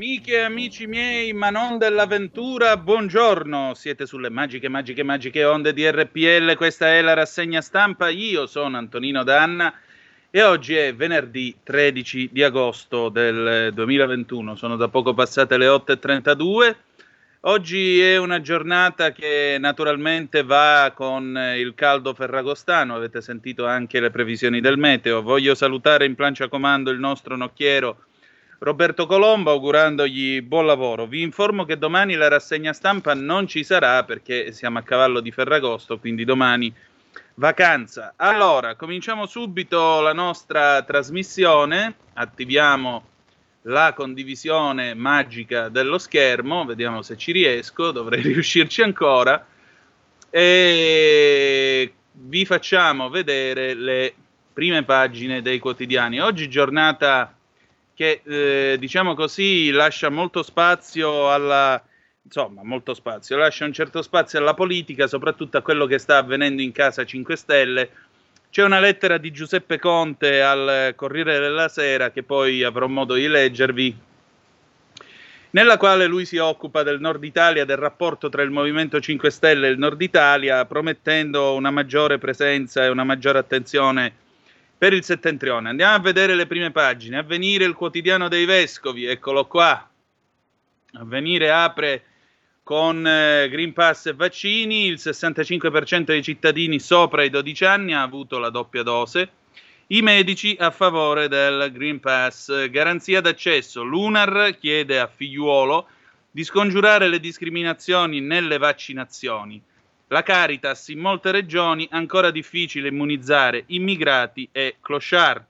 Amiche e amici miei, ma non dell'avventura, buongiorno. Siete sulle magiche onde di RPL, questa è la rassegna stampa. Io sono Antonino Danna e oggi è venerdì 13 di agosto del 2021. Sono da poco passate le 8:32. Oggi è una giornata che naturalmente va con il caldo ferragostano. Avete sentito anche le previsioni del meteo. Voglio salutare in plancia comando il nostro nocchiero Roberto Colombo, augurandogli buon lavoro. Vi informo che domani la rassegna stampa non ci sarà perché siamo a cavallo di Ferragosto, quindi domani vacanza. Allora, cominciamo subito la nostra trasmissione. Attiviamo la condivisione magica dello schermo, vediamo se ci riesco, dovrei riuscirci ancora. E vi facciamo vedere le prime pagine dei quotidiani. Oggi giornata che diciamo così lascia molto spazio molto spazio, lascia un certo spazio alla politica, soprattutto a quello che sta avvenendo in casa 5 Stelle. C'è una lettera di Giuseppe Conte al Corriere della Sera che poi avrò modo di leggervi, nella quale lui si occupa del Nord Italia, del rapporto tra il Movimento 5 Stelle e il Nord Italia, promettendo una maggiore presenza e una maggiore attenzione per il settentrione. Andiamo a vedere le prime pagine. Avvenire, il quotidiano dei vescovi, eccolo qua. Avvenire apre con Green Pass e vaccini, il 65% dei cittadini sopra i 12 anni ha avuto la doppia dose, i medici a favore del Green Pass, garanzia d'accesso. L'UNAR chiede a Figliuolo di scongiurare le discriminazioni nelle vaccinazioni. La Caritas, in molte regioni ancora difficile immunizzare immigrati e clochard.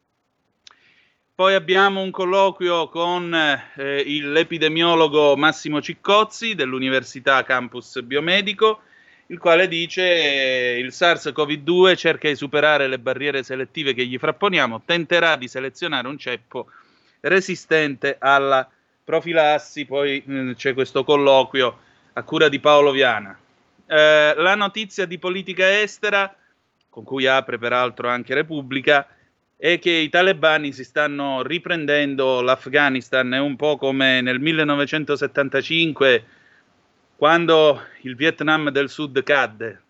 Poi abbiamo un colloquio con l'epidemiologo Massimo Ciccozzi dell'Università Campus Biomedico, il quale dice il SARS-CoV-2 cerca di superare le barriere selettive che gli frapponiamo, tenterà di selezionare un ceppo resistente alla profilassi. Poi c'è questo colloquio a cura di Paolo Viana. La notizia di politica estera, con cui apre peraltro anche Repubblica, è che i talebani si stanno riprendendo l'Afghanistan. È un po' come nel 1975, quando il Vietnam del Sud cadde.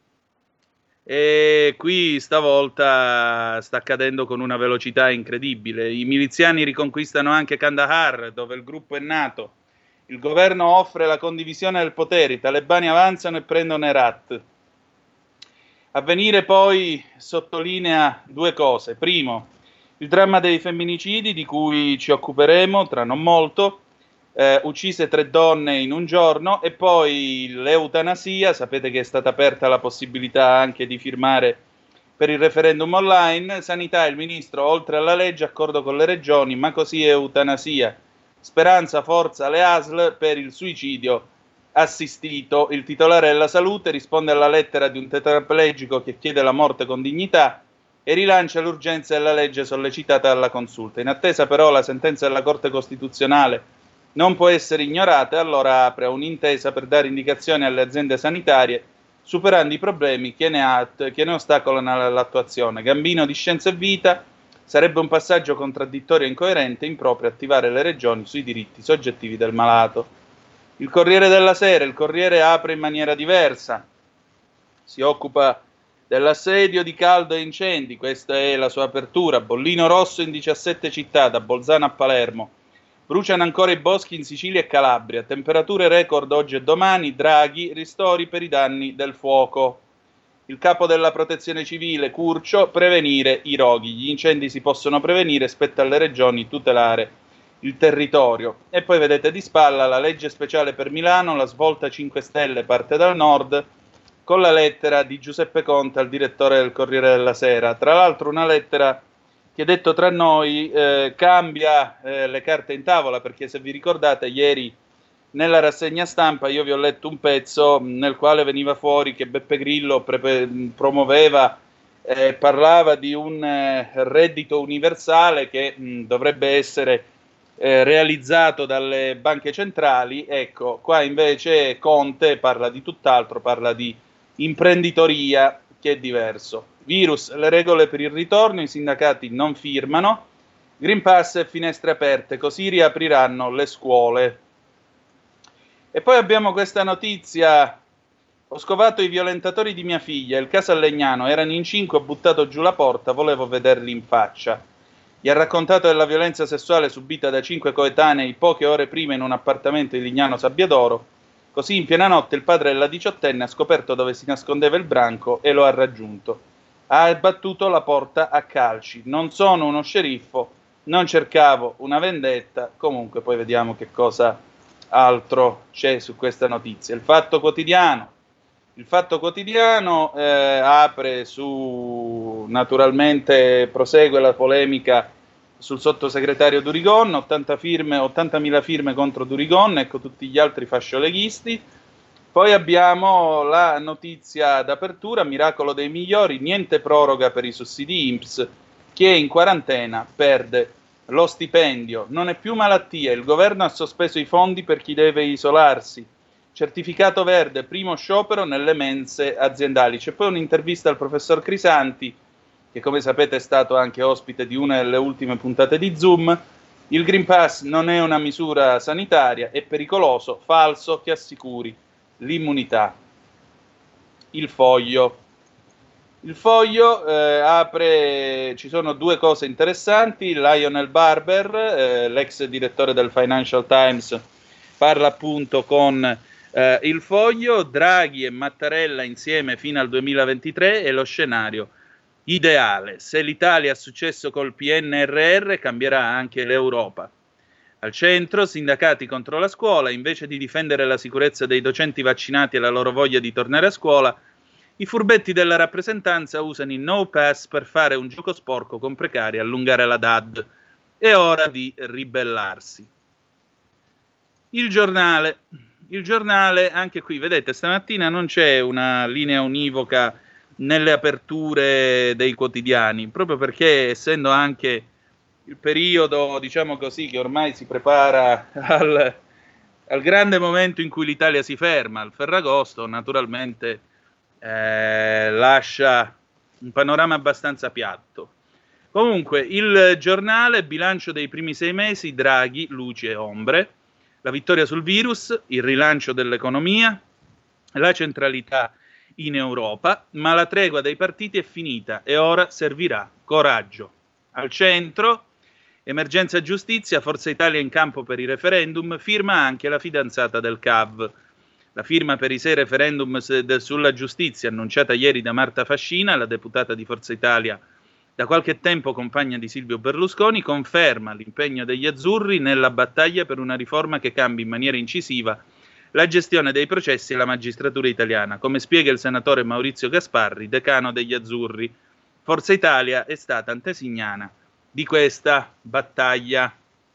E qui stavolta sta accadendo con una velocità incredibile. I miliziani riconquistano anche Kandahar, dove il gruppo è nato. Il governo offre la condivisione del potere, i talebani avanzano e prendono Herat. Avvenire poi sottolinea due cose. Primo, il dramma dei femminicidi, di cui ci occuperemo tra non molto, uccise 3 donne in un giorno, e poi l'eutanasia. Sapete che è stata aperta la possibilità anche di firmare per il referendum online. Sanità, il ministro, oltre alla legge, accordo con le regioni, ma così eutanasia. Speranza, forza alle ASL per il suicidio assistito. Il titolare della salute risponde alla lettera di un tetraplegico che chiede la morte con dignità e rilancia l'urgenza della legge sollecitata dalla consulta. In attesa però la sentenza della Corte Costituzionale non può essere ignorata e allora apre a un'intesa per dare indicazioni alle aziende sanitarie, superando i problemi che ne ostacolano l'attuazione. Gambino di Scienza e Vita: sarebbe un passaggio contraddittorio e incoerente, improprio attivare le regioni sui diritti soggettivi del malato. Il Corriere della Sera, il Corriere apre in maniera diversa, si occupa dell'assedio di caldo e incendi, questa è la sua apertura. Bollino rosso in 17 città, da Bolzano a Palermo. Bruciano ancora i boschi in Sicilia e Calabria, temperature record oggi e domani, Draghi, ristori per i danni del fuoco. Il capo della protezione civile, Curcio, prevenire i roghi. Gli incendi si possono prevenire, spetta alle regioni tutelare il territorio. E poi vedete di spalla la legge speciale per Milano, la svolta 5 Stelle parte dal nord, con la lettera di Giuseppe Conte al direttore del Corriere della Sera. Tra l'altro una lettera che, detto tra noi, cambia le carte in tavola, perché se vi ricordate ieri nella rassegna stampa io vi ho letto un pezzo nel quale veniva fuori che Beppe Grillo promuoveva, parlava di un reddito universale che dovrebbe essere realizzato dalle banche centrali. Ecco, qua invece Conte parla di tutt'altro, parla di imprenditoria, che è diverso. Virus, le regole per il ritorno, i sindacati non firmano, Green Pass e finestre aperte, così riapriranno le scuole. E poi abbiamo questa notizia: ho scovato i violentatori di mia figlia, il caso a Legnano, erano in 5, ho buttato giù la porta, volevo vederli in faccia. Gli ha raccontato della violenza sessuale subita da 5 coetanei poche ore prima in un appartamento di Lignano Sabbiadoro. Così in piena notte il padre della diciottenne ha scoperto dove si nascondeva il branco e lo ha raggiunto. Ha abbattuto la porta a calci. Non sono uno sceriffo, non cercavo una vendetta. Comunque poi vediamo che cosa altro c'è su questa notizia. Il Fatto Quotidiano. Il Fatto Quotidiano apre su, naturalmente prosegue la polemica sul sottosegretario Durigon, 80.000 firme contro Durigon, ecco tutti gli altri fascioleghisti. Poi abbiamo la notizia d'apertura, miracolo dei migliori, niente proroga per i sussidi INPS, chi è in quarantena perde lo stipendio, non è più malattia, il governo ha sospeso i fondi per chi deve isolarsi. Certificato verde, primo sciopero nelle mense aziendali. C'è poi un'intervista al professor Crisanti, che come sapete è stato anche ospite di una delle ultime puntate di Zoom. Il Green Pass non è una misura sanitaria, è pericoloso, falso che assicuri l'immunità. Il Foglio. Il Foglio apre, ci sono due cose interessanti. Lionel Barber, l'ex direttore del Financial Times, parla appunto con il Foglio. Draghi e Mattarella insieme fino al 2023 è lo scenario ideale. Se l'Italia ha successo col PNRR, cambierà anche l'Europa. Al centro, sindacati contro la scuola, invece di difendere la sicurezza dei docenti vaccinati e la loro voglia di tornare a scuola, i furbetti della rappresentanza usano i no pass per fare un gioco sporco con precari e allungare la DAD. È ora di ribellarsi. Il giornale, anche qui, vedete, stamattina non c'è una linea univoca nelle aperture dei quotidiani, proprio perché essendo anche il periodo, diciamo così, che ormai si prepara al grande momento in cui l'Italia si ferma, al Ferragosto, naturalmente lascia un panorama abbastanza piatto. Comunque, il giornale, bilancio dei primi 6 mesi, Draghi, luci e ombre, la vittoria sul virus, il rilancio dell'economia, la centralità in Europa, ma la tregua dei partiti è finita e ora servirà coraggio. Al centro, emergenza giustizia, Forza Italia in campo per i referendum, firma anche la fidanzata del CAV. La firma per i 6 referendum sulla giustizia annunciata ieri da Marta Fascina, la deputata di Forza Italia da qualche tempo compagna di Silvio Berlusconi, conferma l'impegno degli azzurri nella battaglia per una riforma che cambi in maniera incisiva la gestione dei processi e la magistratura italiana. Come spiega il senatore Maurizio Gasparri, decano degli azzurri, Forza Italia è stata antesignana di questa battaglia.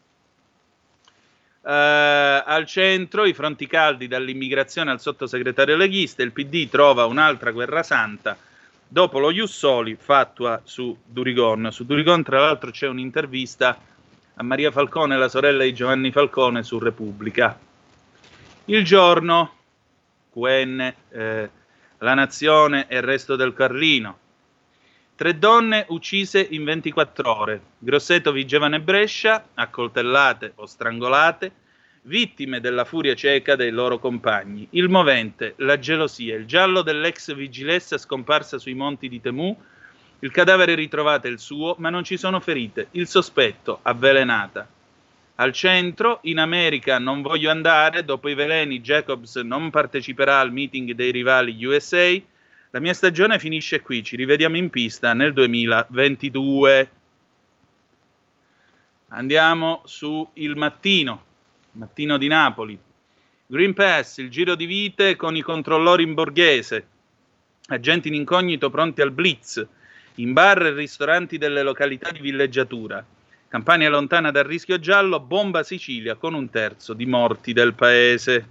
Al centro, i fronti caldi dall'immigrazione al sottosegretario leghista, il PD trova un'altra guerra santa. Dopo lo Ius Soli, fatua su Durigon. Su Durigon, tra l'altro, c'è un'intervista a Maria Falcone, la sorella di Giovanni Falcone, su Repubblica. Il Giorno, QN, La Nazione e il resto del Carlino. 3 donne uccise in 24 ore. Grosseto, Vigevano e Brescia, accoltellate o strangolate, vittime della furia cieca dei loro compagni. Il movente, la gelosia, il giallo dell'ex vigilessa scomparsa sui monti di Temù, il cadavere ritrovato è il suo, ma non ci sono ferite. Il sospetto, avvelenata. Al centro, in America non voglio andare, dopo i veleni Jacobs non parteciperà al meeting dei rivali USA, la mia stagione finisce qui, ci rivediamo in pista nel 2022. Andiamo su Il Mattino di Napoli. Green Pass, il giro di vite con i controllori in Borghese, agenti in incognito pronti al blitz, in bar e ristoranti delle località di villeggiatura. Campania lontana dal rischio giallo, bomba Sicilia con 1/3 di morti del paese.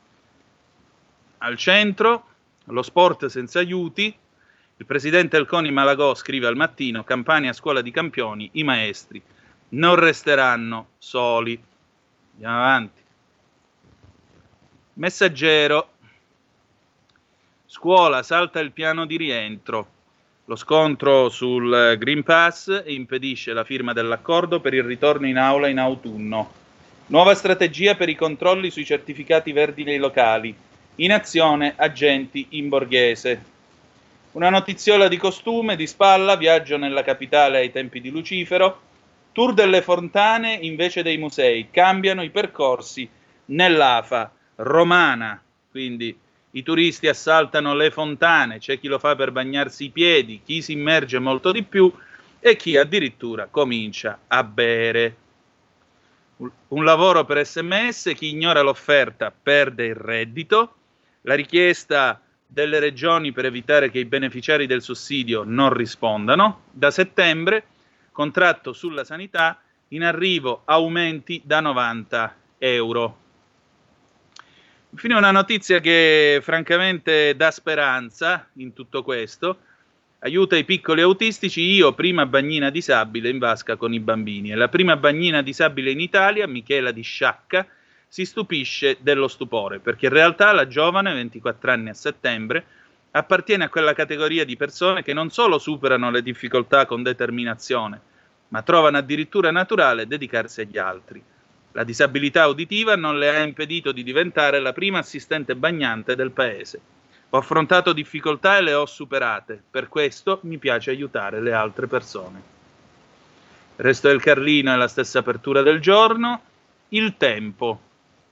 Al centro, lo sport senza aiuti, il presidente del CONI Malagò scrive al Mattino, Campania scuola di campioni, i maestri non resteranno soli. Andiamo avanti. Messaggero, scuola salta il piano di rientro. Lo scontro sul Green Pass impedisce la firma dell'accordo per il ritorno in aula in autunno. Nuova strategia per i controlli sui certificati verdi nei locali. In azione agenti in Borghese. Una notiziola di costume, di spalla, viaggio nella capitale ai tempi di Lucifero. Tour delle fontane invece dei musei. Cambiano i percorsi nell'AFA romana. Quindi i turisti assaltano le fontane, c'è chi lo fa per bagnarsi i piedi, chi si immerge molto di più e chi addirittura comincia a bere. Un lavoro per SMS, chi ignora l'offerta perde il reddito, la richiesta delle regioni per evitare che i beneficiari del sussidio non rispondano. Da settembre, contratto sulla sanità, in arrivo aumenti da 90 euro. Infine una notizia che francamente dà speranza in tutto questo. Aiuta i piccoli autistici, io prima bagnina disabile in vasca con i bambini. E la prima bagnina disabile in Italia, Michela Di Sciacca, si stupisce dello stupore, perché in realtà la giovane, 24 anni a settembre, appartiene a quella categoria di persone che non solo superano le difficoltà con determinazione, ma trovano addirittura naturale dedicarsi agli altri. La disabilità uditiva non le ha impedito di diventare la prima assistente bagnante del paese. Ho affrontato difficoltà e le ho superate, per questo mi piace aiutare le altre persone. Il resto del Carlino è la stessa apertura del giorno. Il Tempo.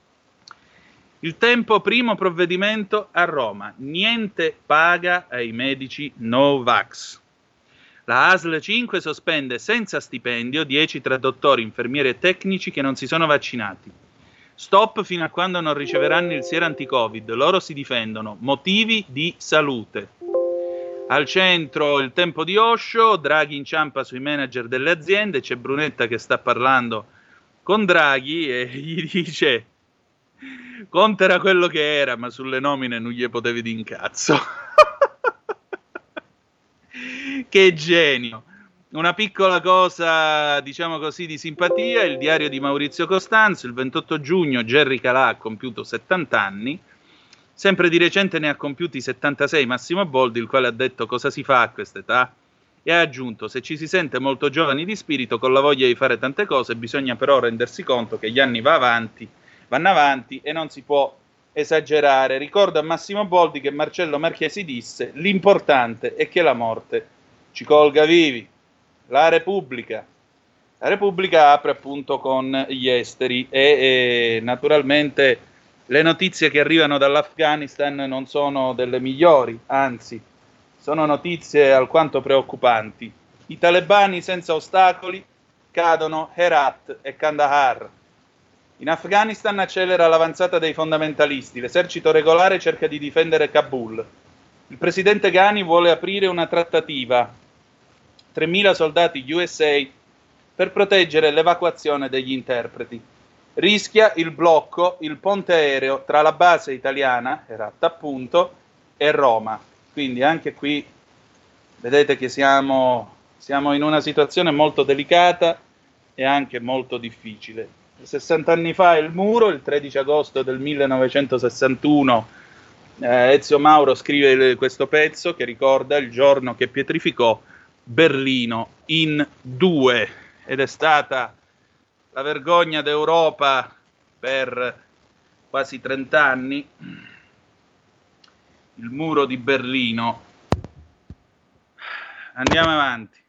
Il Tempo, primo provvedimento a Roma. Niente paga ai medici Novax. La ASL 5 sospende senza stipendio 10 tra dottori, infermieri e tecnici che non si sono vaccinati. Stop fino a quando non riceveranno il siero anti-Covid. Loro si difendono. Motivi di salute. Al centro il Tempo di Osho. Draghi inciampa sui manager delle aziende. C'è Brunetta che sta parlando con Draghi e gli dice: Conte era quello che era, ma sulle nomine non gli potevi di incazzo. Che genio. Una piccola cosa, diciamo così, di simpatia: il diario di Maurizio Costanzo. Il 28 giugno Gerry Calà ha compiuto 70 anni. Sempre di recente ne ha compiuti 76 Massimo Boldi, il quale ha detto: cosa si fa a quest'età? E ha aggiunto: se ci si sente molto giovani di spirito, con la voglia di fare tante cose, bisogna però rendersi conto che gli anni vanno avanti e non si può esagerare. Ricordo a Massimo Boldi che Marcello Marchesi disse: l'importante è che la morte ci colga vivi. La Repubblica apre appunto con gli esteri e naturalmente le notizie che arrivano dall'Afghanistan non sono delle migliori, anzi sono notizie alquanto preoccupanti. I talebani senza ostacoli cadono Herat e Kandahar. In Afghanistan accelera l'avanzata dei fondamentalisti, l'esercito regolare cerca di difendere Kabul. Il presidente Ghani vuole aprire una trattativa. 3.000 soldati USA per proteggere l'evacuazione degli interpreti. Rischia il blocco, il ponte aereo tra la base italiana, Herat appunto, e Roma. Quindi anche qui vedete che siamo in una situazione molto delicata e anche molto difficile. 60 anni fa il muro, il 13 agosto del 1961, Ezio Mauro scrive questo pezzo che ricorda il giorno che pietrificò Berlino in due, ed è stata la vergogna d'Europa per quasi 30 anni, il muro di Berlino. Andiamo avanti.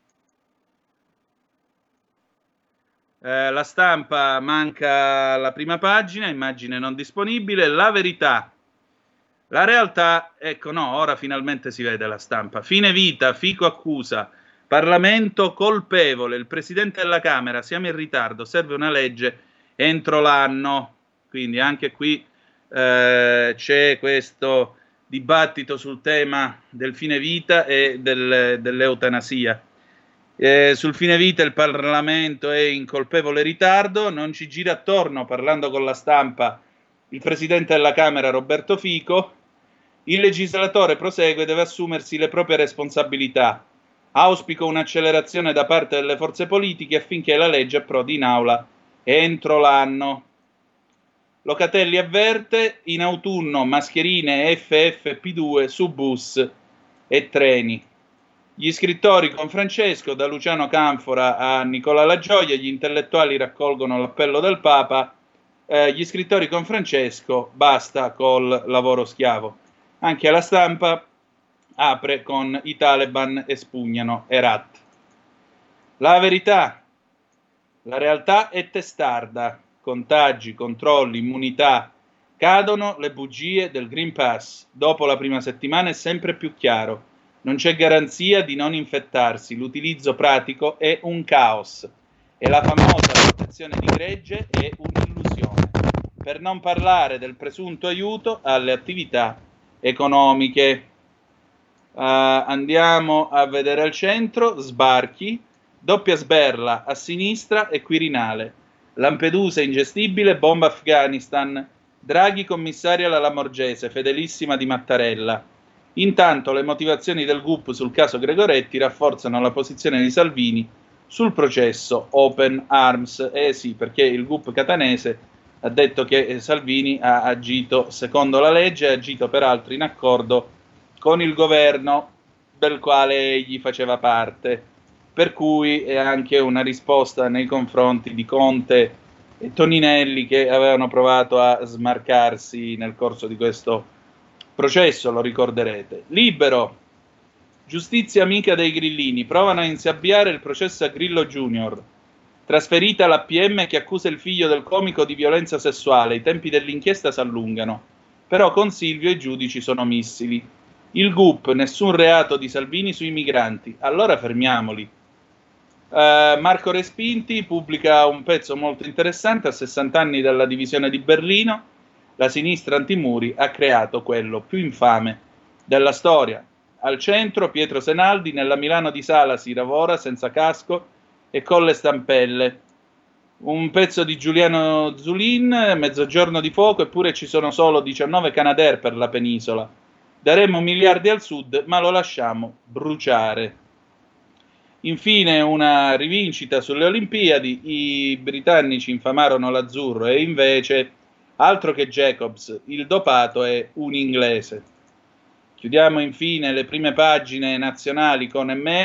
La Stampa, manca la prima pagina, immagine non disponibile. La Verità. La realtà, ecco, no, ora finalmente si vede la Stampa. Fine vita, Fico accusa, Parlamento colpevole, il Presidente della Camera, siamo in ritardo, serve una legge entro l'anno. Quindi anche qui c'è questo dibattito sul tema del fine vita e dell'eutanasia. Sul fine vita il Parlamento è in colpevole ritardo, non ci gira attorno, parlando con la Stampa, il Presidente della Camera Roberto Fico. Il legislatore prosegue, deve assumersi le proprie responsabilità. Auspico un'accelerazione da parte delle forze politiche affinché la legge approdi in aula entro l'anno. Locatelli avverte, in autunno mascherine FFP2 su bus e treni. Gli scrittori con Francesco, da Luciano Canfora a Nicola La Gioia, gli intellettuali raccolgono l'appello del Papa, gli scrittori con Francesco, basta col lavoro schiavo. Anche La Stampa apre con i Taliban espugnano Herat. La verità, la realtà è testarda, contagi, controlli, immunità, cadono le bugie del Green Pass, dopo la prima settimana è sempre più chiaro. Non c'è garanzia di non infettarsi, l'utilizzo pratico è un caos e la famosa protezione di gregge è un'illusione, per non parlare del presunto aiuto alle attività economiche. Andiamo a vedere al centro, sbarchi, doppia sberla a sinistra e Quirinale, Lampedusa ingestibile, bomba Afghanistan, Draghi commissaria alla Lamorgese, fedelissima di Mattarella. Intanto le motivazioni del GUP sul caso Gregoretti rafforzano la posizione di Salvini sul processo Open Arms. Sì, perché il GUP catanese ha detto che Salvini ha agito secondo la legge, ha agito peraltro in accordo con il governo del quale egli faceva parte, per cui è anche una risposta nei confronti di Conte e Toninelli, che avevano provato a smarcarsi nel corso di questo processo, lo ricorderete. Libero, giustizia amica dei grillini, provano a insabbiare il processo a Grillo Junior, trasferita l'APM che accusa il figlio del comico di violenza sessuale, i tempi dell'inchiesta si allungano, però con Silvio i giudici sono missili. Il GUP, nessun reato di Salvini sui migranti, allora fermiamoli. Marco Respinti pubblica un pezzo molto interessante: a 60 anni dalla divisione di Berlino, la sinistra antimuri ha creato quello più infame della storia. Al centro Pietro Senaldi, nella Milano di Sala si lavora senza casco e con le stampelle. Un pezzo di Giuliano Zulin, Mezzogiorno di fuoco, eppure ci sono solo 19 Canadair per la penisola. Daremo miliardi al sud, ma lo lasciamo bruciare. Infine una rivincita sulle Olimpiadi, i britannici infamarono l'azzurro e invece, altro che Jacobs, il dopato è un inglese. Chiudiamo infine le prime pagine nazionali con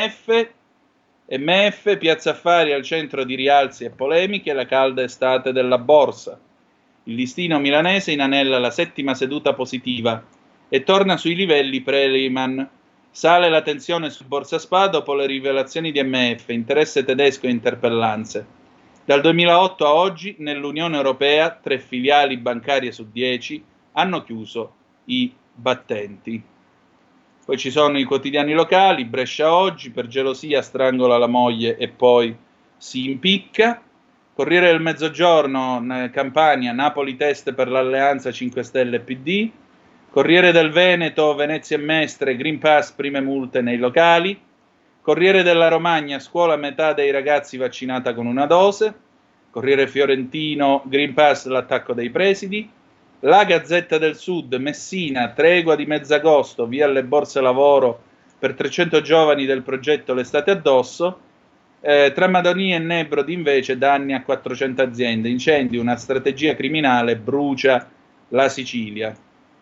MF, Piazza Affari al centro di rialzi e polemiche, la calda estate della borsa. Il listino milanese inanella la 7ª seduta positiva e torna sui livelli pre-Lehman. Sale la tensione su Borsa SpA dopo le rivelazioni di MF, interesse tedesco e interpellanze. Dal 2008 a oggi nell'Unione Europea 3 filiali bancarie su 10 hanno chiuso i battenti. Poi ci sono i quotidiani locali, Brescia Oggi, per gelosia strangola la moglie e poi si impicca. Corriere del Mezzogiorno, Campania, Napoli test per l'alleanza 5 Stelle PD. Corriere del Veneto, Venezia e Mestre, Green Pass, prime multe nei locali. Corriere della Romagna, scuola metà dei ragazzi vaccinata con una dose. Corriere Fiorentino, Green Pass, l'attacco dei presidi. La Gazzetta del Sud, Messina, tregua di mezzagosto, via le borse lavoro per 300 giovani del progetto L'estate addosso. Tra Madonia e Nebrodi invece danni a 400 aziende, incendi, una strategia criminale brucia la Sicilia.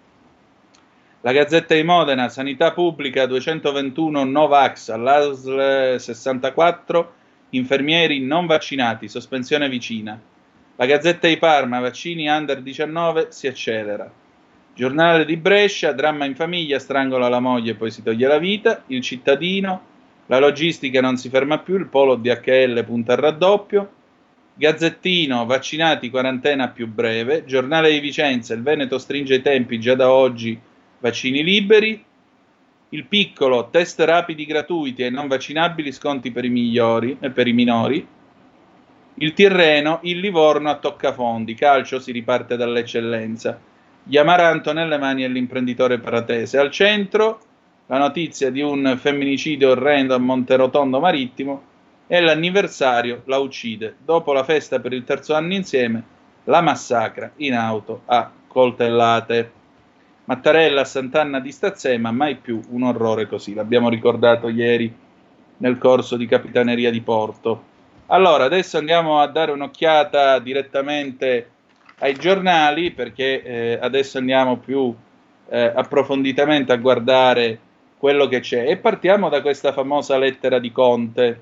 La Gazzetta di Modena, sanità pubblica, 221 Novax, all'ASL 64, infermieri non vaccinati, sospensione vicina. La Gazzetta di Parma, vaccini under 19, si accelera. Giornale di Brescia, dramma in famiglia, strangola la moglie e poi si toglie la vita. Il Cittadino, la logistica non si ferma più, il polo DHL punta al raddoppio. Gazzettino, vaccinati, quarantena più breve. Giornale di Vicenza, il Veneto stringe i tempi già da oggi, vaccini liberi. Il Piccolo, test rapidi gratuiti ai non vaccinabili, sconti per i minori. Il Tirreno, il Livorno a toccafondi, calcio si riparte dall'eccellenza. Gli Amaranto nelle mani dell'imprenditore paratese. Al centro la notizia di un femminicidio orrendo a Monterotondo Marittimo e l'anniversario la uccide. Dopo la festa per il 3° anno insieme, la massacra in auto a coltellate. Mattarella a Sant'Anna di Stazzema, mai più un orrore così. L'abbiamo ricordato ieri nel corso di Capitaneria di Porto. Allora, adesso andiamo a dare un'occhiata direttamente ai giornali, perché adesso andiamo più approfonditamente a guardare quello che c'è. E partiamo da questa famosa lettera di Conte.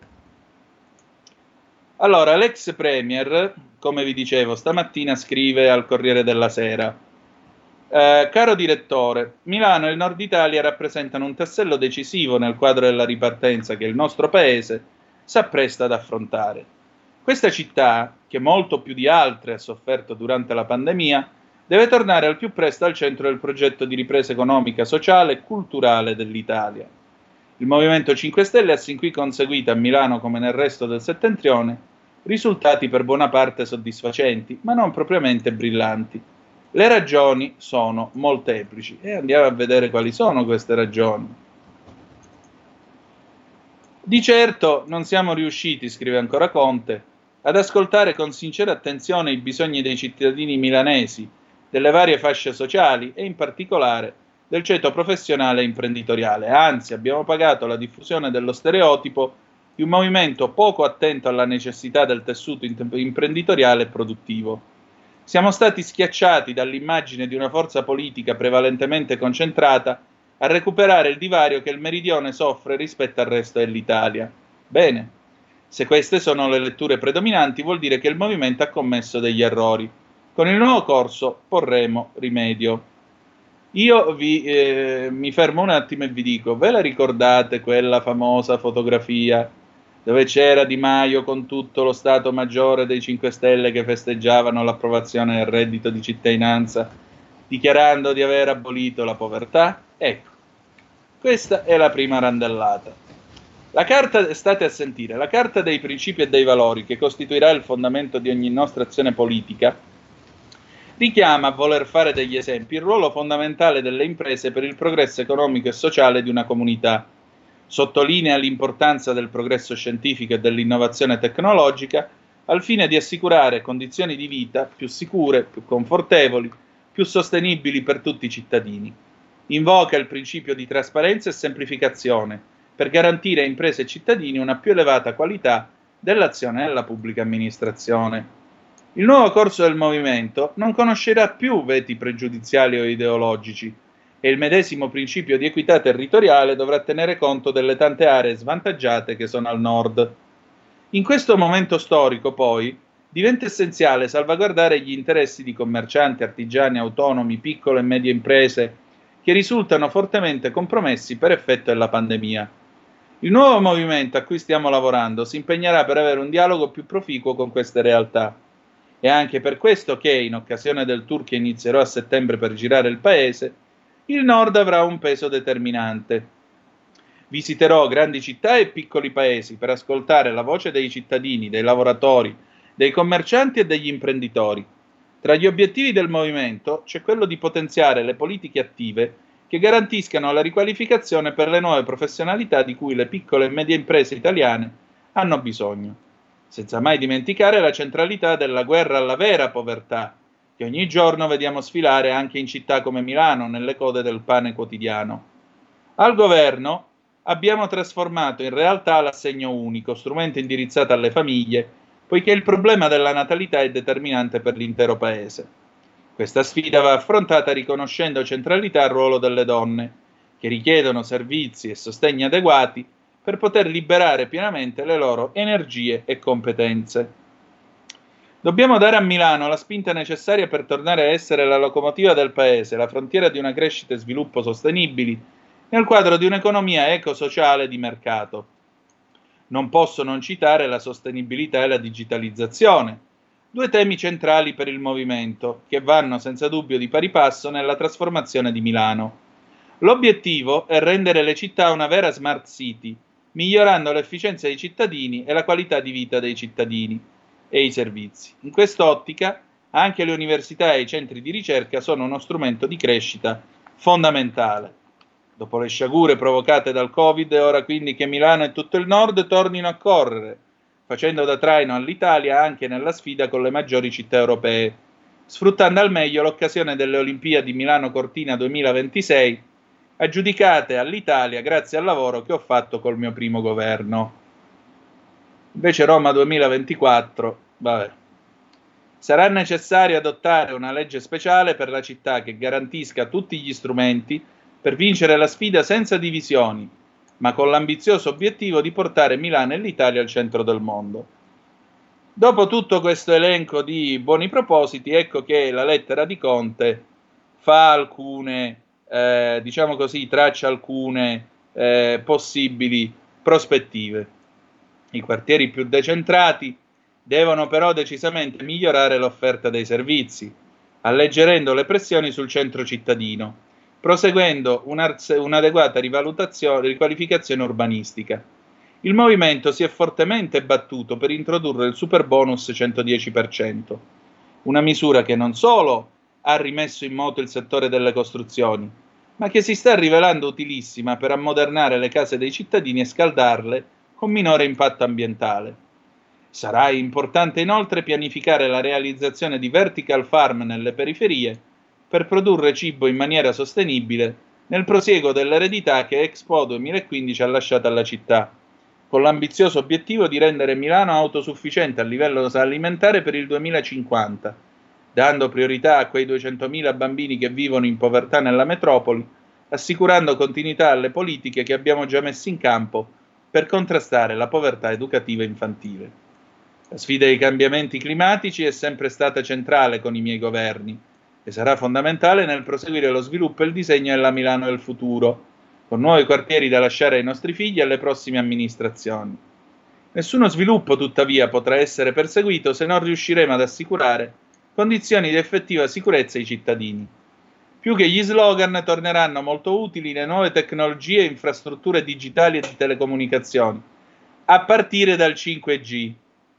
Allora, l'ex premier, come vi dicevo, stamattina scrive al Corriere della Sera: caro direttore, Milano e il Nord Italia rappresentano un tassello decisivo nel quadro della ripartenza che il nostro paese s'appresta ad affrontare. Questa città, che molto più di altre ha sofferto durante la pandemia, deve tornare al più presto al centro del progetto di ripresa economica, sociale e culturale dell'Italia. Il Movimento 5 Stelle ha sin qui conseguito a Milano, come nel resto del settentrione, risultati per buona parte soddisfacenti, ma non propriamente brillanti. Le ragioni sono molteplici e andiamo a vedere quali sono queste ragioni. Di certo non siamo riusciti, scrive ancora Conte, ad ascoltare con sincera attenzione i bisogni dei cittadini milanesi, delle varie fasce sociali e in particolare del ceto professionale e imprenditoriale. Anzi, abbiamo pagato la diffusione dello stereotipo di un movimento poco attento alla necessità del tessuto imprenditoriale e produttivo. Siamo stati schiacciati dall'immagine di una forza politica prevalentemente concentrata a recuperare il divario che il meridione soffre rispetto al resto dell'Italia. Bene, se queste sono le letture predominanti, vuol dire che il movimento ha commesso degli errori. Con il nuovo corso porremo rimedio. Io mi fermo un attimo e vi dico, ve la ricordate quella famosa fotografia dove c'era Di Maio con tutto lo Stato Maggiore dei 5 Stelle che festeggiavano l'approvazione del reddito di cittadinanza, dichiarando di aver abolito la povertà? Ecco, questa è la prima randellata. La carta, state a sentire, la Carta dei principi e dei valori, che costituirà il fondamento di ogni nostra azione politica, richiama, a voler fare degli esempi, il ruolo fondamentale delle imprese per il progresso economico e sociale di una comunità. Sottolinea l'importanza del progresso scientifico e dell'innovazione tecnologica al fine di assicurare condizioni di vita più sicure, più confortevoli, più sostenibili per tutti i cittadini. Invoca il principio di trasparenza e semplificazione per garantire a imprese e cittadini una più elevata qualità dell'azione della pubblica amministrazione. Il nuovo corso del movimento non conoscerà più veti pregiudiziali o ideologici, e il medesimo principio di equità territoriale dovrà tenere conto delle tante aree svantaggiate che sono al nord. In questo momento storico, poi, diventa essenziale salvaguardare gli interessi di commercianti, artigiani, autonomi, piccole e medie imprese che risultano fortemente compromessi per effetto della pandemia. Il nuovo movimento a cui stiamo lavorando si impegnerà per avere un dialogo più proficuo con queste realtà. È anche per questo che, in occasione del tour che inizierò a settembre per girare il paese, il Nord avrà un peso determinante. Visiterò grandi città e piccoli paesi per ascoltare la voce dei cittadini, dei lavoratori, dei commercianti e degli imprenditori. Tra gli obiettivi del movimento c'è quello di potenziare le politiche attive che garantiscano la riqualificazione per le nuove professionalità di cui le piccole e medie imprese italiane hanno bisogno, senza mai dimenticare la centralità della guerra alla vera povertà, che ogni giorno vediamo sfilare anche in città come Milano nelle code del pane quotidiano. Al governo abbiamo trasformato in realtà l'assegno unico, strumento indirizzato alle famiglie, poiché il problema della natalità è determinante per l'intero paese. Questa sfida va affrontata riconoscendo centralità al ruolo delle donne, che richiedono servizi e sostegni adeguati per poter liberare pienamente le loro energie e competenze. Dobbiamo dare a Milano la spinta necessaria per tornare a essere la locomotiva del paese, la frontiera di una crescita e sviluppo sostenibili, nel quadro di un'economia eco-sociale di mercato. Non posso non citare la sostenibilità e la digitalizzazione, due temi centrali per il movimento, che vanno senza dubbio di pari passo nella trasformazione di Milano. L'obiettivo è rendere le città una vera smart city, migliorando l'efficienza dei cittadini e la qualità di vita dei cittadini e i servizi. In quest'ottica, anche le università e i centri di ricerca sono uno strumento di crescita fondamentale. Dopo le sciagure provocate dal Covid, è ora quindi che Milano e tutto il Nord tornino a correre, facendo da traino all'Italia anche nella sfida con le maggiori città europee, sfruttando al meglio l'occasione delle Olimpiadi Milano-Cortina 2026, aggiudicate all'Italia grazie al lavoro che ho fatto col mio primo governo. Invece Roma 2024, vabbè. Sarà necessario adottare una legge speciale per la città che garantisca tutti gli strumenti per vincere la sfida senza divisioni, ma con l'ambizioso obiettivo di portare Milano e l'Italia al centro del mondo. Dopo tutto questo elenco di buoni propositi, ecco che la lettera di Conte fa alcune, diciamo così, traccia alcune possibili prospettive. I quartieri più decentrati devono però decisamente migliorare l'offerta dei servizi, alleggerendo le pressioni sul centro cittadino, proseguendo un'adeguata riqualificazione urbanistica. Il movimento si è fortemente battuto per introdurre il superbonus 110%, una misura che non solo ha rimesso in moto il settore delle costruzioni, ma che si sta rivelando utilissima per ammodernare le case dei cittadini e scaldarle con minore impatto ambientale. Sarà importante inoltre pianificare la realizzazione di vertical farm nelle periferie per produrre cibo in maniera sostenibile nel prosieguo dell'eredità che Expo 2015 ha lasciato alla città, con l'ambizioso obiettivo di rendere Milano autosufficiente a livello alimentare per il 2050, dando priorità a quei 200.000 bambini che vivono in povertà nella metropoli, assicurando continuità alle politiche che abbiamo già messo in campo per contrastare la povertà educativa infantile. La sfida dei cambiamenti climatici è sempre stata centrale con i miei governi e sarà fondamentale nel proseguire lo sviluppo e il disegno della Milano del futuro, con nuovi quartieri da lasciare ai nostri figli e alle prossime amministrazioni. Nessuno sviluppo, tuttavia, potrà essere perseguito se non riusciremo ad assicurare condizioni di effettiva sicurezza ai cittadini. Più che gli slogan, torneranno molto utili le nuove tecnologie e infrastrutture digitali e di telecomunicazioni, a partire dal 5G,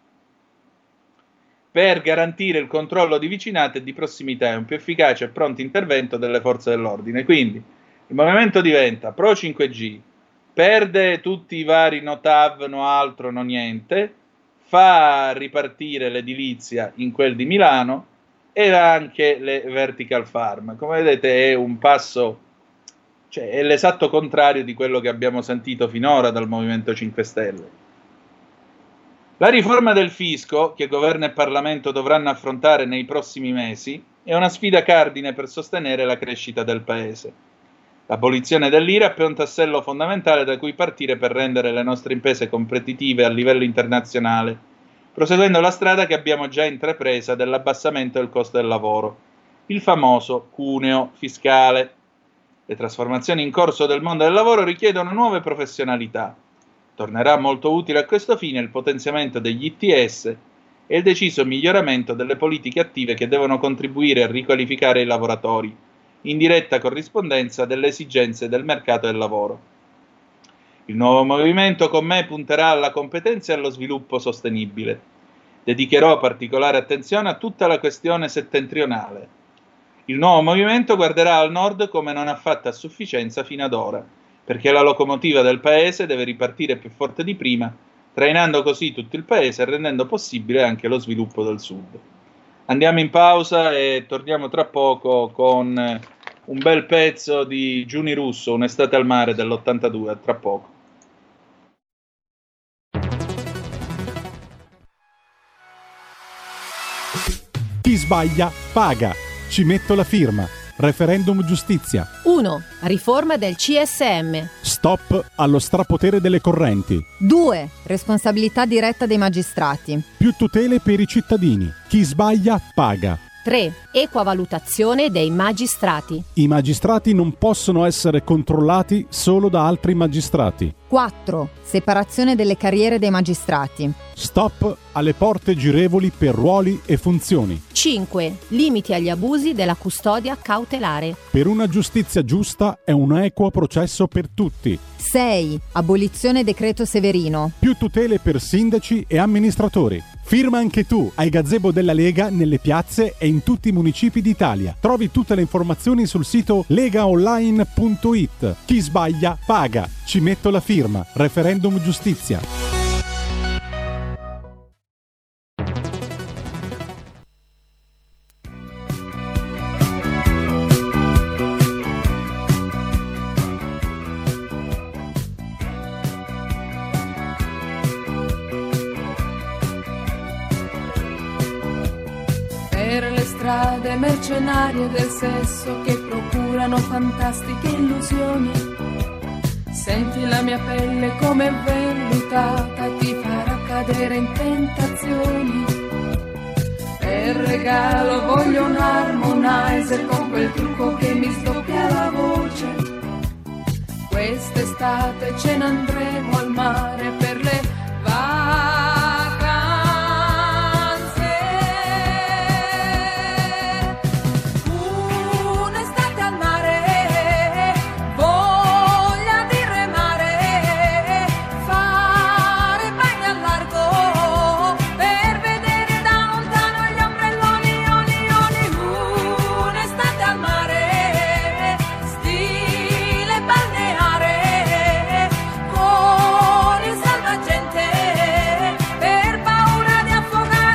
per garantire il controllo di vicinato e di prossimità e un più efficace e pronto intervento delle forze dell'ordine. Quindi il movimento diventa pro 5G, perde tutti i vari no TAV, no altro, no niente, fa ripartire l'edilizia in quel di Milano e anche le vertical farm. Come vedete è un passo, cioè è l'esatto contrario di quello che abbiamo sentito finora dal Movimento 5 Stelle. La riforma del fisco, che governo e Parlamento dovranno affrontare nei prossimi mesi, è una sfida cardine per sostenere la crescita del Paese. L'abolizione dell'IRAP è un tassello fondamentale da cui partire per rendere le nostre imprese competitive a livello internazionale, proseguendo la strada che abbiamo già intrapresa dell'abbassamento del costo del lavoro, il famoso cuneo fiscale. Le trasformazioni in corso del mondo del lavoro richiedono nuove professionalità. Tornerà molto utile a questo fine il potenziamento degli ITS e il deciso miglioramento delle politiche attive che devono contribuire a riqualificare i lavoratori, in diretta corrispondenza delle esigenze del mercato del lavoro. Il nuovo movimento con me punterà alla competenza e allo sviluppo sostenibile. Dedicherò particolare attenzione a tutta la questione settentrionale. Il nuovo movimento guarderà al nord come non ha fatto a sufficienza fino ad ora, perché la locomotiva del Paese deve ripartire più forte di prima, trainando così tutto il Paese e rendendo possibile anche lo sviluppo del sud. Andiamo in pausa e torniamo tra poco con un bel pezzo di Giuni Russo, Un'estate al mare dell'82, tra poco. Chi sbaglia paga. Ci metto la firma. Referendum giustizia. 1. Riforma del CSM. Stop allo strapotere delle correnti. 2. Responsabilità diretta dei magistrati. Più tutele per i cittadini. Chi sbaglia paga. 3. Equa valutazione dei magistrati. I magistrati non possono essere controllati solo da altri magistrati. 4. Separazione delle carriere dei magistrati. Stop alle porte girevoli per ruoli e funzioni. 5. Limiti agli abusi della custodia cautelare. Per una giustizia giusta e un equo processo per tutti. 6. Abolizione decreto Severino. Più tutele per sindaci e amministratori. Firma anche tu ai gazebo della Lega nelle piazze e in tutti i municipi d'Italia. Trovi tutte le informazioni sul sito legaonline.it. Chi sbaglia paga. Ci metto la firma. Referendum giustizia. Per l'estate strade mercenarie del sesso che procurano fantastiche illusioni. Senti la mia pelle come è vellutata, ti farà cadere in tentazioni. Per regalo voglio un harmonizer con quel trucco che mi sdoppia la voce. Quest'estate ce ne andremo al mare per le vacanze. Un'estate al mare, voglia di remare, fare bagni al largo per vedere da lontano gli ombrelloni, oni, oni. Un'estate al mare, stile balneare, con il salvagente per paura di affogare.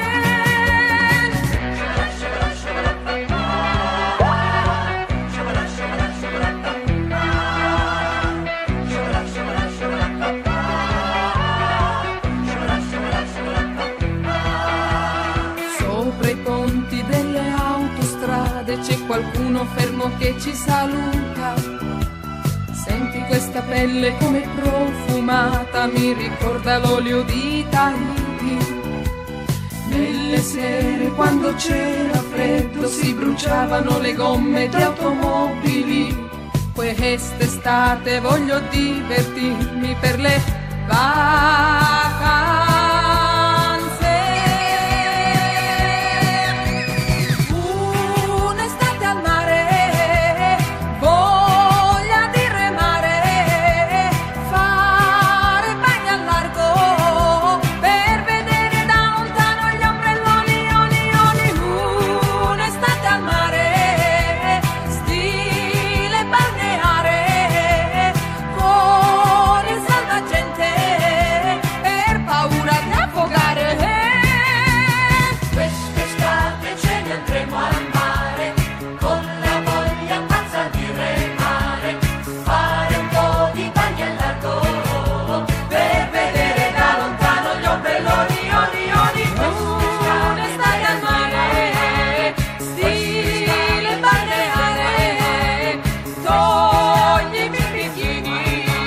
Sopra i ponti delle autostrade c'è qualcuno fermo che ci saluta. Senti questa pelle come profumata, mi ricorda l'olio di Tahiti. Nelle sere quando c'era freddo si bruciavano le gomme di automobili. Quest'estate voglio divertirmi per le vacanze. Un'estate al mare, voglia di remare, fare bagni al largo per vedere da lontano gli ombrelloni, oni, oni. Un'estate al mare, stile balneare, con il salvagente per paura di affogare. Quest'estate ce ne andremo al mare con la voglia pazza di remare, fare un po' di bagni al largo per vedere da lontano gli ombrelloni, oni, oni. Un'estate al mare, stile balneare, toglimi il bikini.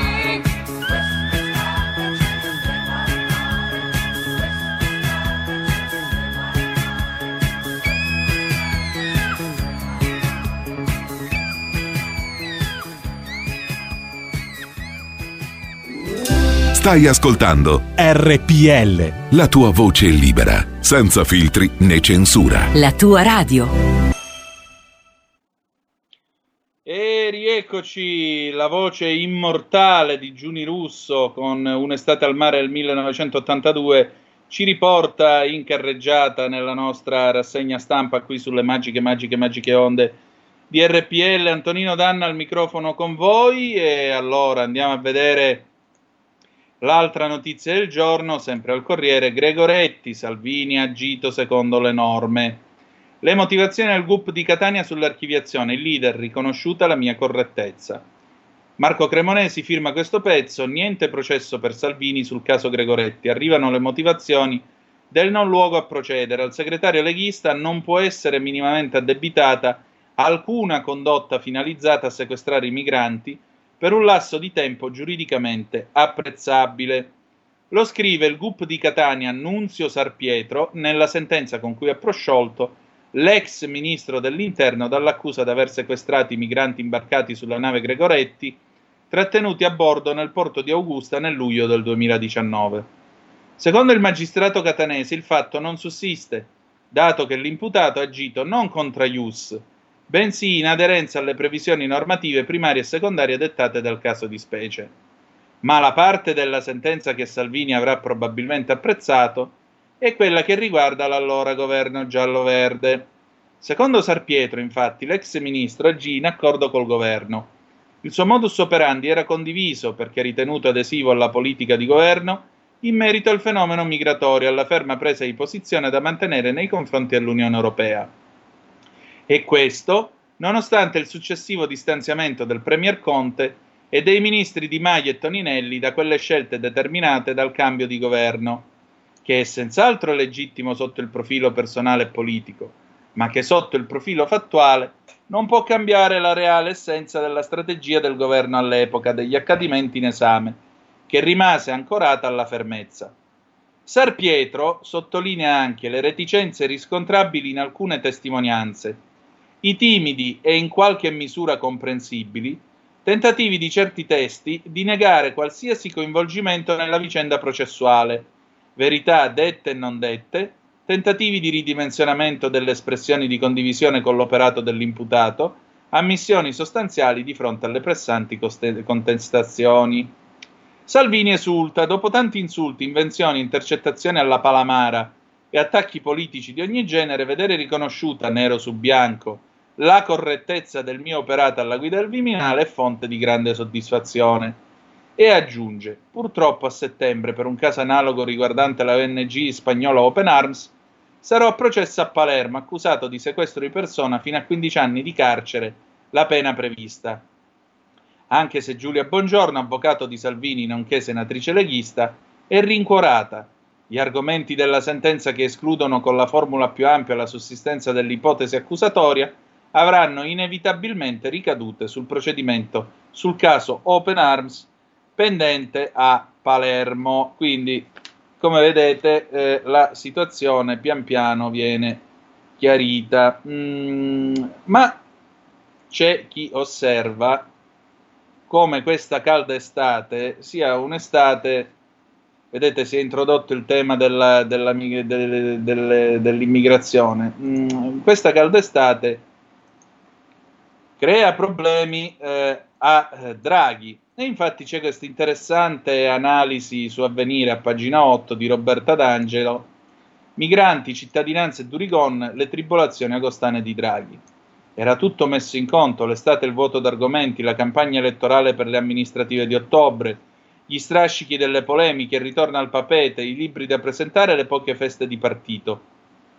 Stai ascoltando RPL. la tua voce libera, senza filtri né censura. La tua radio. E rieccoci, la voce immortale di Giuni Russo con Un'estate al mare del 1982 ci riporta in carreggiata nella nostra rassegna stampa qui sulle magiche onde di RPL. Antonino Danna al microfono con voi e allora andiamo a vedere l'altra notizia del giorno, sempre al Corriere. Gregoretti, Salvini agito secondo le norme. Le motivazioni del GUP di Catania sull'archiviazione, il leader, riconosciuta la mia correttezza. Marco Cremonesi firma questo pezzo, niente processo per Salvini sul caso Gregoretti, arrivano le motivazioni del non luogo a procedere, al segretario leghista non può essere minimamente addebitata alcuna condotta finalizzata a sequestrare i migranti per un lasso di tempo giuridicamente apprezzabile. Lo scrive il GUP di Catania Nunzio Sarpietro nella sentenza con cui ha prosciolto l'ex ministro dell'Interno dall'accusa di aver sequestrato i migranti imbarcati sulla nave Gregoretti, trattenuti a bordo nel porto di Augusta nel luglio del 2019. Secondo il magistrato catanese il fatto non sussiste, dato che l'imputato ha agito non contra ius, bensì in aderenza alle previsioni normative primarie e secondarie dettate dal caso di specie. Ma la parte della sentenza che Salvini avrà probabilmente apprezzato è quella che riguarda l'allora governo giallo-verde. Secondo Sarpietro, infatti, l'ex ministro agì in accordo col governo. Il suo modus operandi era condiviso perché ritenuto adesivo alla politica di governo in merito al fenomeno migratorio e alla ferma presa di posizione da mantenere nei confronti dell'Unione Europea. E questo, nonostante il successivo distanziamento del Premier Conte e dei ministri Di Maio e Toninelli da quelle scelte determinate dal cambio di governo, che è senz'altro legittimo sotto il profilo personale e politico, ma che sotto il profilo fattuale non può cambiare la reale essenza della strategia del governo all'epoca degli accadimenti in esame, che rimase ancorata alla fermezza. Sar Pietro sottolinea anche le reticenze riscontrabili in alcune testimonianze, i timidi e in qualche misura comprensibili tentativi di certi testi di negare qualsiasi coinvolgimento nella vicenda processuale, verità dette e non dette, tentativi di ridimensionamento delle espressioni di condivisione con l'operato dell'imputato, ammissioni sostanziali di fronte alle pressanti contestazioni. Salvini esulta, dopo tanti insulti, invenzioni, intercettazioni alla Palamara e attacchi politici di ogni genere, vedere riconosciuta nero su bianco la correttezza del mio operato alla guida del Viminale è fonte di grande soddisfazione. E aggiunge, purtroppo a settembre, per un caso analogo riguardante la ONG spagnola Open Arms, sarò processo a Palermo, accusato di sequestro di persona fino a 15 anni di carcere, la pena prevista. Anche se Giulia Bongiorno, avvocato di Salvini nonché senatrice leghista, è rincuorata. Gli argomenti della sentenza che escludono con la formula più ampia la sussistenza dell'ipotesi accusatoria avranno inevitabilmente ricadute sul procedimento sul caso Open Arms pendente a Palermo. Quindi, come vedete, la situazione pian piano viene chiarita. Ma c'è chi osserva come questa calda estate sia un'estate, vedete, si è introdotto il tema dell'immigrazione. Questa calda estate crea problemi a Draghi. E infatti c'è questa interessante analisi su Avvenire a pagina 8 di Roberta D'Angelo, migranti, cittadinanza e Durigon, le tribolazioni agostane di Draghi. Era tutto messo in conto, l'estate il vuoto d'argomenti, la campagna elettorale per le amministrative di ottobre, gli strascichi delle polemiche, il ritorno al papete, i libri da presentare e le poche feste di partito.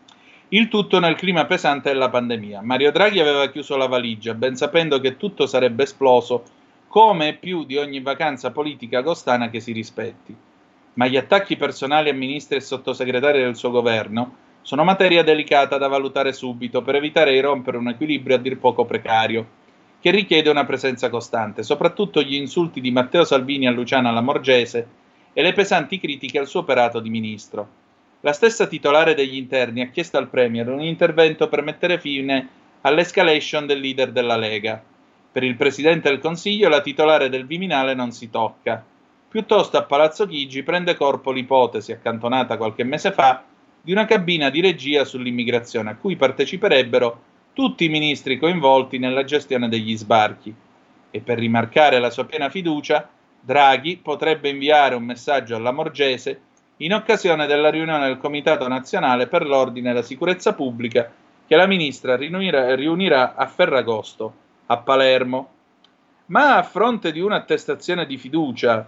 Il tutto nel clima pesante della pandemia. Mario Draghi aveva chiuso la valigia, ben sapendo che tutto sarebbe esploso, come più di ogni vacanza politica agostana che si rispetti. Ma gli attacchi personali a ministri e sottosegretari del suo governo sono materia delicata da valutare subito per evitare di rompere un equilibrio a dir poco precario, che richiede una presenza costante, soprattutto gli insulti di Matteo Salvini a Luciana Lamorgese e le pesanti critiche al suo operato di ministro. La stessa titolare degli interni ha chiesto al Premier un intervento per mettere fine all'escalation del leader della Lega. Per il Presidente del Consiglio la titolare del Viminale non si tocca. Piuttosto a Palazzo Chigi prende corpo l'ipotesi, accantonata qualche mese fa, di una cabina di regia sull'immigrazione a cui parteciperebbero tutti i ministri coinvolti nella gestione degli sbarchi. E per rimarcare la sua piena fiducia, Draghi potrebbe inviare un messaggio alla Lamorgese in occasione della riunione del Comitato Nazionale per l'Ordine e la Sicurezza Pubblica che la ministra riunirà a Ferragosto, a Palermo. Ma a fronte di un'attestazione di fiducia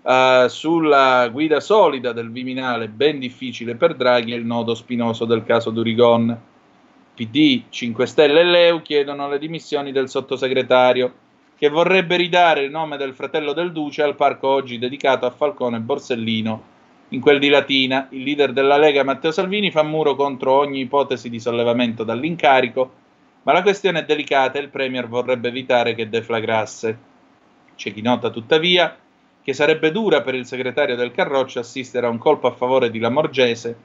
sulla guida solida del Viminale, ben difficile per Draghi, è il nodo spinoso del caso Durigon. PD, 5 Stelle e Leu chiedono le dimissioni del sottosegretario, che vorrebbe ridare il nome del fratello del Duce al parco oggi dedicato a Falcone e Borsellino. In quel di Latina, il leader della Lega Matteo Salvini fa muro contro ogni ipotesi di sollevamento dall'incarico, ma la questione è delicata e il Premier vorrebbe evitare che deflagrasse. C'è chi nota tuttavia che sarebbe dura per il segretario del Carroccio assistere a un colpo a favore di Lamorgese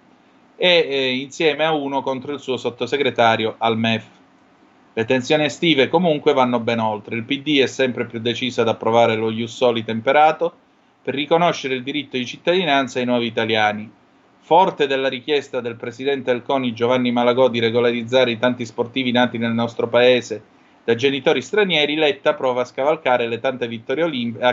e insieme a uno contro il suo sottosegretario al MEF. Le tensioni estive comunque vanno ben oltre. Il PD è sempre più deciso ad approvare lo ius soli temperato per riconoscere il diritto di cittadinanza ai nuovi italiani. Forte della richiesta del presidente del CONI Giovanni Malagò di regolarizzare i tanti sportivi nati nel nostro paese da genitori stranieri, Letta prova a cavalcare le tante vittorie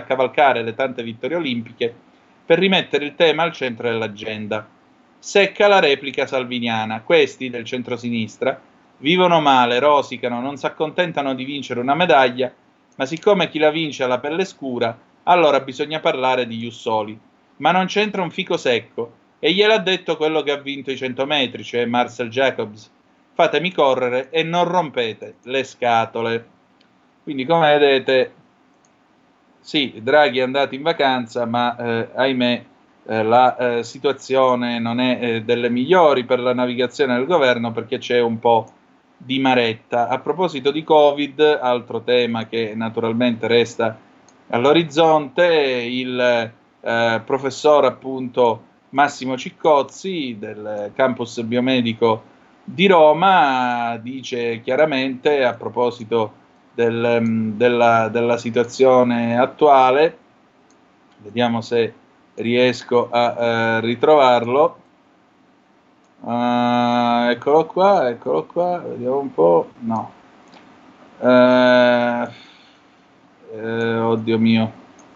olimpiche per rimettere il tema al centro dell'agenda. Secca la replica salviniana. Questi, del centrosinistra, vivono male, rosicano, non si accontentano di vincere una medaglia, ma siccome chi la vince ha la pelle scura, allora bisogna parlare di ius soli. Ma non c'entra un fico secco, e gliel'ha detto quello che ha vinto i 100 metri, cioè Marcel Jacobs. Fatemi correre e non rompete le scatole. Quindi, come vedete, sì, Draghi è andato in vacanza, ma ahimè la situazione non è delle migliori per la navigazione del governo, perché c'è un po' di Maretta. A proposito di Covid, altro tema che naturalmente resta all'orizzonte, il professor appunto Massimo Ciccozzi del campus biomedico di Roma dice chiaramente a proposito della situazione attuale, vediamo se riesco a ritrovarlo. Eccolo qua, vediamo un po'. No, oddio mio,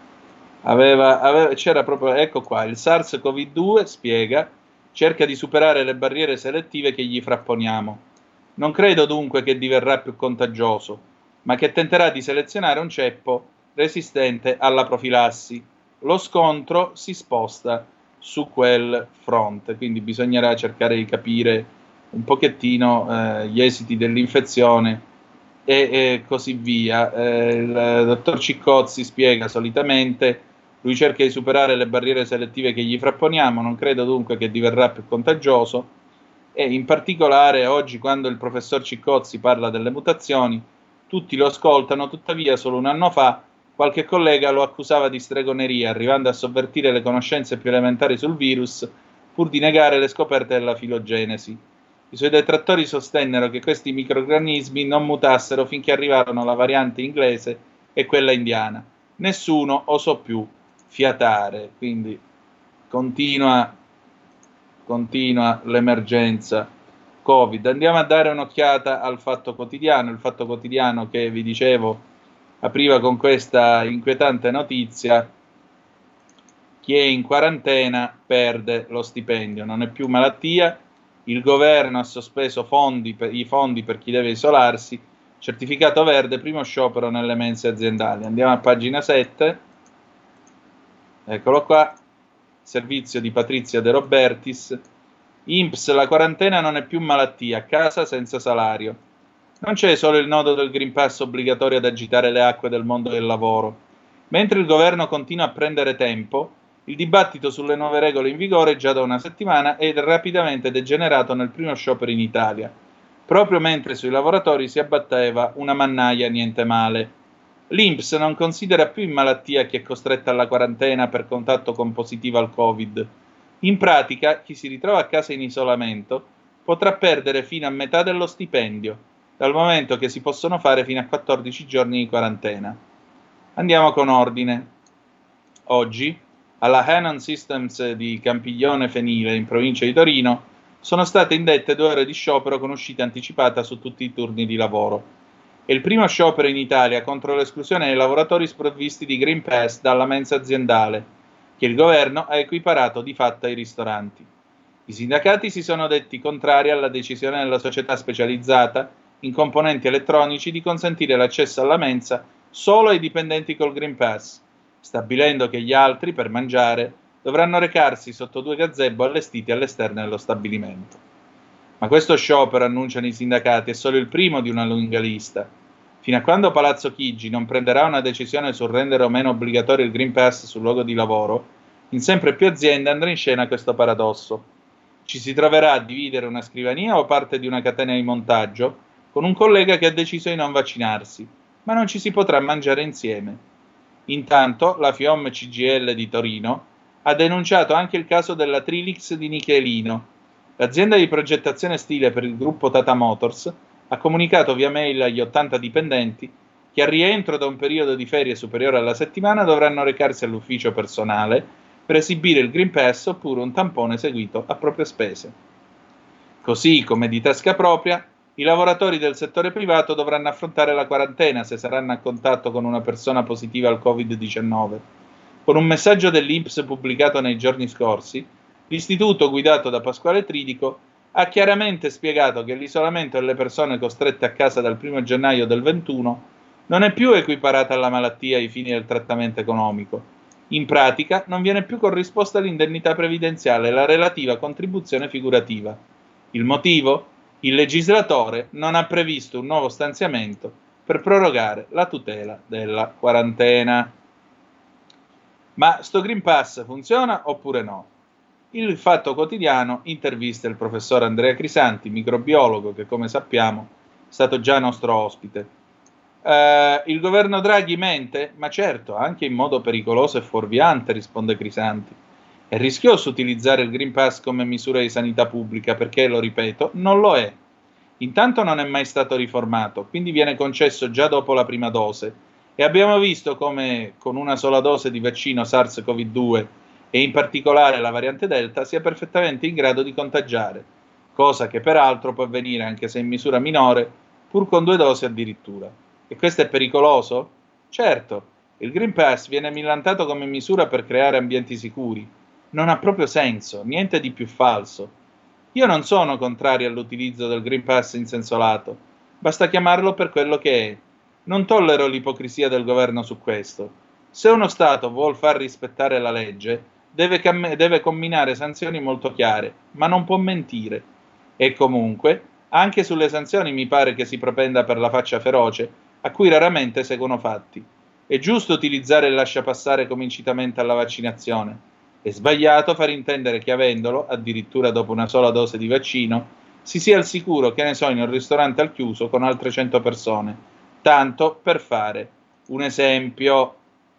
c'era proprio, ecco qua, il SARS-CoV-2 spiega, cerca di superare le barriere selettive che gli frapponiamo. Non credo dunque che diverrà più contagioso, ma che tenterà di selezionare un ceppo resistente alla profilassi. Lo scontro si sposta su quel fronte, quindi bisognerà cercare di capire un pochettino gli esiti dell'infezione e così via. Il dottor Ciccozzi spiega solitamente, lui cerca di superare le barriere selettive che gli frapponiamo, non credo dunque che diverrà più contagioso, e in particolare oggi quando il professor Ciccozzi parla delle mutazioni tutti lo ascoltano, tuttavia solo un anno fa qualche collega lo accusava di stregoneria, arrivando a sovvertire le conoscenze più elementari sul virus, pur di negare le scoperte della filogenesi. I suoi detrattori sostennero che questi microrganismi non mutassero finché arrivarono la variante inglese e quella indiana. Nessuno osò più fiatare, quindi continua l'emergenza Covid. Andiamo a dare un'occhiata al Fatto Quotidiano, il Fatto Quotidiano che vi dicevo apriva con questa inquietante notizia: chi è in quarantena perde lo stipendio, non è più malattia, il governo ha sospeso i fondi per chi deve isolarsi, certificato verde, primo sciopero nelle mense aziendali. Andiamo a pagina 7, eccolo qua, servizio di Patrizia De Robertis, INPS, la quarantena non è più malattia, a casa senza salario. Non c'è solo il nodo del Green Pass obbligatorio ad agitare le acque del mondo del lavoro. Mentre il governo continua a prendere tempo, il dibattito sulle nuove regole in vigore già da una settimana è rapidamente degenerato nel primo sciopero in Italia, proprio mentre sui lavoratori si abbatteva una mannaia niente male. L'INPS non considera più in malattia chi è costretto alla quarantena per contatto con positivo al Covid. In pratica, chi si ritrova a casa in isolamento potrà perdere fino a metà dello stipendio, dal momento che si possono fare fino a 14 giorni di quarantena. Andiamo con ordine. Oggi, alla Hanon Systems di Campiglione Fenile, in provincia di Torino, sono state indette 2 ore di sciopero con uscita anticipata su tutti i turni di lavoro. È il primo sciopero in Italia contro l'esclusione dei lavoratori sprovvisti di Green Pass dalla mensa aziendale, che il governo ha equiparato di fatto ai ristoranti. I sindacati si sono detti contrari alla decisione della società specializzata in componenti elettronici di consentire l'accesso alla mensa solo ai dipendenti col Green Pass, stabilendo che gli altri, per mangiare, dovranno recarsi sotto 2 gazebo allestiti all'esterno dello stabilimento. Ma questo sciopero, annunciano i sindacati, è solo il primo di una lunga lista. Fino a quando Palazzo Chigi non prenderà una decisione sul rendere o meno obbligatorio il Green Pass sul luogo di lavoro, in sempre più aziende andrà in scena questo paradosso. Ci si troverà a dividere una scrivania o parte di una catena di montaggio con un collega che ha deciso di non vaccinarsi, ma non ci si potrà mangiare insieme. Intanto la FIOM CGIL di Torino ha denunciato anche il caso della Trilix di Nichelino. L'azienda di progettazione stile per il gruppo Tata Motors ha comunicato via mail agli 80 dipendenti che al rientro da un periodo di ferie superiore alla settimana dovranno recarsi all'ufficio personale per esibire il Green Pass oppure un tampone seguito a proprie spese. Così, come di tasca propria, i lavoratori del settore privato dovranno affrontare la quarantena se saranno a contatto con una persona positiva al Covid-19. Con un messaggio dell'INPS pubblicato nei giorni scorsi, l'istituto guidato da Pasquale Tridico ha chiaramente spiegato che l'isolamento delle persone costrette a casa dal 1 gennaio del 21 non è più equiparata alla malattia ai fini del trattamento economico. In pratica non viene più corrisposta l'indennità previdenziale e la relativa contribuzione figurativa. Il motivo? Il legislatore non ha previsto un nuovo stanziamento per prorogare la tutela della quarantena. Ma sto Green Pass funziona oppure no? Il Fatto Quotidiano intervista il professor Andrea Crisanti, microbiologo che, come sappiamo, stato già nostro ospite. Il governo Draghi mente? Ma certo, anche in modo pericoloso e fuorviante, risponde Crisanti. È rischioso utilizzare il Green Pass come misura di sanità pubblica perché, lo ripeto, non lo è. Intanto non è mai stato riformato, quindi viene concesso già dopo la prima dose e abbiamo visto come con una sola dose di vaccino SARS-CoV-2 e in particolare la variante Delta sia perfettamente in grado di contagiare, cosa che peraltro può avvenire anche se in misura minore, pur con 2 dosi addirittura. E questo è pericoloso? Certo, il Green Pass viene millantato come misura per creare ambienti sicuri. Non ha proprio senso, niente di più falso. Io non sono contrario all'utilizzo del Green Pass in senso lato, basta chiamarlo per quello che è. Non tollero l'ipocrisia del governo su questo. Se uno Stato vuol far rispettare la legge, deve comminare sanzioni molto chiare, ma non può mentire. E comunque, anche sulle sanzioni mi pare che si propenda per la faccia feroce, a cui raramente seguono fatti. È giusto utilizzare il lasciapassare come incitamento alla vaccinazione. È sbagliato far intendere che avendolo, addirittura dopo una sola dose di vaccino, si sia al sicuro, che ne so, in un ristorante al chiuso con altre 100 persone. Tanto per fare un esempio.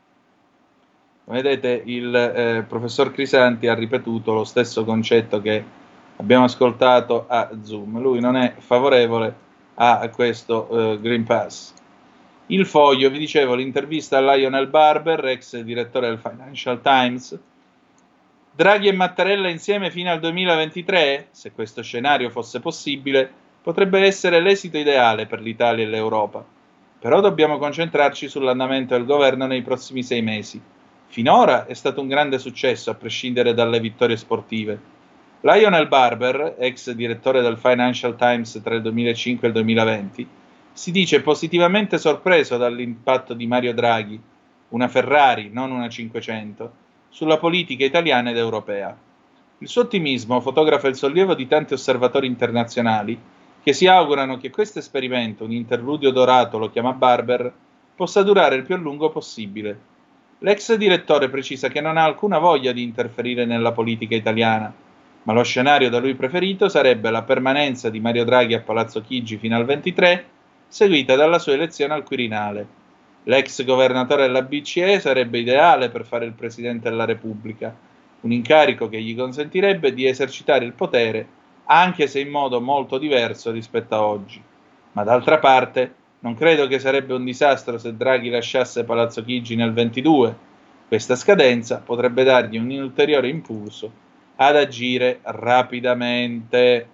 Vedete, il professor Crisanti ha ripetuto lo stesso concetto che abbiamo ascoltato a Zoom. Lui non è favorevole a questo Green Pass. Il Foglio, vi dicevo, l'intervista a Lionel Barber, ex direttore del Financial Times. Draghi e Mattarella insieme fino al 2023, se questo scenario fosse possibile, potrebbe essere l'esito ideale per l'Italia e l'Europa. Però dobbiamo concentrarci sull'andamento del governo nei prossimi 6 mesi. Finora è stato un grande successo, a prescindere dalle vittorie sportive. Lionel Barber, ex direttore del Financial Times tra il 2005 e il 2020, si dice positivamente sorpreso dall'impatto di Mario Draghi, una Ferrari, non una 500, sulla politica italiana ed europea. Il suo ottimismo fotografa il sollievo di tanti osservatori internazionali che si augurano che questo esperimento, un interludio dorato, lo chiama Barber, possa durare il più a lungo possibile. L'ex direttore precisa che non ha alcuna voglia di interferire nella politica italiana, ma lo scenario da lui preferito sarebbe la permanenza di Mario Draghi a Palazzo Chigi fino al 23, seguita dalla sua elezione al Quirinale. L'ex governatore della BCE sarebbe ideale per fare il Presidente della Repubblica, un incarico che gli consentirebbe di esercitare il potere, anche se in modo molto diverso rispetto a oggi. Ma d'altra parte, non credo che sarebbe un disastro se Draghi lasciasse Palazzo Chigi nel 22. Questa scadenza potrebbe dargli un ulteriore impulso ad agire rapidamente.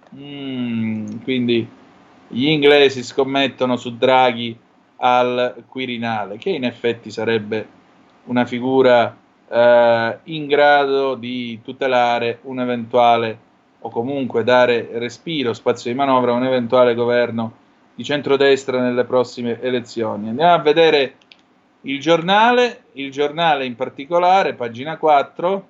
Quindi gli inglesi scommettono su Draghi al Quirinale, che in effetti sarebbe una figura in grado di tutelare un eventuale, o comunque dare respiro, spazio di manovra a un eventuale governo di centrodestra nelle prossime elezioni. Andiamo a vedere il giornale in particolare, pagina 4.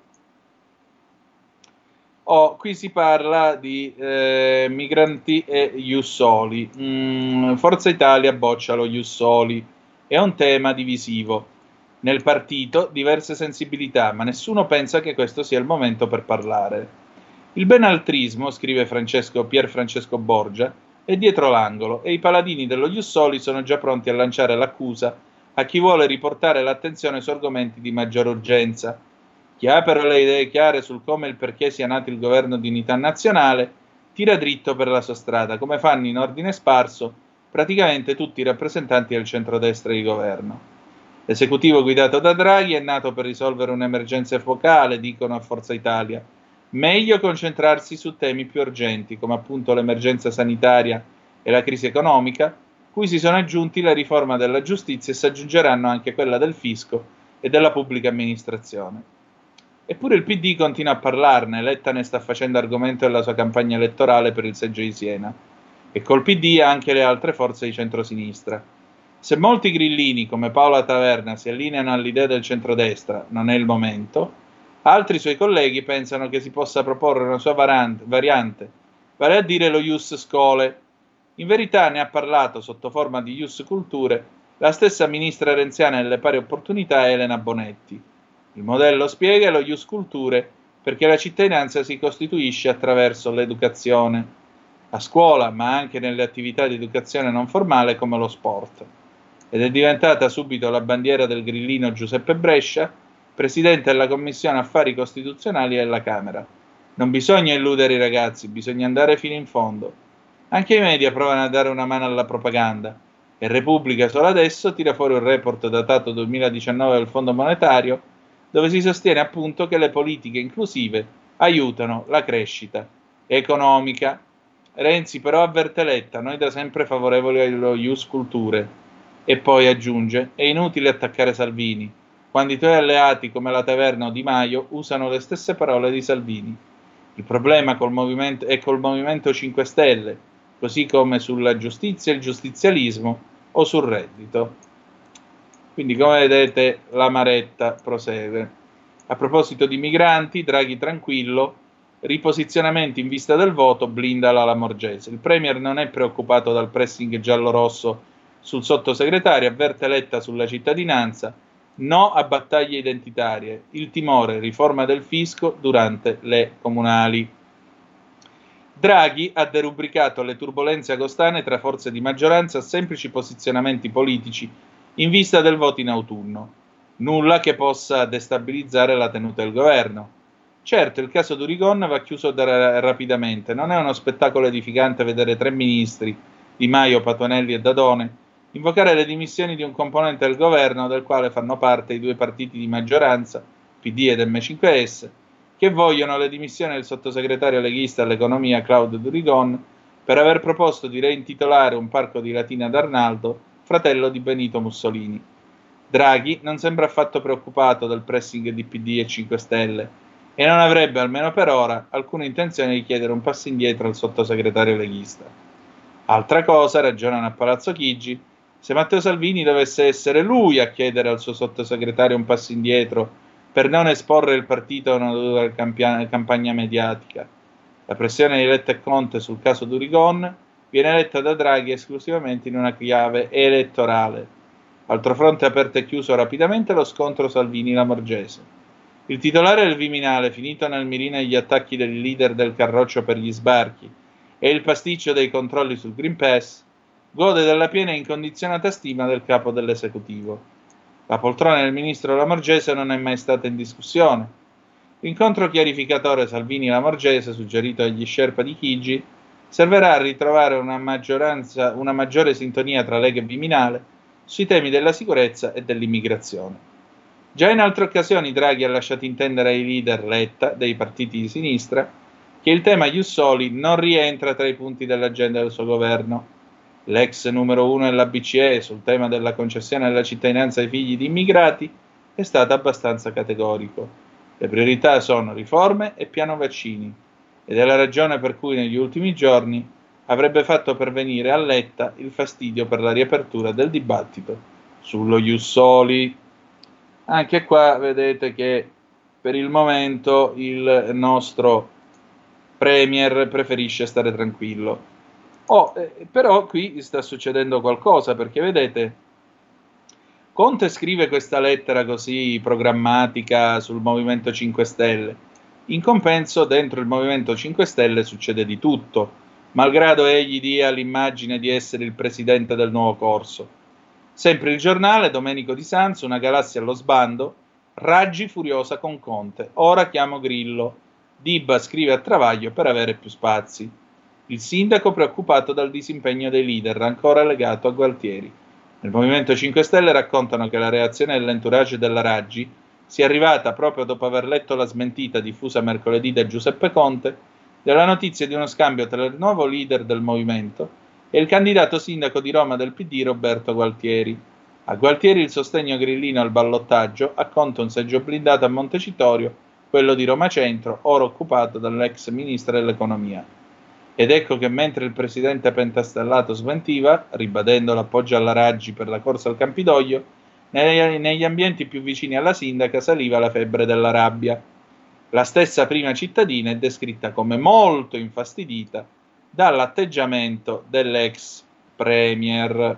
Qui si parla di migranti e Ius Soli. Forza Italia boccia lo Ius Soli. È un tema divisivo. Nel partito diverse sensibilità, ma nessuno pensa che questo sia il momento per parlare. Il benaltrismo, scrive Pier Francesco Borgia, è dietro l'angolo e i paladini dello Ius Soli sono già pronti a lanciare l'accusa a chi vuole riportare l'attenzione su argomenti di maggiore urgenza. Chi ha però le idee chiare sul come e il perché sia nato il governo di unità nazionale tira dritto per la sua strada, come fanno in ordine sparso praticamente tutti i rappresentanti del centrodestra di governo. L'esecutivo guidato da Draghi è nato per risolvere un'emergenza epocale, dicono a Forza Italia. Meglio concentrarsi su temi più urgenti, come appunto l'emergenza sanitaria e la crisi economica, cui si sono aggiunti la riforma della giustizia e si aggiungeranno anche quella del fisco e della pubblica amministrazione. Eppure il PD continua a parlarne, Letta ne sta facendo argomento della sua campagna elettorale per il seggio di Siena, e col PD anche le altre forze di centrosinistra. Se molti grillini come Paola Taverna si allineano all'idea del centrodestra, non è il momento, altri suoi colleghi pensano che si possa proporre una sua variante, vale a dire lo Ius Scholae. In verità ne ha parlato sotto forma di Ius Culture la stessa ministra renziana delle pari opportunità Elena Bonetti. Il modello spiega lo Ius Culture perché la cittadinanza si costituisce attraverso l'educazione. a scuola, ma anche nelle attività di educazione non formale come lo sport. Ed è diventata subito la bandiera del grillino Giuseppe Brescia, presidente della Commissione Affari Costituzionali della Camera. Non bisogna illudere i ragazzi, bisogna andare fino in fondo. Anche i media provano a dare una mano alla propaganda. E Repubblica solo adesso tira fuori un report datato 2019 del Fondo Monetario, dove si sostiene appunto che le politiche inclusive aiutano la crescita economica. Renzi però avverte Letta, noi da sempre favorevoli allo Ius Culture. E poi aggiunge, è inutile attaccare Salvini, quando i tuoi alleati come la Taverna o Di Maio usano le stesse parole di Salvini. Il problema col Movimento 5 Stelle, così come sulla giustizia e il giustizialismo o sul reddito. Quindi, come vedete, l'amaretta prosegue. A proposito di migranti, Draghi tranquillo, riposizionamenti in vista del voto, blinda la Lamorgese. Il Premier non è preoccupato dal pressing giallo-rosso sul sottosegretario, avverte Letta sulla cittadinanza, no a battaglie identitarie, il timore, riforma del fisco durante le comunali. Draghi ha derubricato le turbolenze agostane tra forze di maggioranza a semplici posizionamenti politici in vista del voto in autunno. Nulla che possa destabilizzare la tenuta del governo. Certo, il caso Durigon va chiuso rapidamente. Non è uno spettacolo edificante vedere 3 ministri, Di Maio, Patuanelli e Dadone, invocare le dimissioni di un componente del governo del quale fanno parte i 2 partiti di maggioranza, PD ed M5S, che vogliono le dimissioni del sottosegretario leghista all'economia Claudio Durigon per aver proposto di reintitolare un parco di Latina ad Arnaldo, fratello di Benito Mussolini. Draghi non sembra affatto preoccupato del pressing di PD e 5 Stelle e non avrebbe, almeno per ora, alcuna intenzione di chiedere un passo indietro al sottosegretario leghista. Altra cosa, ragionano a Palazzo Chigi, se Matteo Salvini dovesse essere lui a chiedere al suo sottosegretario un passo indietro per non esporre il partito a una dura campagna mediatica. La pressione di Letta e Conte sul caso Durigon viene letta da Draghi esclusivamente in una chiave elettorale. Altro fronte aperto e chiuso rapidamente lo scontro Salvini-Lamorgese. Il titolare del Viminale, finito nel mirino degli attacchi del leader del Carroccio per gli sbarchi e il pasticcio dei controlli sul Green Pass, gode della piena e incondizionata stima del capo dell'esecutivo. La poltrona del ministro Lamorgese non è mai stata in discussione. L'incontro chiarificatore Salvini-Lamorgese, suggerito dagli Sherpa di Chigi, servirà a ritrovare una maggiore sintonia tra Lega e Viminale sui temi della sicurezza e dell'immigrazione. Già in altre occasioni Draghi ha lasciato intendere ai leader Letta dei partiti di sinistra che il tema Ius Soli non rientra tra i punti dell'agenda del suo governo. L'ex numero 1 della BCE sul tema della concessione della cittadinanza ai figli di immigrati è stato abbastanza categorico. Le priorità sono riforme e piano vaccini, ed è la ragione per cui negli ultimi giorni avrebbe fatto pervenire a Letta il fastidio per la riapertura del dibattito sullo Ius Soli. Anche qua vedete che per il momento il nostro Premier preferisce stare tranquillo. Però qui sta succedendo qualcosa, perché vedete, Conte scrive questa lettera così programmatica sul Movimento 5 Stelle. In compenso, dentro il Movimento 5 Stelle succede di tutto, malgrado egli dia l'immagine di essere il presidente del nuovo corso. Sempre il Giornale, Domenico Di Sanzo, una galassia allo sbando, Raggi furiosa con Conte, ora chiamo Grillo, Dibba scrive a Travaglio per avere più spazi. Il sindaco preoccupato dal disimpegno dei leader, ancora legato a Gualtieri. Nel Movimento 5 Stelle raccontano che la reazione dell'entourage della Raggi sia arrivata proprio dopo aver letto la smentita diffusa mercoledì da Giuseppe Conte della notizia di uno scambio tra il nuovo leader del movimento e il candidato sindaco di Roma del PD Roberto Gualtieri. A Gualtieri il sostegno grillino al ballottaggio, a Conte un seggio blindato a Montecitorio, quello di Roma Centro, ora occupato dall'ex ministro dell'economia. Ed ecco che mentre il presidente pentastellato sventiva, ribadendo l'appoggio alla Raggi per la corsa al Campidoglio, negli ambienti più vicini alla sindaca saliva la febbre della rabbia. La stessa prima cittadina è descritta come molto infastidita dall'atteggiamento dell'ex premier.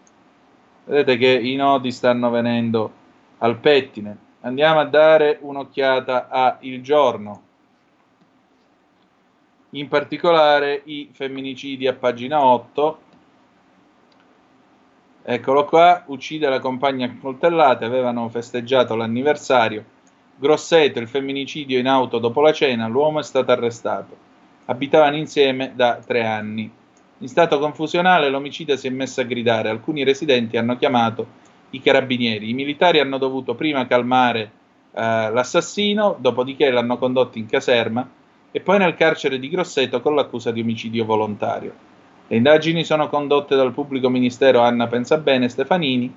Vedete che i nodi stanno venendo al pettine. Andiamo a dare un'occhiata a Il Giorno. in particolare i femminicidi a pagina 8. Eccolo qua, uccide la compagna a coltellate, avevano festeggiato l'anniversario. Grosseto, il femminicidio in auto dopo la cena, l'uomo è stato arrestato. Abitavano insieme da 3 anni. In stato confusionale l'omicida si è messo a gridare, alcuni residenti hanno chiamato i carabinieri. I militari hanno dovuto prima calmare l'assassino, dopodiché l'hanno condotto in caserma e poi nel carcere di Grosseto con l'accusa di omicidio volontario. Le indagini sono condotte dal pubblico ministero Anna Pensabene Stefanini,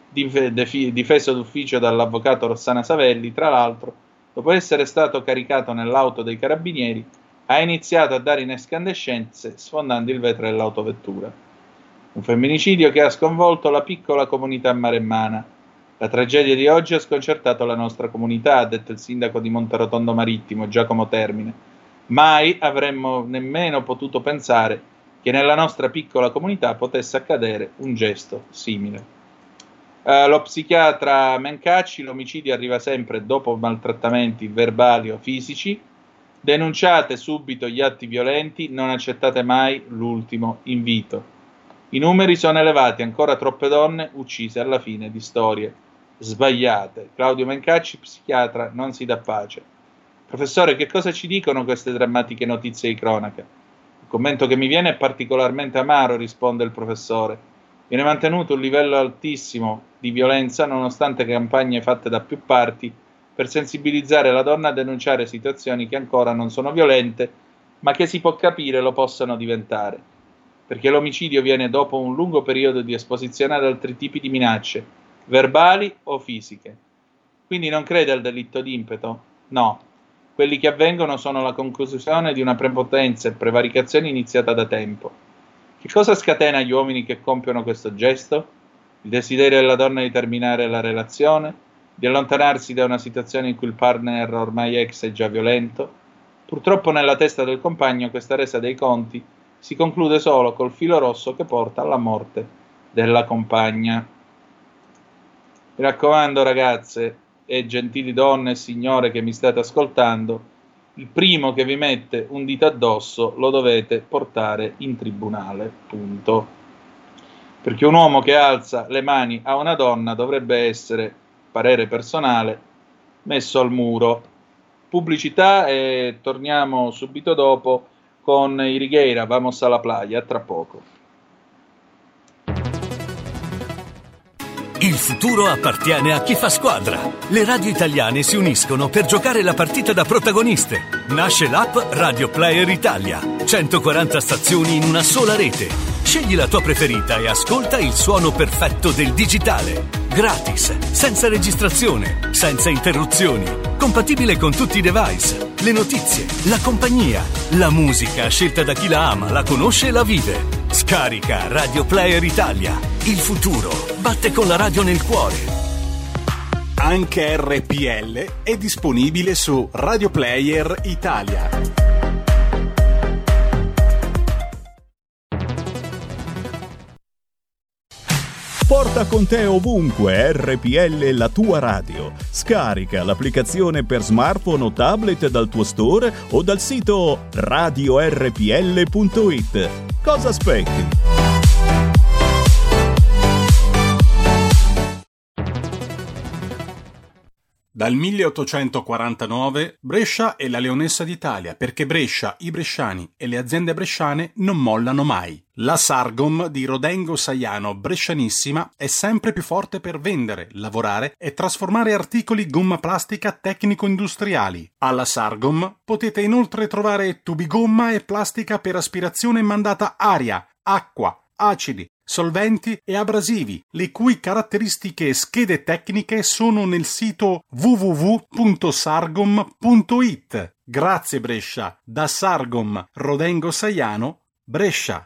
difeso d'ufficio dall'avvocato Rossana Savelli. Tra l'altro, dopo essere stato caricato nell'auto dei carabinieri, ha iniziato a dare in escandescenze sfondando il vetro dell'autovettura. Un femminicidio che ha sconvolto la piccola comunità maremmana. La tragedia di oggi ha sconcertato la nostra comunità, ha detto il sindaco di Monterotondo Marittimo, Giacomo Termine. Mai avremmo nemmeno potuto pensare che nella nostra piccola comunità potesse accadere un gesto simile. Lo psichiatra Mencacci, l'omicidio arriva sempre dopo maltrattamenti verbali o fisici. Denunciate subito gli atti violenti, non accettate mai l'ultimo invito. I numeri sono elevati, ancora troppe donne uccise alla fine di storie sbagliate. Claudio Mencacci, psichiatra, non si dà pace. Professore, che cosa ci dicono queste drammatiche notizie di cronaca? Il commento che mi viene è particolarmente amaro, risponde il professore. Viene mantenuto un livello altissimo di violenza nonostante campagne fatte da più parti per sensibilizzare la donna a denunciare situazioni che ancora non sono violente, ma che si può capire lo possano diventare, perché l'omicidio viene dopo un lungo periodo di esposizione ad altri tipi di minacce, verbali o fisiche. Quindi non crede al delitto d'impeto? No. Quelli che avvengono sono la conclusione di una prepotenza e prevaricazione iniziata da tempo. Che cosa scatena gli uomini che compiono questo gesto? Il desiderio della donna di terminare la relazione? Di allontanarsi da una situazione in cui il partner ormai ex è già violento? Purtroppo nella testa del compagno questa resa dei conti si conclude solo col filo rosso che porta alla morte della compagna. Mi raccomando ragazze e gentili donne e signore che mi state ascoltando, il primo che vi mette un dito addosso lo dovete portare in tribunale, punto. Perché un uomo che alza le mani a una donna dovrebbe essere, parere personale, messo al muro. Pubblicità e torniamo subito dopo con i Righeira, Vamos a la playa, tra poco. Il futuro appartiene a chi fa squadra. Le radio italiane si uniscono per giocare la partita da protagoniste. Nasce l'app Radio Player Italia. 140 stazioni in una sola rete. Scegli la tua preferita e ascolta il suono perfetto del digitale. Gratis, senza registrazione, senza interruzioni. Compatibile con tutti i device. Le notizie, la compagnia, la musica scelta da chi la ama, la conosce e la vive. Scarica Radio Player Italia. Il futuro batte con la radio nel cuore. Anche RPL è disponibile su Radio Player Italia. Porta con te ovunque RPL, la tua radio. Scarica l'applicazione per smartphone o tablet dal tuo store o dal sito radiorpl.it. Cosa aspetti? Dal 1849 Brescia è la leonessa d'Italia, perché Brescia, i bresciani e le aziende bresciane non mollano mai. La Sargom di Rodengo Saiano Brescianissima è sempre più forte per vendere, lavorare e trasformare articoli gomma plastica tecnico-industriali. Alla Sargom potete inoltre trovare tubi gomma e plastica per aspirazione mandata aria, acqua, acidi, solventi e abrasivi, le cui caratteristiche e schede tecniche sono nel sito www.sargom.it. Grazie Brescia, da Sargom Rodengo Saiano, Brescia.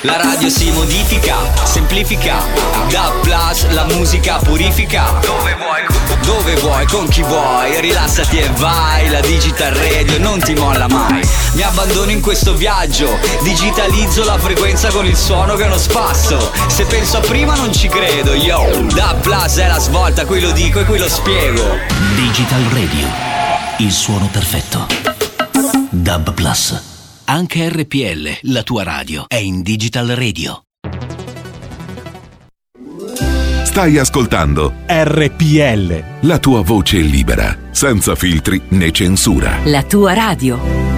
La radio si modifica, semplifica. DAB Plus, la musica purifica. Dove vuoi, con chi vuoi. Rilassati e vai. La Digital Radio non ti molla mai. Mi abbandono in questo viaggio. Digitalizzo la frequenza con il suono che è uno spasso. Se penso a prima non ci credo, yo. DAB Plus è la svolta, qui lo dico e qui lo spiego. Digital Radio, il suono perfetto. DAB Plus. Anche RPL, la tua radio, è in Digital Radio. Stai ascoltando RPL. la tua voce libera, senza filtri né censura. La tua radio.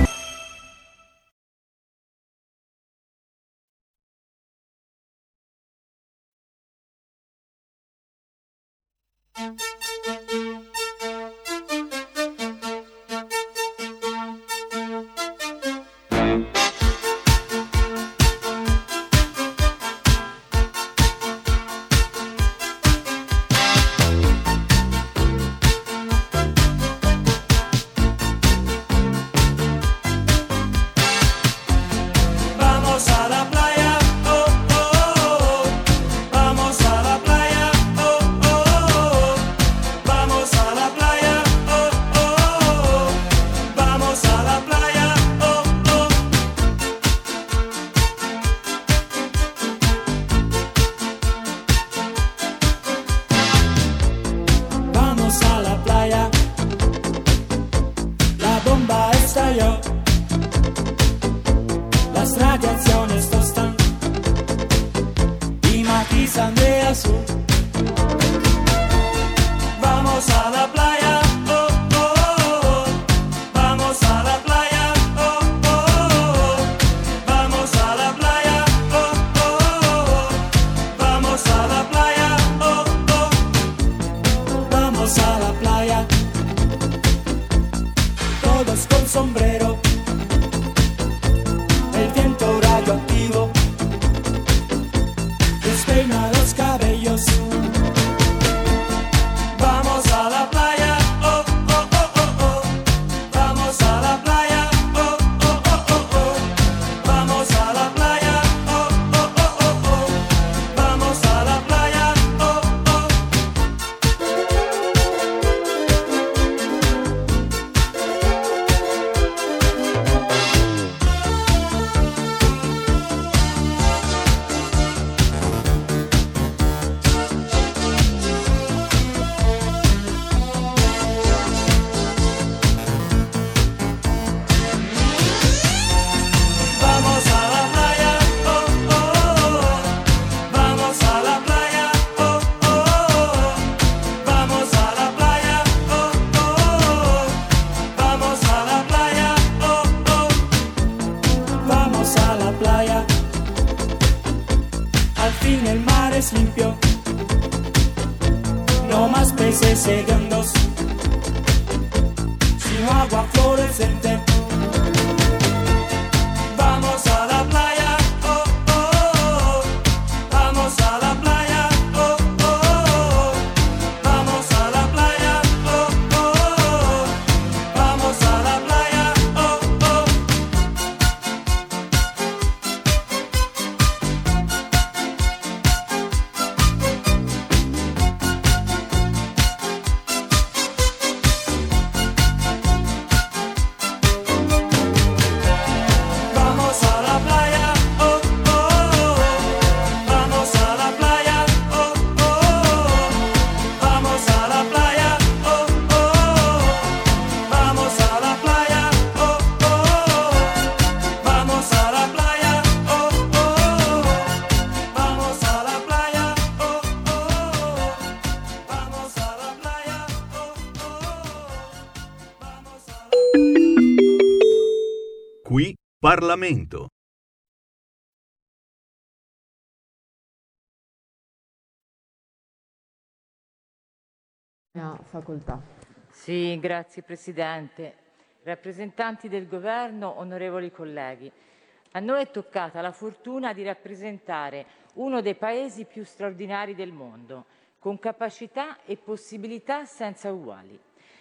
Qui Parlamento. Facoltà. Sì, grazie Presidente. Rappresentanti del Governo, onorevoli colleghi, a noi è toccata la fortuna di rappresentare uno dei paesi più straordinari del mondo, con capacità e possibilità senza uguali.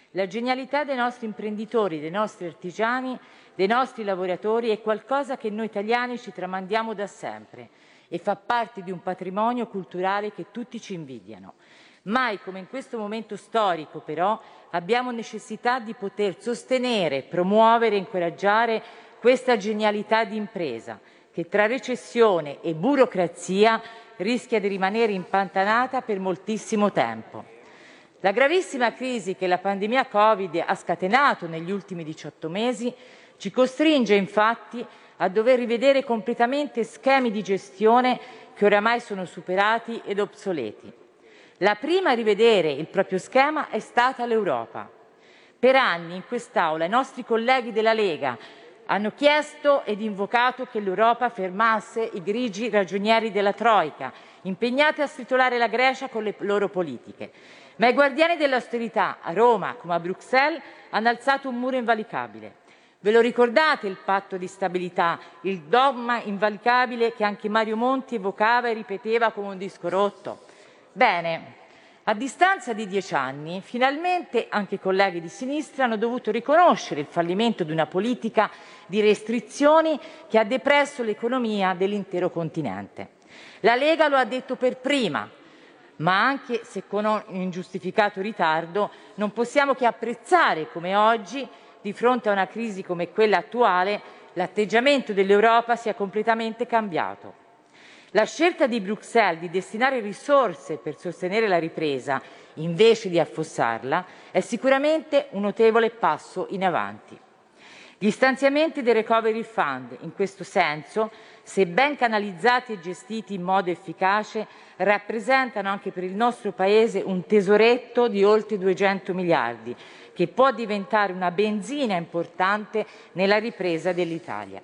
La genialità dei nostri imprenditori, dei nostri artigiani, dei nostri lavoratori è qualcosa che noi italiani ci tramandiamo da sempre e fa parte di un patrimonio culturale che tutti ci invidiano. Mai come in questo momento storico, però, abbiamo necessità di poter sostenere, promuovere e incoraggiare questa genialità di impresa che tra recessione e burocrazia rischia di rimanere impantanata per moltissimo tempo. La gravissima crisi che la pandemia Covid ha scatenato negli ultimi 18 mesi ci costringe infatti a dover rivedere completamente schemi di gestione che oramai sono superati ed obsoleti. La prima a rivedere il proprio schema è stata l'Europa. Per anni in quest'Aula i nostri colleghi della Lega hanno chiesto ed invocato che l'Europa fermasse i grigi ragionieri della Troica, impegnati a stritolare la Grecia con le loro politiche. Ma i guardiani dell'austerità, a Roma come a Bruxelles, hanno alzato un muro invalicabile. Ve lo ricordate il patto di stabilità, il dogma invalicabile che anche Mario Monti evocava e ripeteva come un disco rotto? Bene, a distanza di 10 anni, finalmente anche i colleghi di sinistra hanno dovuto riconoscere il fallimento di una politica di restrizioni che ha depresso l'economia dell'intero continente. La Lega lo ha detto per prima, ma anche se con un ingiustificato ritardo, non possiamo che apprezzare come oggi, di fronte a una crisi come quella attuale, l'atteggiamento dell'Europa sia completamente cambiato. La scelta di Bruxelles di destinare risorse per sostenere la ripresa invece di affossarla è sicuramente un notevole passo in avanti. Gli stanziamenti del Recovery Fund, in questo senso, se ben canalizzati e gestiti in modo efficace, rappresentano anche per il nostro Paese un tesoretto di oltre 200 miliardi, che può diventare una benzina importante nella ripresa dell'Italia.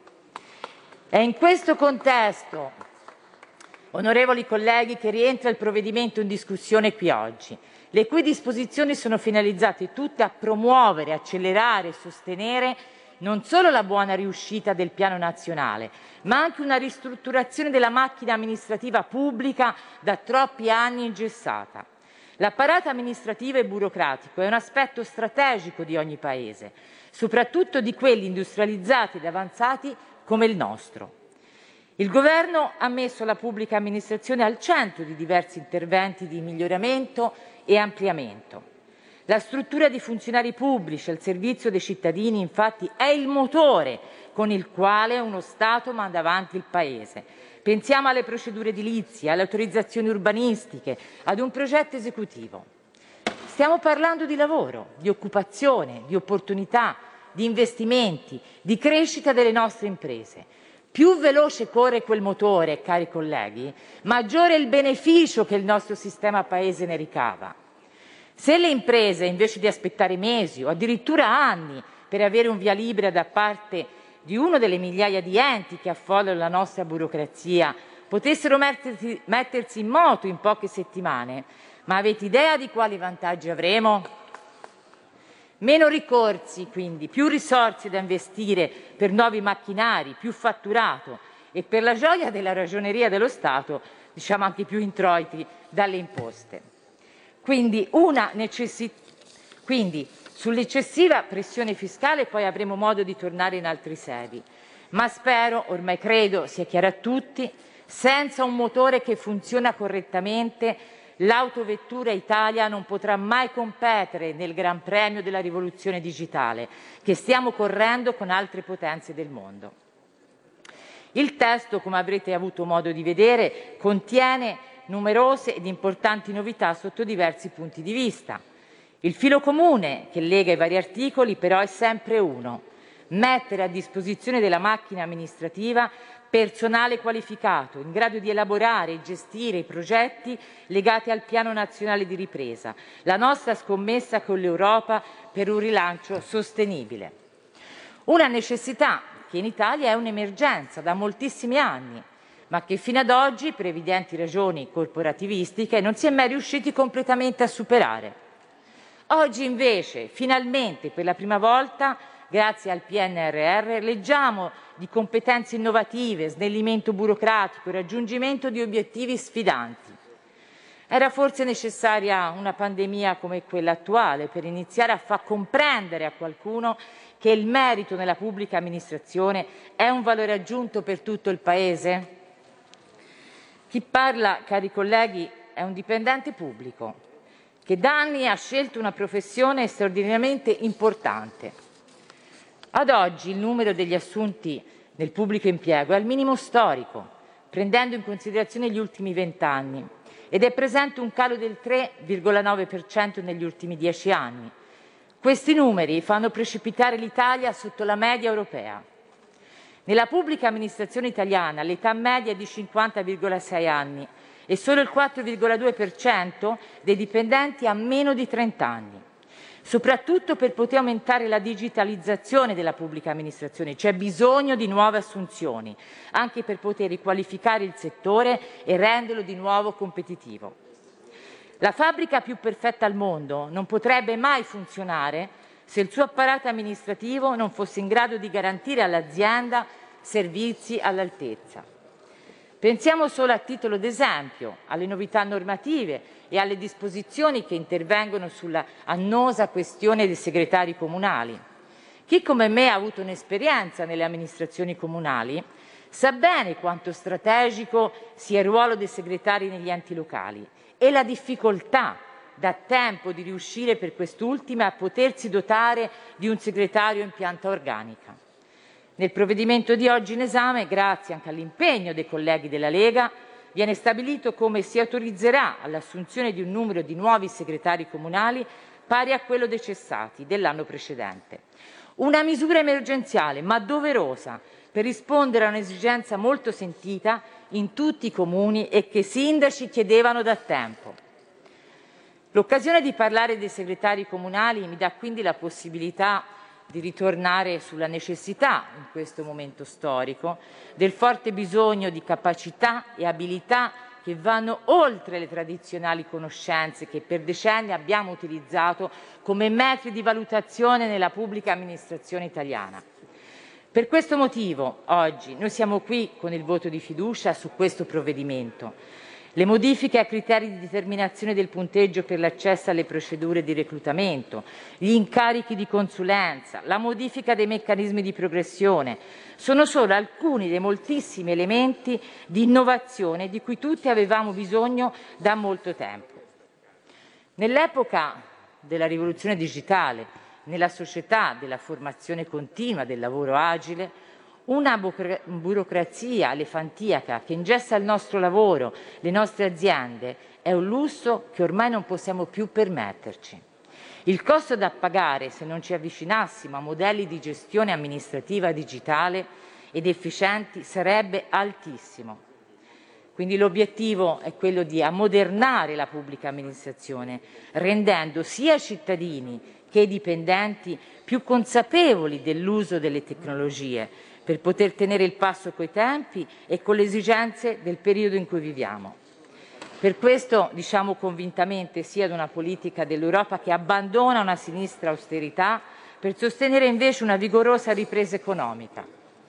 È in questo contesto, onorevoli colleghi, che rientra il provvedimento in discussione qui oggi, le cui disposizioni sono finalizzate tutte a promuovere, accelerare e sostenere non solo la buona riuscita del Piano nazionale, ma anche una ristrutturazione della macchina amministrativa pubblica da troppi anni ingessata. L'apparato amministrativo e burocratico è un aspetto strategico di ogni Paese, soprattutto di quelli industrializzati ed avanzati come il nostro. Il Governo ha messo la pubblica amministrazione al centro di diversi interventi di miglioramento e ampliamento. La struttura di funzionari pubblici al servizio dei cittadini, infatti, è il motore con il quale uno Stato manda avanti il Paese. Pensiamo alle procedure edilizie, alle autorizzazioni urbanistiche, ad un progetto esecutivo. Stiamo parlando di lavoro, di occupazione, di opportunità, di investimenti, di crescita delle nostre imprese. Più veloce corre quel motore, cari colleghi, maggiore è il beneficio che il nostro sistema Paese ne ricava. Se le imprese, invece di aspettare mesi o addirittura anni per avere un via libera da parte di uno delle migliaia di enti che affollano la nostra burocrazia, potessero mettersi in moto in poche settimane, ma avete idea di quali vantaggi avremo? Meno ricorsi, quindi, più risorse da investire per nuovi macchinari, più fatturato e, per la gioia della Ragioneria dello Stato, diciamo anche più introiti dalle imposte. Quindi sull'eccessiva pressione fiscale poi avremo modo di tornare in altri sedi, ma spero, ormai credo sia chiaro a tutti, senza un motore che funziona correttamente, l'autovettura Italia non potrà mai competere nel Gran Premio della rivoluzione digitale che stiamo correndo con altre potenze del mondo. Il testo, come avrete avuto modo di vedere, contiene numerose ed importanti novità sotto diversi punti di vista. Il filo comune che lega i vari articoli però è sempre uno: mettere a disposizione della macchina amministrativa personale qualificato, in grado di elaborare e gestire i progetti legati al Piano Nazionale di Ripresa, la nostra scommessa con l'Europa per un rilancio sostenibile. Una necessità che in Italia è un'emergenza da moltissimi anni, ma che fino ad oggi, per evidenti ragioni corporativistiche, non si è mai riusciti completamente a superare. Oggi invece, finalmente, per la prima volta, grazie al PNRR, leggiamo di competenze innovative, snellimento burocratico, raggiungimento di obiettivi sfidanti. Era forse necessaria una pandemia come quella attuale per iniziare a far comprendere a qualcuno che il merito nella pubblica amministrazione è un valore aggiunto per tutto il Paese? Chi parla, cari colleghi, è un dipendente pubblico che da anni ha scelto una professione straordinariamente importante. Ad oggi il numero degli assunti nel pubblico impiego è al minimo storico, prendendo in considerazione gli ultimi 20 anni, ed è presente un calo del 3,9% negli ultimi 10 anni. Questi numeri fanno precipitare l'Italia sotto la media europea. Nella pubblica amministrazione italiana l'età media è di 50,6 anni e solo il 4,2% dei dipendenti ha meno di 30 anni. Soprattutto per poter aumentare la digitalizzazione della pubblica amministrazione c'è bisogno di nuove assunzioni, anche per poter riqualificare il settore e renderlo di nuovo competitivo. La fabbrica più perfetta al mondo non potrebbe mai funzionare se il suo apparato amministrativo non fosse in grado di garantire all'azienda servizi all'altezza. Pensiamo solo a titolo d'esempio alle novità normative e alle disposizioni che intervengono sulla annosa questione dei segretari comunali. Chi come me ha avuto un'esperienza nelle amministrazioni comunali sa bene quanto strategico sia il ruolo dei segretari negli enti locali e la difficoltà da tempo di riuscire per quest'ultime a potersi dotare di un segretario in pianta organica. Nel provvedimento di oggi in esame, grazie anche all'impegno dei colleghi della Lega, viene stabilito come si autorizzerà all'assunzione di un numero di nuovi segretari comunali pari a quello dei cessati dell'anno precedente. Una misura emergenziale ma doverosa per rispondere a un'esigenza molto sentita in tutti i comuni e che i sindaci chiedevano da tempo. L'occasione di parlare dei segretari comunali mi dà quindi la possibilità di ritornare sulla necessità, in questo momento storico, del forte bisogno di capacità e abilità che vanno oltre le tradizionali conoscenze che per decenni abbiamo utilizzato come metri di valutazione nella pubblica amministrazione italiana. Per questo motivo oggi noi siamo qui con il voto di fiducia su questo provvedimento. Le modifiche ai criteri di determinazione del punteggio per l'accesso alle procedure di reclutamento, gli incarichi di consulenza, la modifica dei meccanismi di progressione sono solo alcuni dei moltissimi elementi di innovazione di cui tutti avevamo bisogno da molto tempo. Nell'epoca della rivoluzione digitale, nella società della formazione continua, del lavoro agile, una burocrazia elefantiaca che ingessa il nostro lavoro, le nostre aziende, è un lusso che ormai non possiamo più permetterci. Il costo da pagare se non ci avvicinassimo a modelli di gestione amministrativa digitale ed efficienti sarebbe altissimo. Quindi l'obiettivo è quello di ammodernare la pubblica amministrazione, rendendo sia i cittadini che i dipendenti più consapevoli dell'uso delle tecnologie, per poter tenere il passo coi tempi e con le esigenze del periodo in cui viviamo. Per questo diciamo convintamente sì ad una politica dell'Europa che abbandona una sinistra austerità per sostenere invece una vigorosa ripresa economica.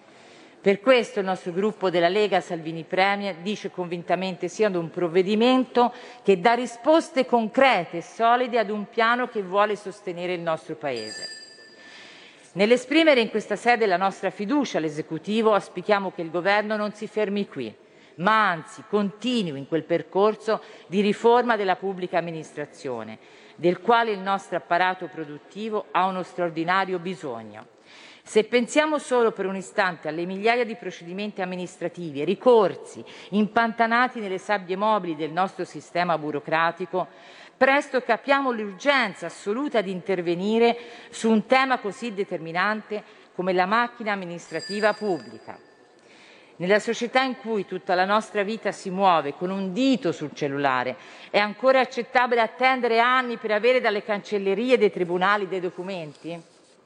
Per questo il nostro gruppo della Lega Salvini Premier dice convintamente sì ad un provvedimento che dà risposte concrete e solide ad un piano che vuole sostenere il nostro Paese. Nell'esprimere in questa sede la nostra fiducia all'Esecutivo, auspichiamo che il Governo non si fermi qui, ma anzi continui in quel percorso di riforma della pubblica amministrazione, del quale il nostro apparato produttivo ha uno straordinario bisogno. Se pensiamo solo per un istante alle migliaia di procedimenti amministrativi e ricorsi impantanati nelle sabbie mobili del nostro sistema burocratico, presto capiamo l'urgenza assoluta di intervenire su un tema così determinante come la macchina amministrativa pubblica. Nella società in cui tutta la nostra vita si muove con un dito sul cellulare, è ancora accettabile attendere anni per avere dalle cancellerie dei tribunali dei documenti?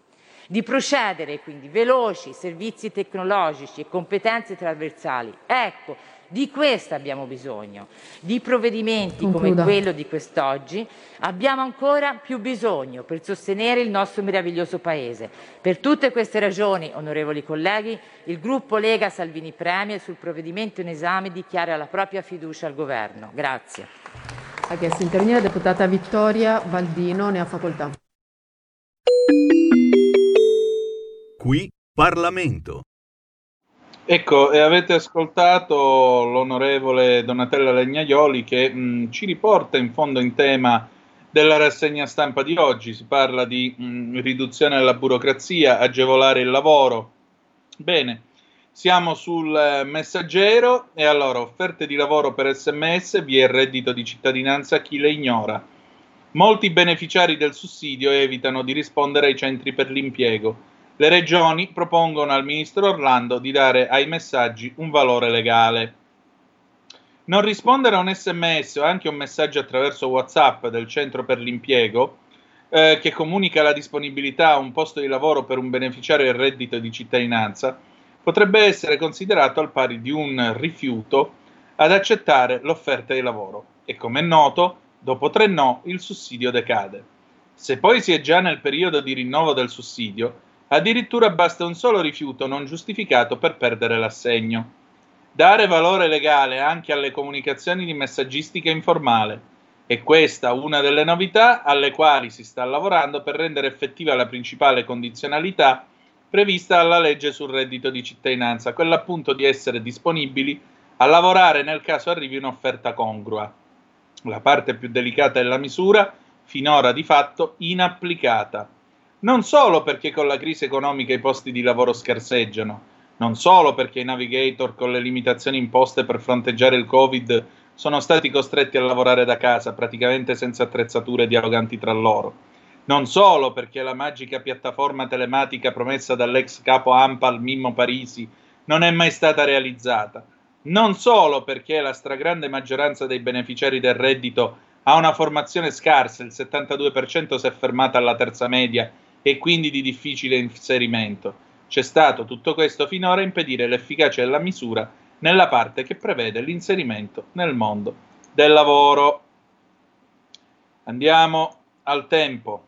Di procedere quindi veloci, servizi tecnologici e competenze trasversali. Ecco, di questo abbiamo bisogno. Di provvedimenti come quello di quest'oggi abbiamo ancora più bisogno per sostenere il nostro meraviglioso Paese. Per tutte queste ragioni, onorevoli colleghi, il gruppo Lega Salvini Premier sul provvedimento in esame dichiara la propria fiducia al Governo. Grazie. Ha chiesto di intervenire la deputata Vittoria Baldino, ne ha facoltà. Qui Parlamento. Ecco, e avete ascoltato l'onorevole Donatella Legnaioli che ci riporta in fondo in tema della rassegna stampa di oggi. Si parla di riduzione della burocrazia, agevolare il lavoro. Bene, siamo sul Messaggero e allora offerte di lavoro per SMS, via il reddito di cittadinanza a chi le ignora. Molti beneficiari del sussidio evitano di rispondere ai centri per l'impiego. Le regioni propongono al ministro Orlando di dare ai messaggi un valore legale. Non rispondere a un SMS o anche un messaggio attraverso WhatsApp del centro per l'impiego che comunica la disponibilità a un posto di lavoro per un beneficiario del reddito di cittadinanza potrebbe essere considerato al pari di un rifiuto ad accettare l'offerta di lavoro e, come è noto, dopo 3 no il sussidio decade. Se poi si è già nel periodo di rinnovo del sussidio, addirittura basta un solo rifiuto non giustificato per perdere l'assegno. Dare valore legale anche alle comunicazioni di messaggistica informale. È questa una delle novità alle quali si sta lavorando per rendere effettiva la principale condizionalità prevista dalla legge sul reddito di cittadinanza, quella appunto di essere disponibili a lavorare nel caso arrivi un'offerta congrua. La parte più delicata della misura, finora di fatto inapplicata. Non solo perché con la crisi economica i posti di lavoro scarseggiano, non solo perché i navigator con le limitazioni imposte per fronteggiare il Covid sono stati costretti a lavorare da casa praticamente senza attrezzature dialoganti tra loro, non solo perché la magica piattaforma telematica promessa dall'ex capo ANPAL Mimmo Parisi non è mai stata realizzata, non solo perché la stragrande maggioranza dei beneficiari del reddito ha una formazione scarsa, il 72% si è fermata alla terza media e quindi di difficile inserimento. C'è stato tutto questo finora a impedire l'efficacia della misura nella parte che prevede l'inserimento nel mondo del lavoro. Andiamo al tempo.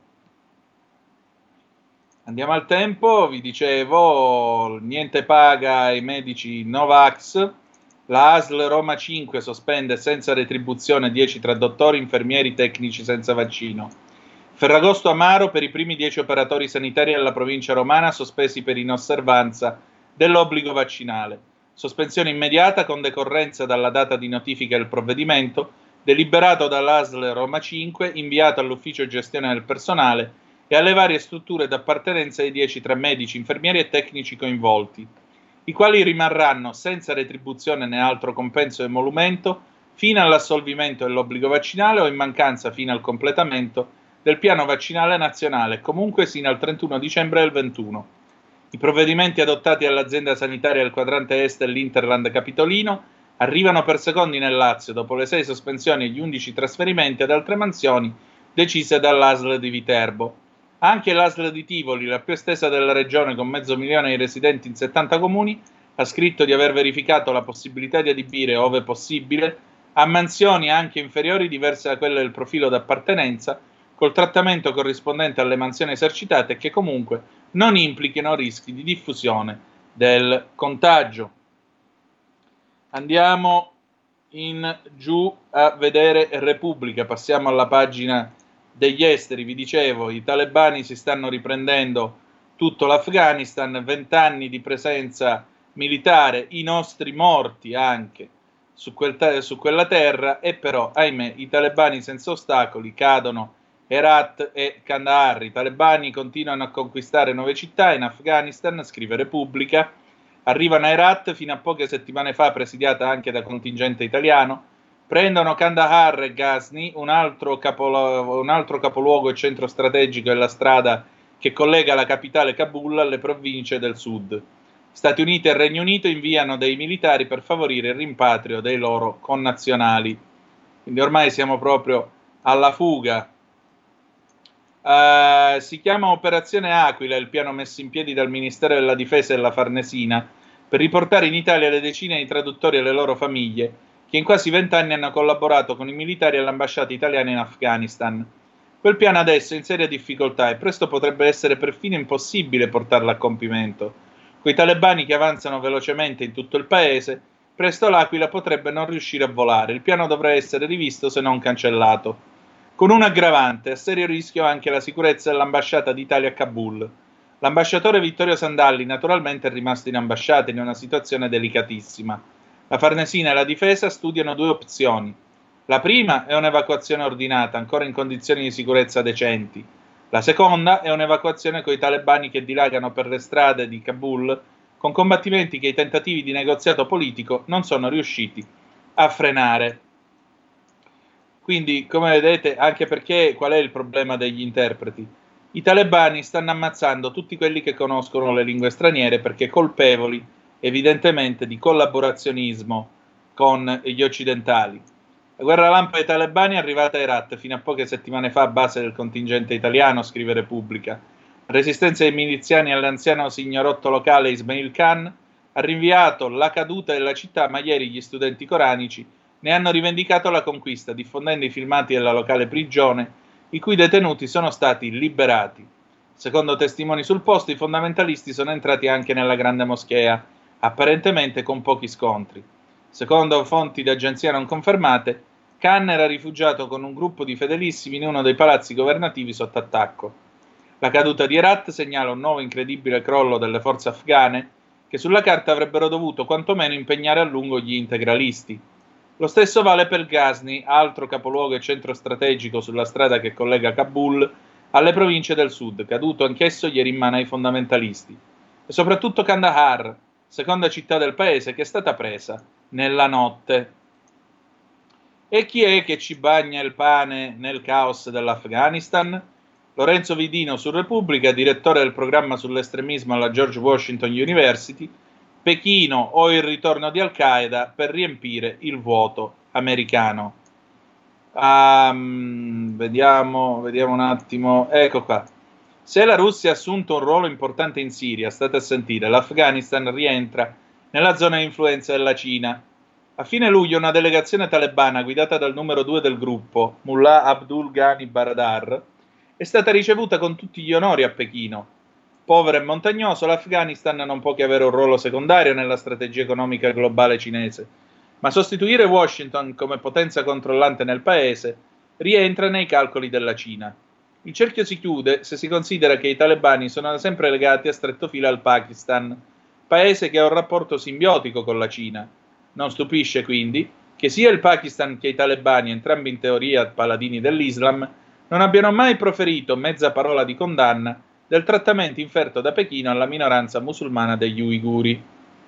Vi dicevo, niente paga ai medici Novax, la ASL Roma 5 sospende senza retribuzione 10 tra dottori, infermieri, tecnici senza vaccino. Ferragosto amaro per i primi 10 operatori sanitari della provincia romana sospesi per inosservanza dell'obbligo vaccinale. Sospensione immediata con decorrenza dalla data di notifica del provvedimento, deliberato dall'ASL Roma 5, inviato all'ufficio gestione del personale e alle varie strutture d'appartenenza dei 10 tra medici, infermieri e tecnici coinvolti, i quali rimarranno senza retribuzione né altro compenso o emolumento fino all'assolvimento dell'obbligo vaccinale o in mancanza fino al completamento del piano vaccinale nazionale, comunque sino al 31 dicembre del 21. I provvedimenti adottati dall'azienda sanitaria del quadrante est dell'Interland Capitolino arrivano per secondi nel Lazio dopo le 6 sospensioni e gli 11 trasferimenti ad altre mansioni decise dall'ASL di Viterbo. Anche l'ASL di Tivoli, la più estesa della regione con 500.000 di residenti in 70 comuni, ha scritto di aver verificato la possibilità di adibire, ove possibile, a mansioni anche inferiori diverse da quelle del profilo d'appartenenza, col trattamento corrispondente alle mansioni esercitate e che comunque non implichino rischi di diffusione del contagio. Andiamo in giù a vedere Repubblica, passiamo alla pagina degli esteri. Vi dicevo, i talebani si stanno riprendendo tutto l'Afghanistan, 20 anni di presenza militare, i nostri morti anche su quella terra, e però, ahimè, i talebani senza ostacoli cadono Herat e Kandahar. I talebani continuano a conquistare 9 città in Afghanistan, scrive Repubblica. Arrivano a Herat, fino a poche settimane fa presidiata anche da contingente italiano. Prendono Kandahar e Ghazni, un altro capoluogo e centro strategico della strada che collega la capitale Kabul alle province del sud. Stati Uniti e Regno Unito inviano dei militari per favorire il rimpatrio dei loro connazionali. Quindi ormai siamo proprio alla fuga. Si chiama Operazione Aquila il piano messo in piedi dal Ministero della Difesa e della Farnesina per riportare in Italia le decine di traduttori e le loro famiglie che in quasi 20 anni hanno collaborato con i militari all'ambasciata italiana in Afghanistan. Quel piano adesso è in seria difficoltà e presto potrebbe essere perfino impossibile portarlo a compimento, coi talebani che avanzano velocemente in tutto il paese presto l'Aquila potrebbe non riuscire a volare. Il piano dovrà essere rivisto se non cancellato. Con un aggravante, a serio rischio anche la sicurezza dell'ambasciata d'Italia a Kabul. L'ambasciatore Vittorio Sandalli naturalmente è rimasto in ambasciata in una situazione delicatissima. La Farnesina e la Difesa studiano 2 opzioni. La prima è un'evacuazione ordinata, ancora in condizioni di sicurezza decenti. La seconda è un'evacuazione coi talebani che dilagano per le strade di Kabul con combattimenti che i tentativi di negoziato politico non sono riusciti a frenare. Quindi, come vedete, anche perché qual è il problema degli interpreti? I talebani stanno ammazzando tutti quelli che conoscono le lingue straniere perché colpevoli, evidentemente, di collaborazionismo con gli occidentali. La guerra lampo ai talebani è arrivata a Herat fino a poche settimane fa a base del contingente italiano, scrive Repubblica. La resistenza dei miliziani all'anziano signorotto locale Ismail Khan ha rinviato la caduta della città, ma ieri gli studenti coranici ne hanno rivendicato la conquista, diffondendo i filmati della locale prigione, i cui detenuti sono stati liberati. Secondo testimoni sul posto, i fondamentalisti sono entrati anche nella grande moschea, apparentemente con pochi scontri. Secondo fonti d'agenzia non confermate, Khan era rifugiato con un gruppo di fedelissimi in uno dei palazzi governativi sotto attacco. La caduta di Herat segnala un nuovo incredibile crollo delle forze afghane che sulla carta avrebbero dovuto quantomeno impegnare a lungo gli integralisti. Lo stesso vale per Ghazni, altro capoluogo e centro strategico sulla strada che collega Kabul alle province del sud, caduto anch'esso ieri in mano ai fondamentalisti. E soprattutto Kandahar, seconda città del paese, che è stata presa nella notte. E chi è che ci bagna il pane nel caos dell'Afghanistan? Lorenzo Vidino su Repubblica, direttore del programma sull'estremismo alla George Washington University. Pechino o il ritorno di Al-Qaeda per riempire il vuoto americano. Vediamo un attimo. Ecco qua. Se la Russia ha assunto un ruolo importante in Siria, state a sentire, l'Afghanistan rientra nella zona di influenza della Cina. A fine luglio una delegazione talebana guidata dal numero 2 del gruppo, Mullah Abdul Ghani Baradar, è stata ricevuta con tutti gli onori a Pechino. Povero e montagnoso, l'Afghanistan non può che avere un ruolo secondario nella strategia economica globale cinese, ma sostituire Washington come potenza controllante nel paese rientra nei calcoli della Cina. Il cerchio si chiude se si considera che i talebani sono da sempre legati a stretto filo al Pakistan, paese che ha un rapporto simbiotico con la Cina. Non stupisce quindi che sia il Pakistan che i talebani, entrambi in teoria paladini dell'Islam, non abbiano mai proferito mezza parola di condanna del trattamento inferto da Pechino alla minoranza musulmana degli uiguri.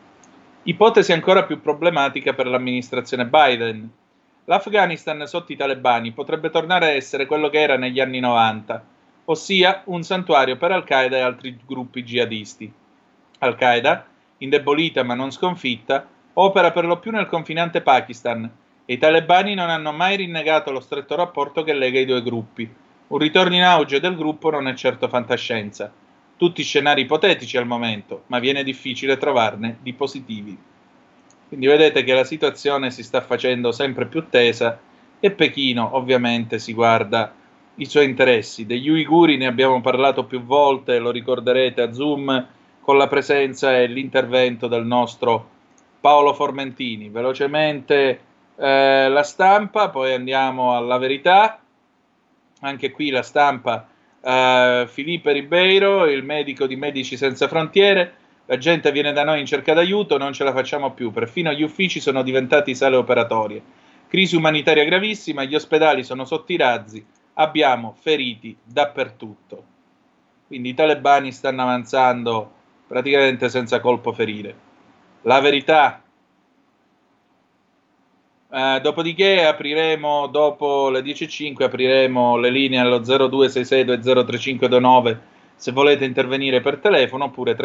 Ipotesi ancora più problematica per l'amministrazione Biden. L'Afghanistan sotto i talebani potrebbe tornare a essere quello che era negli anni 90, ossia un santuario per Al-Qaeda e altri gruppi jihadisti. Al-Qaeda, indebolita ma non sconfitta, opera per lo più nel confinante Pakistan e i talebani non hanno mai rinnegato lo stretto rapporto che lega i due gruppi. Un ritorno in auge del gruppo non è certo fantascienza. Tutti scenari ipotetici al momento, ma viene difficile trovarne di positivi. Quindi vedete che la situazione si sta facendo sempre più tesa e Pechino ovviamente si guarda i suoi interessi. Degli uiguri ne abbiamo parlato più volte, lo ricorderete a Zoom, con la presenza e l'intervento del nostro Paolo Formentini. Velocemente la Stampa, poi andiamo alla Verità. Anche qui la Stampa, Filipe Ribeiro, il medico di Medici Senza Frontiere. La gente viene da noi in cerca d'aiuto, non ce la facciamo più, perfino gli uffici sono diventati sale operatorie. Crisi umanitaria gravissima, gli ospedali sono sotto i razzi, abbiamo feriti dappertutto. Quindi i talebani stanno avanzando praticamente senza colpo ferire. La Verità. Dopodiché apriremo, dopo le 10.05, apriremo le linee allo 0266203529 se volete intervenire per telefono, oppure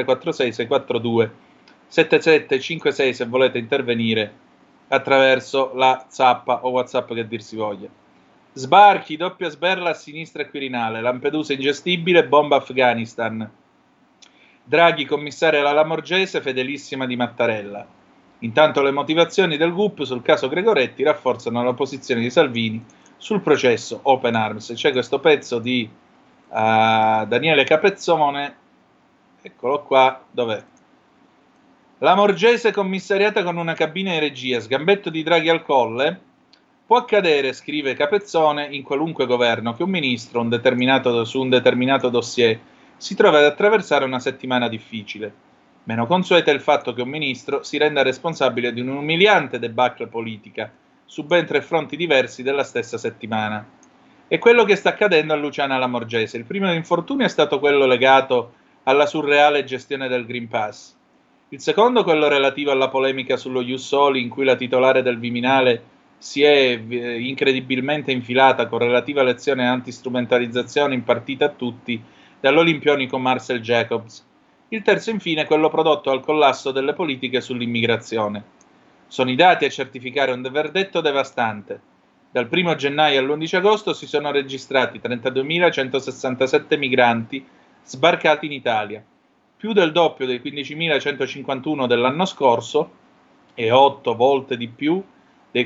346-642-7756 se volete intervenire attraverso la zappa o WhatsApp che dir si voglia. Sbarchi, doppia sberla a sinistra e Quirinale, Lampedusa ingestibile, bomba Afghanistan. Draghi commissaria alla Lamorgese, fedelissima di Mattarella. Intanto le motivazioni del GUP sul caso Gregoretti rafforzano la posizione di Salvini sul processo Open Arms. C'è questo pezzo di Daniele Capezzone, eccolo qua, dov'è? La Morgese commissariata con una cabina di regia, sgambetto di Draghi al colle. Può accadere, scrive Capezzone, in qualunque governo che un ministro su un determinato dossier si trovi ad attraversare una settimana difficile. Meno consueto è il fatto che un ministro si renda responsabile di un'umiliante debacle politica su ben 3 fronti diversi della stessa settimana. È quello che sta accadendo a Luciana Lamorgese. Il primo infortunio è stato quello legato alla surreale gestione del Green Pass. Il secondo, quello relativo alla polemica sullo Ius Soli, in cui la titolare del Viminale si è incredibilmente infilata con relativa lezione antistrumentalizzazione impartita a tutti dall'olimpionico Marcel Jacobs. Il terzo, infine, quello prodotto al collasso delle politiche sull'immigrazione. Sono i dati a certificare un verdetto devastante. Dal 1 gennaio all'11 agosto si sono registrati 32.167 migranti sbarcati in Italia, più del doppio dei 15.151 dell'anno scorso e 8 volte di più dei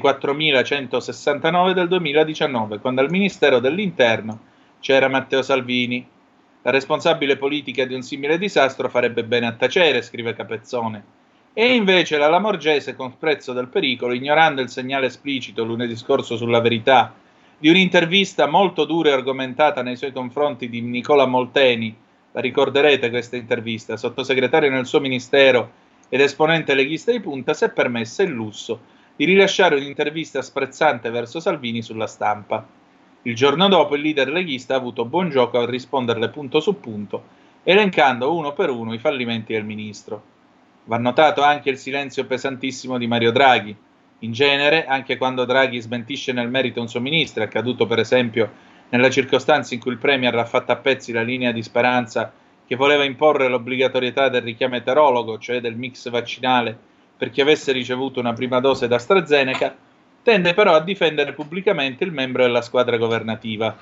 4.169 del 2019, quando al Ministero dell'Interno c'era Matteo Salvini. La responsabile politica di un simile disastro farebbe bene a tacere, scrive Capezzone. E invece la Lamorgese, con sprezzo del pericolo, ignorando il segnale esplicito lunedì scorso sulla Verità di un'intervista molto dura e argomentata nei suoi confronti di Nicola Molteni, la ricorderete questa intervista, sottosegretario nel suo ministero ed esponente leghista di punta, si è permessa il lusso di rilasciare un'intervista sprezzante verso Salvini sulla Stampa. Il giorno dopo il leader leghista ha avuto buon gioco a risponderle punto su punto, elencando uno per uno i fallimenti del ministro. Va notato anche il silenzio pesantissimo di Mario Draghi. In genere, anche quando Draghi smentisce nel merito un suo ministro, è accaduto per esempio nella circostanza in cui il Premier ha fatto a pezzi la linea di Speranza che voleva imporre l'obbligatorietà del richiamo eterologo, cioè del mix vaccinale, per chi avesse ricevuto una prima dose d'AstraZeneca, tende però a difendere pubblicamente il membro della squadra governativa.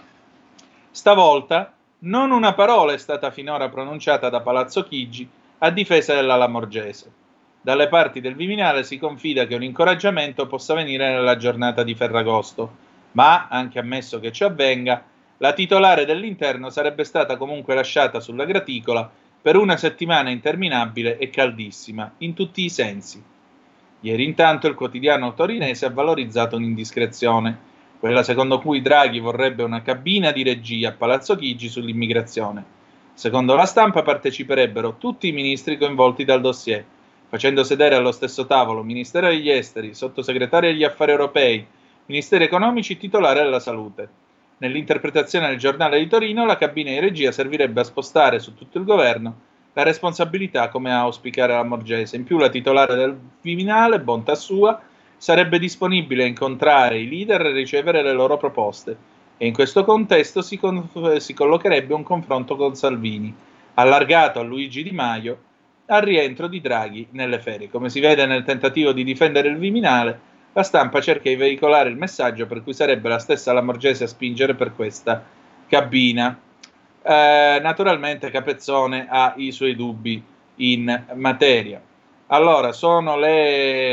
Stavolta non una parola è stata finora pronunciata da Palazzo Chigi a difesa della Lamorgese. Dalle parti del Viminale si confida che un incoraggiamento possa venire nella giornata di Ferragosto, ma, anche ammesso che ciò avvenga, la titolare dell'Interno sarebbe stata comunque lasciata sulla graticola per una settimana interminabile e caldissima, in tutti i sensi. Ieri intanto il quotidiano torinese ha valorizzato un'indiscrezione, quella secondo cui Draghi vorrebbe una cabina di regia a Palazzo Chigi sull'immigrazione. Secondo la Stampa parteciperebbero tutti i ministri coinvolti dal dossier, facendo sedere allo stesso tavolo Ministero degli Esteri, Sottosegretario degli Affari Europei, Ministeri Economici, titolare della Salute. Nell'interpretazione del Giornale di Torino, la cabina di regia servirebbe a spostare su tutto il governo la responsabilità, come auspicare la Morgese. In più la titolare del Viminale, bontà sua, sarebbe disponibile a incontrare i leader e ricevere le loro proposte, e in questo contesto si collocherebbe un confronto con Salvini, allargato a Luigi Di Maio, al rientro di Draghi nelle ferie. Come si vede nel tentativo di difendere il Viminale, la Stampa cerca di veicolare il messaggio per cui sarebbe la stessa Lamorgese a spingere per questa cabina. Naturalmente Capezzone ha i suoi dubbi in materia. Allora, sono le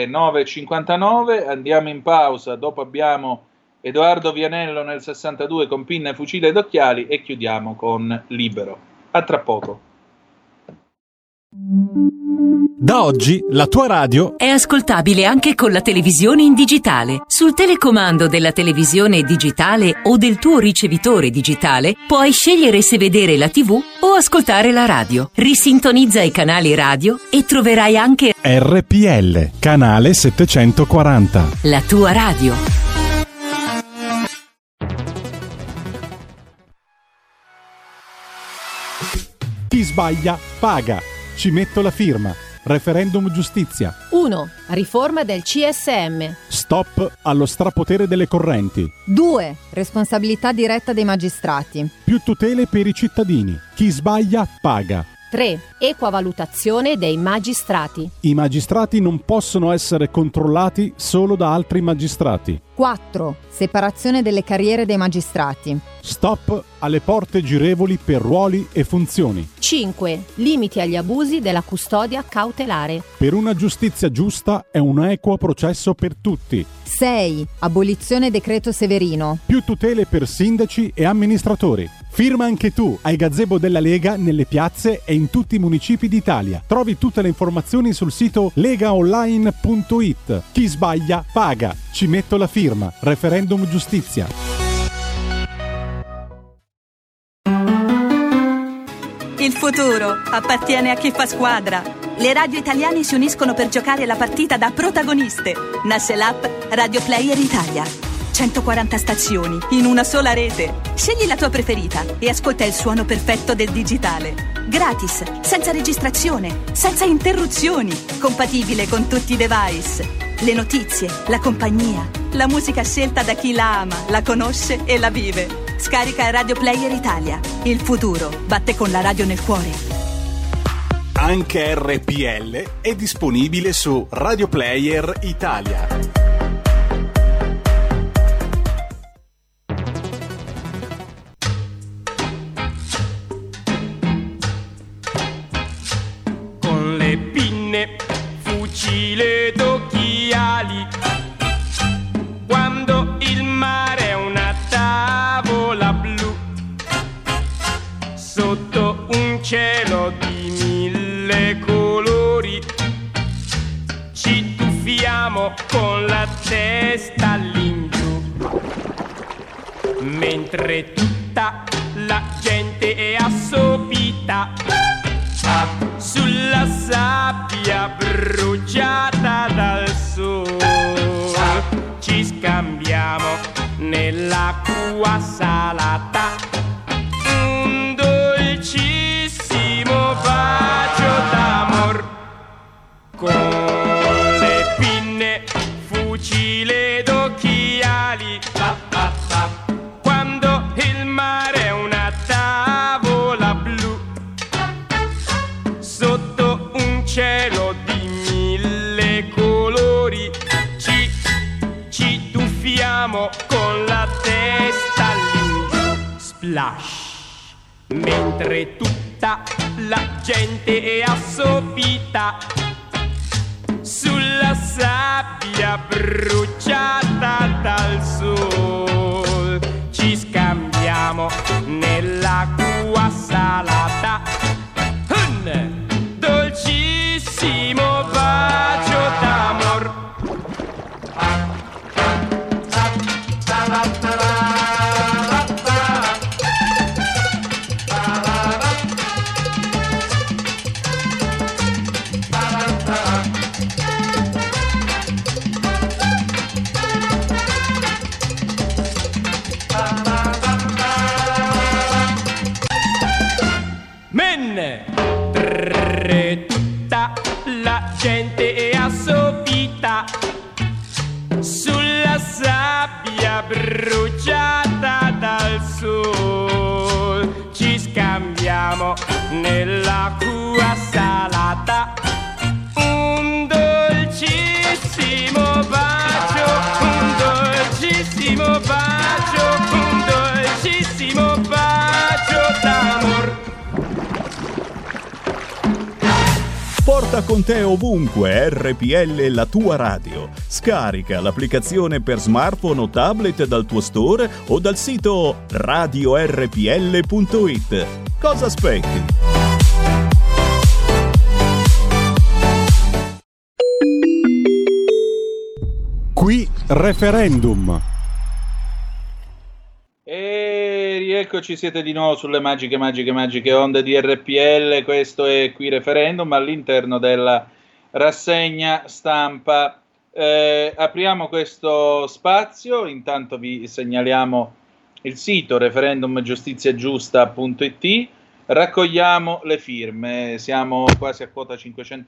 9.59, andiamo in pausa, dopo abbiamo Edoardo Vianello nel 62 con pinne, fucile ed occhiali e chiudiamo con Libero. A tra poco. Da oggi la tua radio è ascoltabile anche con la televisione in digitale. Sul telecomando della televisione digitale o del tuo ricevitore digitale puoi scegliere se vedere la TV o ascoltare la radio. Risintonizza i canali radio e troverai anche RPL, canale 740. La tua radio. Chi sbaglia paga. Ci metto la firma. Referendum giustizia. 1. Riforma del CSM. Stop allo strapotere delle correnti. 2. Responsabilità diretta dei magistrati. Più tutele per i cittadini. Chi sbaglia paga. 3. Equa valutazione dei magistrati. I magistrati non possono essere controllati solo da altri magistrati. 4. Separazione delle carriere dei magistrati. Stop alle porte girevoli per ruoli e funzioni. 5. Limiti agli abusi della custodia cautelare. Per una giustizia giusta e un equo processo per tutti. 6. Abolizione decreto Severino. Più tutele per sindaci e amministratori. Firma anche tu ai gazebo della Lega nelle piazze e in tutti i municipi d'Italia. Trovi tutte le informazioni sul sito legaonline.it. Chi sbaglia paga. Ci metto la firma. Referendum giustizia. Il futuro appartiene a chi fa squadra. Le radio italiane si uniscono per giocare la partita da protagoniste. Nasce l'app Radio Player Italia. 140 stazioni in una sola rete. Scegli la tua preferita e ascolta il suono perfetto del digitale. Gratis, senza registrazione, senza interruzioni. Compatibile con tutti i device. Le notizie, la compagnia, la musica scelta da chi la ama, la conosce e la vive. Scarica Radio Player Italia. Il futuro batte con la radio nel cuore. Anche RPL è disponibile su Radio Player Italia. Con le pinne, fucile ed occhiali, quando il mare è una tavola blu, sotto un cielo di 1000 colori, ci tuffiamo con la testa all'ingiù, mentre tutta la gente è assopita sulla sabbia bruciata dal sole. Ci scambiamo nell'acqua salata un dolcissimo bacio d'amor. Con le pinne, fucile ed occhiali, quando il mare è una tavola blu, sotto un cielo di 1000 colori, ci tuffiamo con la testa all'ingiù. Splash! Mentre tutta la gente è assopita sulla sabbia bruciata dal sol, ci scambiamo nell'acqua salata un dolcissimo bacio d'amor. Tutta la gente è assopita sulla sabbia bruciata dal sol, ci scambiamo nell'acqua salata un dolcissimo bacio, un dolcissimo bacio, un dolcissimo bacio d'amor. Porta con te ovunque RPL la tua radio. Scarica l'applicazione per smartphone o tablet dal tuo store o dal sito radiorpl.it. Cosa aspetti? Qui referendum. E rieccoci, siete di nuovo sulle magiche onde di RPL. Questo è Qui Referendum all'interno della rassegna stampa. Apriamo questo spazio, intanto vi segnaliamo il sito referendumgiustiziagiusta.it. Raccogliamo le firme, siamo quasi a quota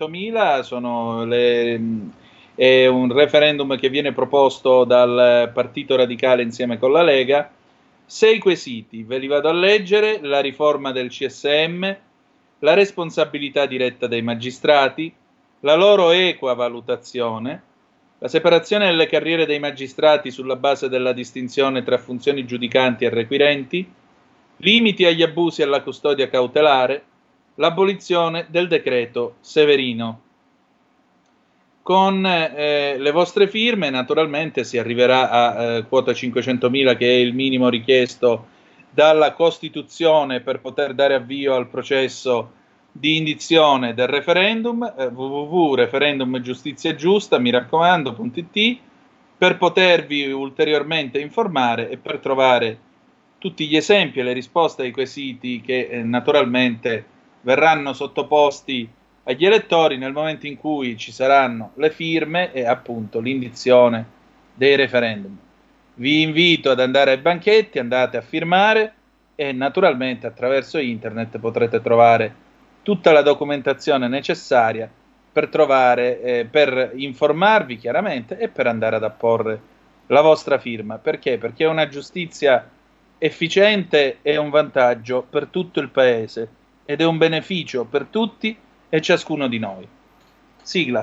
500.000, è un referendum che viene proposto dal Partito Radicale insieme con la Lega. 6 quesiti, ve li vado a leggere: la riforma del CSM, la responsabilità diretta dei magistrati, la loro equa valutazione, la separazione delle carriere dei magistrati sulla base della distinzione tra funzioni giudicanti e requirenti, limiti agli abusi alla custodia cautelare, l'abolizione del decreto Severino. Con le vostre firme naturalmente si arriverà a quota 500.000, che è il minimo richiesto dalla Costituzione per poter dare avvio al processo di indizione del referendum, www.referendumgiustiziagiusta, mi raccomando.it, per potervi ulteriormente informare e per trovare tutti gli esempi e le risposte ai quesiti che naturalmente verranno sottoposti agli elettori nel momento in cui ci saranno le firme e appunto l'indizione dei referendum. Vi invito ad andare ai banchetti, andate a firmare e naturalmente attraverso internet potrete trovare tutta la documentazione necessaria per trovare, per informarvi chiaramente e per andare ad apporre la vostra firma. Perché? Perché una giustizia efficiente è un vantaggio per tutto il Paese ed è un beneficio per tutti e ciascuno di noi. Sigla.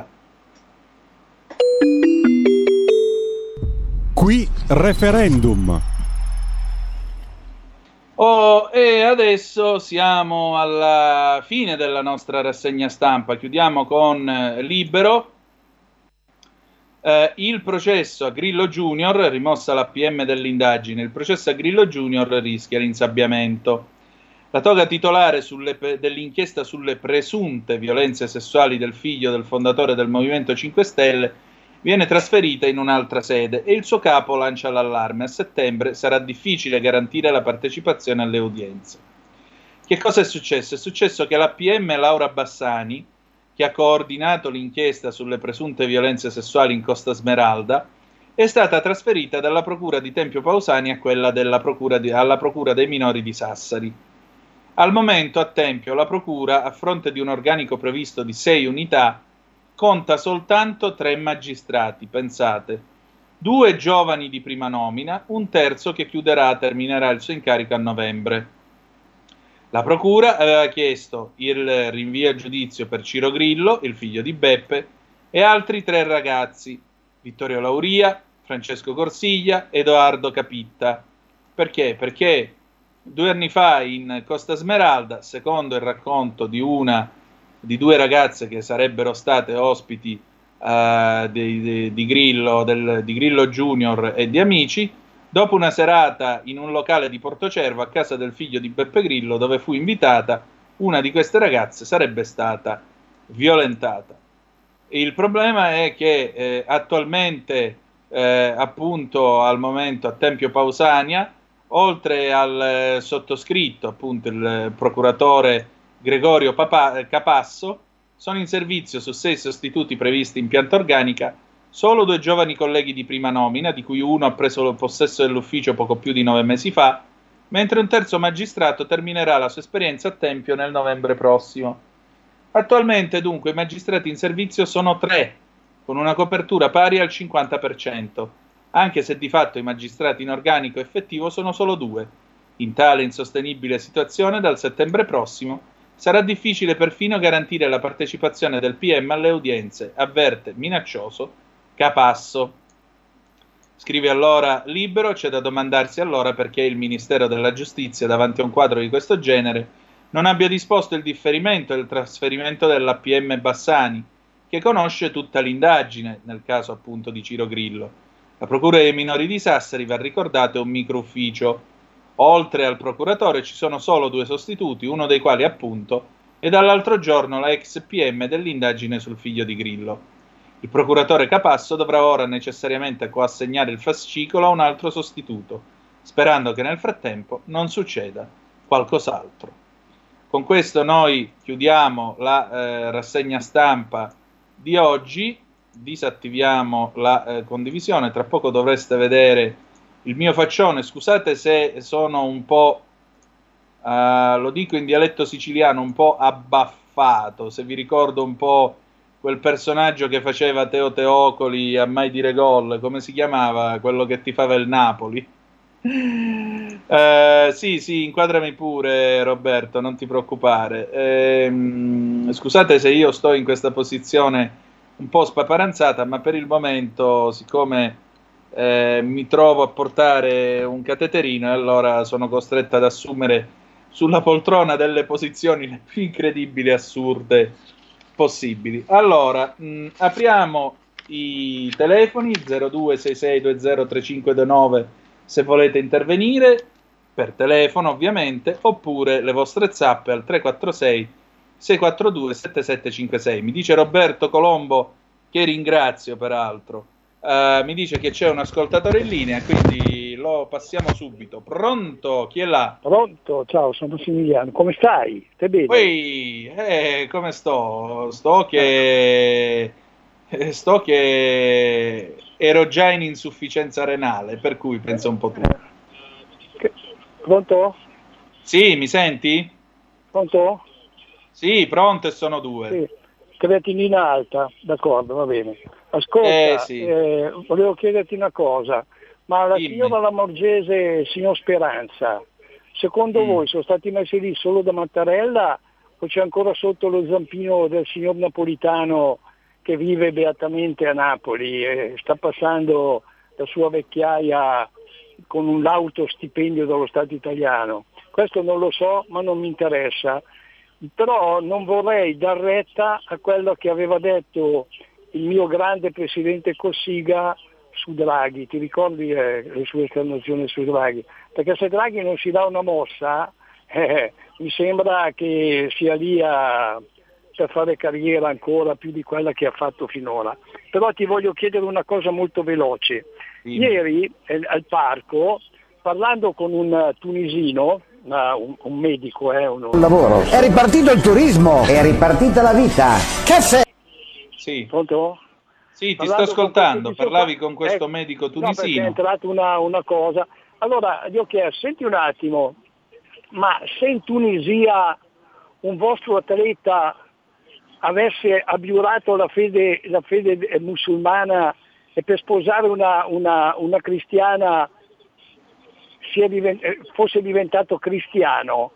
Qui referendum. E adesso siamo alla fine della nostra rassegna stampa. Chiudiamo con Libero. Il processo a Grillo Junior, rimossa la PM dell'indagine, il processo a Grillo Junior rischia l'insabbiamento. La toga titolare dell'inchiesta sulle presunte violenze sessuali del figlio del fondatore del Movimento 5 Stelle viene trasferita in un'altra sede e il suo capo lancia l'allarme. A settembre sarà difficile garantire la partecipazione alle udienze. Che cosa è successo? È successo che la PM Laura Bassani, che ha coordinato l'inchiesta sulle presunte violenze sessuali in Costa Smeralda, è stata trasferita dalla procura di Tempio Pausani a quella alla procura dei minori di Sassari. Al momento a Tempio la procura, a fronte di un organico previsto di 6 unità, conta soltanto 3 magistrati, pensate, 2 giovani di prima nomina, un terzo che terminerà il suo incarico a novembre. La procura aveva chiesto il rinvio a giudizio per Ciro Grillo, il figlio di Beppe, e altri 3 ragazzi, Vittorio Lauria, Francesco Corsiglia, Edoardo Capitta. Perché? Perché 2 anni fa in Costa Smeralda, secondo il racconto di 2 ragazze che sarebbero state ospiti di Grillo Junior e di amici, dopo una serata in un locale di Portocervo a casa del figlio di Beppe Grillo, dove fu invitata, una di queste ragazze sarebbe stata violentata. Il problema è che attualmente, appunto al momento a Tempio Pausania, oltre al sottoscritto, appunto il procuratore Gregorio Capasso, sono in servizio su 6 sostituti previsti in pianta organica solo 2 giovani colleghi di prima nomina, di cui uno ha preso possesso dell'ufficio poco più di 9 mesi fa, mentre un terzo magistrato terminerà la sua esperienza a Tempio nel novembre prossimo. Attualmente dunque i magistrati in servizio sono 3, con una copertura pari al 50%, anche se di fatto i magistrati in organico effettivo sono solo 2. In tale insostenibile situazione, dal settembre prossimo, sarà difficile perfino garantire la partecipazione del PM alle udienze, avverte minaccioso Capasso. Scrive allora Libero, c'è da domandarsi allora perché il Ministero della Giustizia, davanti a un quadro di questo genere, non abbia disposto il differimento e il trasferimento della PM Bassani, che conosce tutta l'indagine, nel caso appunto di Ciro Grillo. La Procura dei minori di Sassari, va ricordato, è un microufficio. Oltre al procuratore ci sono solo 2 sostituti, uno dei quali appunto è dall'altro giorno la ex PM dell'indagine sul figlio di Grillo. Il procuratore Capasso dovrà ora necessariamente coassegnare il fascicolo a un altro sostituto, sperando che nel frattempo non succeda qualcos'altro. Con questo noi chiudiamo la rassegna stampa di oggi, disattiviamo la condivisione, tra poco dovreste vedere il mio faccione. Scusate se sono un po', lo dico in dialetto siciliano, un po' abbaffato, se vi ricordo un po' quel personaggio che faceva Teo Teocoli a Mai dire gol, come si chiamava quello che tifava il Napoli? Sì, inquadrami pure Roberto, non ti preoccupare. Scusate se io sto in questa posizione un po' spaparanzata, ma per il momento, siccome mi trovo a portare un cateterino e allora sono costretto ad assumere sulla poltrona delle posizioni le più incredibili e assurde possibili. Allora, apriamo i telefoni 0266203529 se volete intervenire. per telefono ovviamente, oppure le vostre zappe al 346 642 7756. Mi dice Roberto Colombo, che ringrazio peraltro, mi dice che c'è un ascoltatore in linea, quindi lo passiamo subito. Pronto? Chi è là? Pronto, ciao, sono Massimiliano. Come stai? Stai bene? Poi, come sto? Sto che ero già in insufficienza renale, per cui pensa un po' tu. Pronto? Sì, mi senti? Pronto? Sì, pronto, e sono due. Sì. Creatinina alta, d'accordo, va bene. Ascolta, sì. Volevo chiederti una cosa, ma la Dimmi. signora Lamorgese, signor Speranza, secondo voi sono stati messi lì solo da Mattarella o c'è ancora sotto lo zampino del signor Napolitano che vive beatamente a Napoli e sta passando la sua vecchiaia con un lauto stipendio dallo Stato italiano? Questo non lo so, ma non mi interessa. Però non vorrei dar retta a quello che aveva detto il mio grande presidente Cossiga su Draghi. Ti ricordi le sue esternazioni su Draghi? Perché se Draghi non si dà una mossa, mi sembra che sia lì per fare carriera ancora più di quella che ha fatto finora. Però ti voglio chiedere una cosa molto veloce. Ieri al parco, parlando con un tunisino, un medico, un lavoro. È ripartito il turismo, è ripartita la vita. Che sei? Sì. Pronto? Sì, ti sto ascoltando. Parlavi con questo medico tunisino. No, perché è entrata una cosa. Allora, gli ho chiesto, senti un attimo, ma se in Tunisia un vostro atleta avesse abiurato la fede musulmana e per sposare una cristiana fosse diventato cristiano,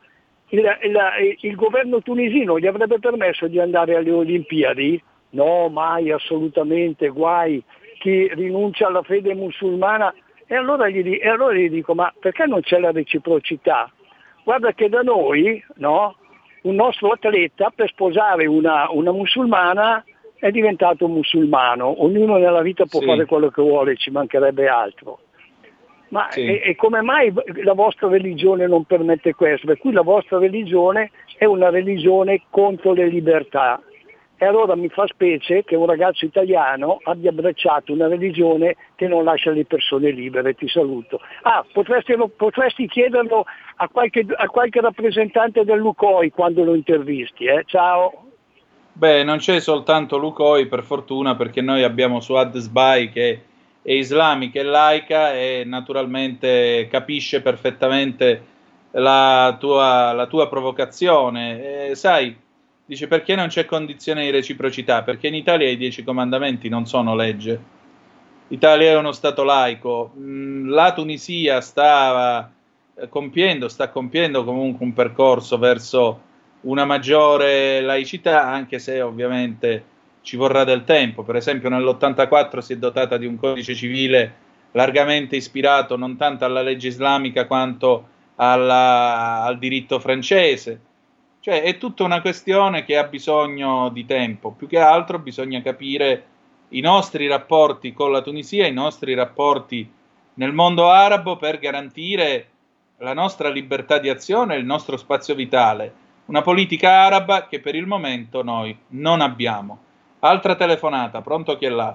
il governo tunisino gli avrebbe permesso di andare alle Olimpiadi? No, mai, assolutamente, guai, chi rinuncia alla fede musulmana. E allora gli dico, ma perché non c'è la reciprocità? Guarda che da noi, no, un nostro atleta per sposare una musulmana è diventato musulmano, ognuno nella vita può fare quello che vuole, ci mancherebbe altro. Ma e come mai la vostra religione non permette questo? Per cui la vostra religione è una religione contro le libertà. E allora mi fa specie che un ragazzo italiano abbia abbracciato una religione che non lascia le persone libere. Ti saluto. Potresti chiederlo a qualche rappresentante del Lukoil quando lo intervisti. Ciao. Beh, non c'è soltanto Lukoil, per fortuna, perché noi abbiamo Suad Sbai che è islamica e laica e naturalmente capisce perfettamente la tua provocazione. Sai, dice, perché non c'è condizione di reciprocità? Perché in Italia i 10 comandamenti non sono legge. L'Italia è uno stato laico. La Tunisia sta compiendo comunque un percorso verso una maggiore laicità, anche se ovviamente ci vorrà del tempo. Per esempio nell'84 si è dotata di un codice civile largamente ispirato non tanto alla legge islamica quanto al diritto francese. Cioè è tutta una questione che ha bisogno di tempo. Più che altro bisogna capire i nostri rapporti con la Tunisia, i nostri rapporti nel mondo arabo per garantire la nostra libertà di azione e il nostro spazio vitale. Una politica araba che per il momento noi non abbiamo. Altra telefonata, pronto, chi è là?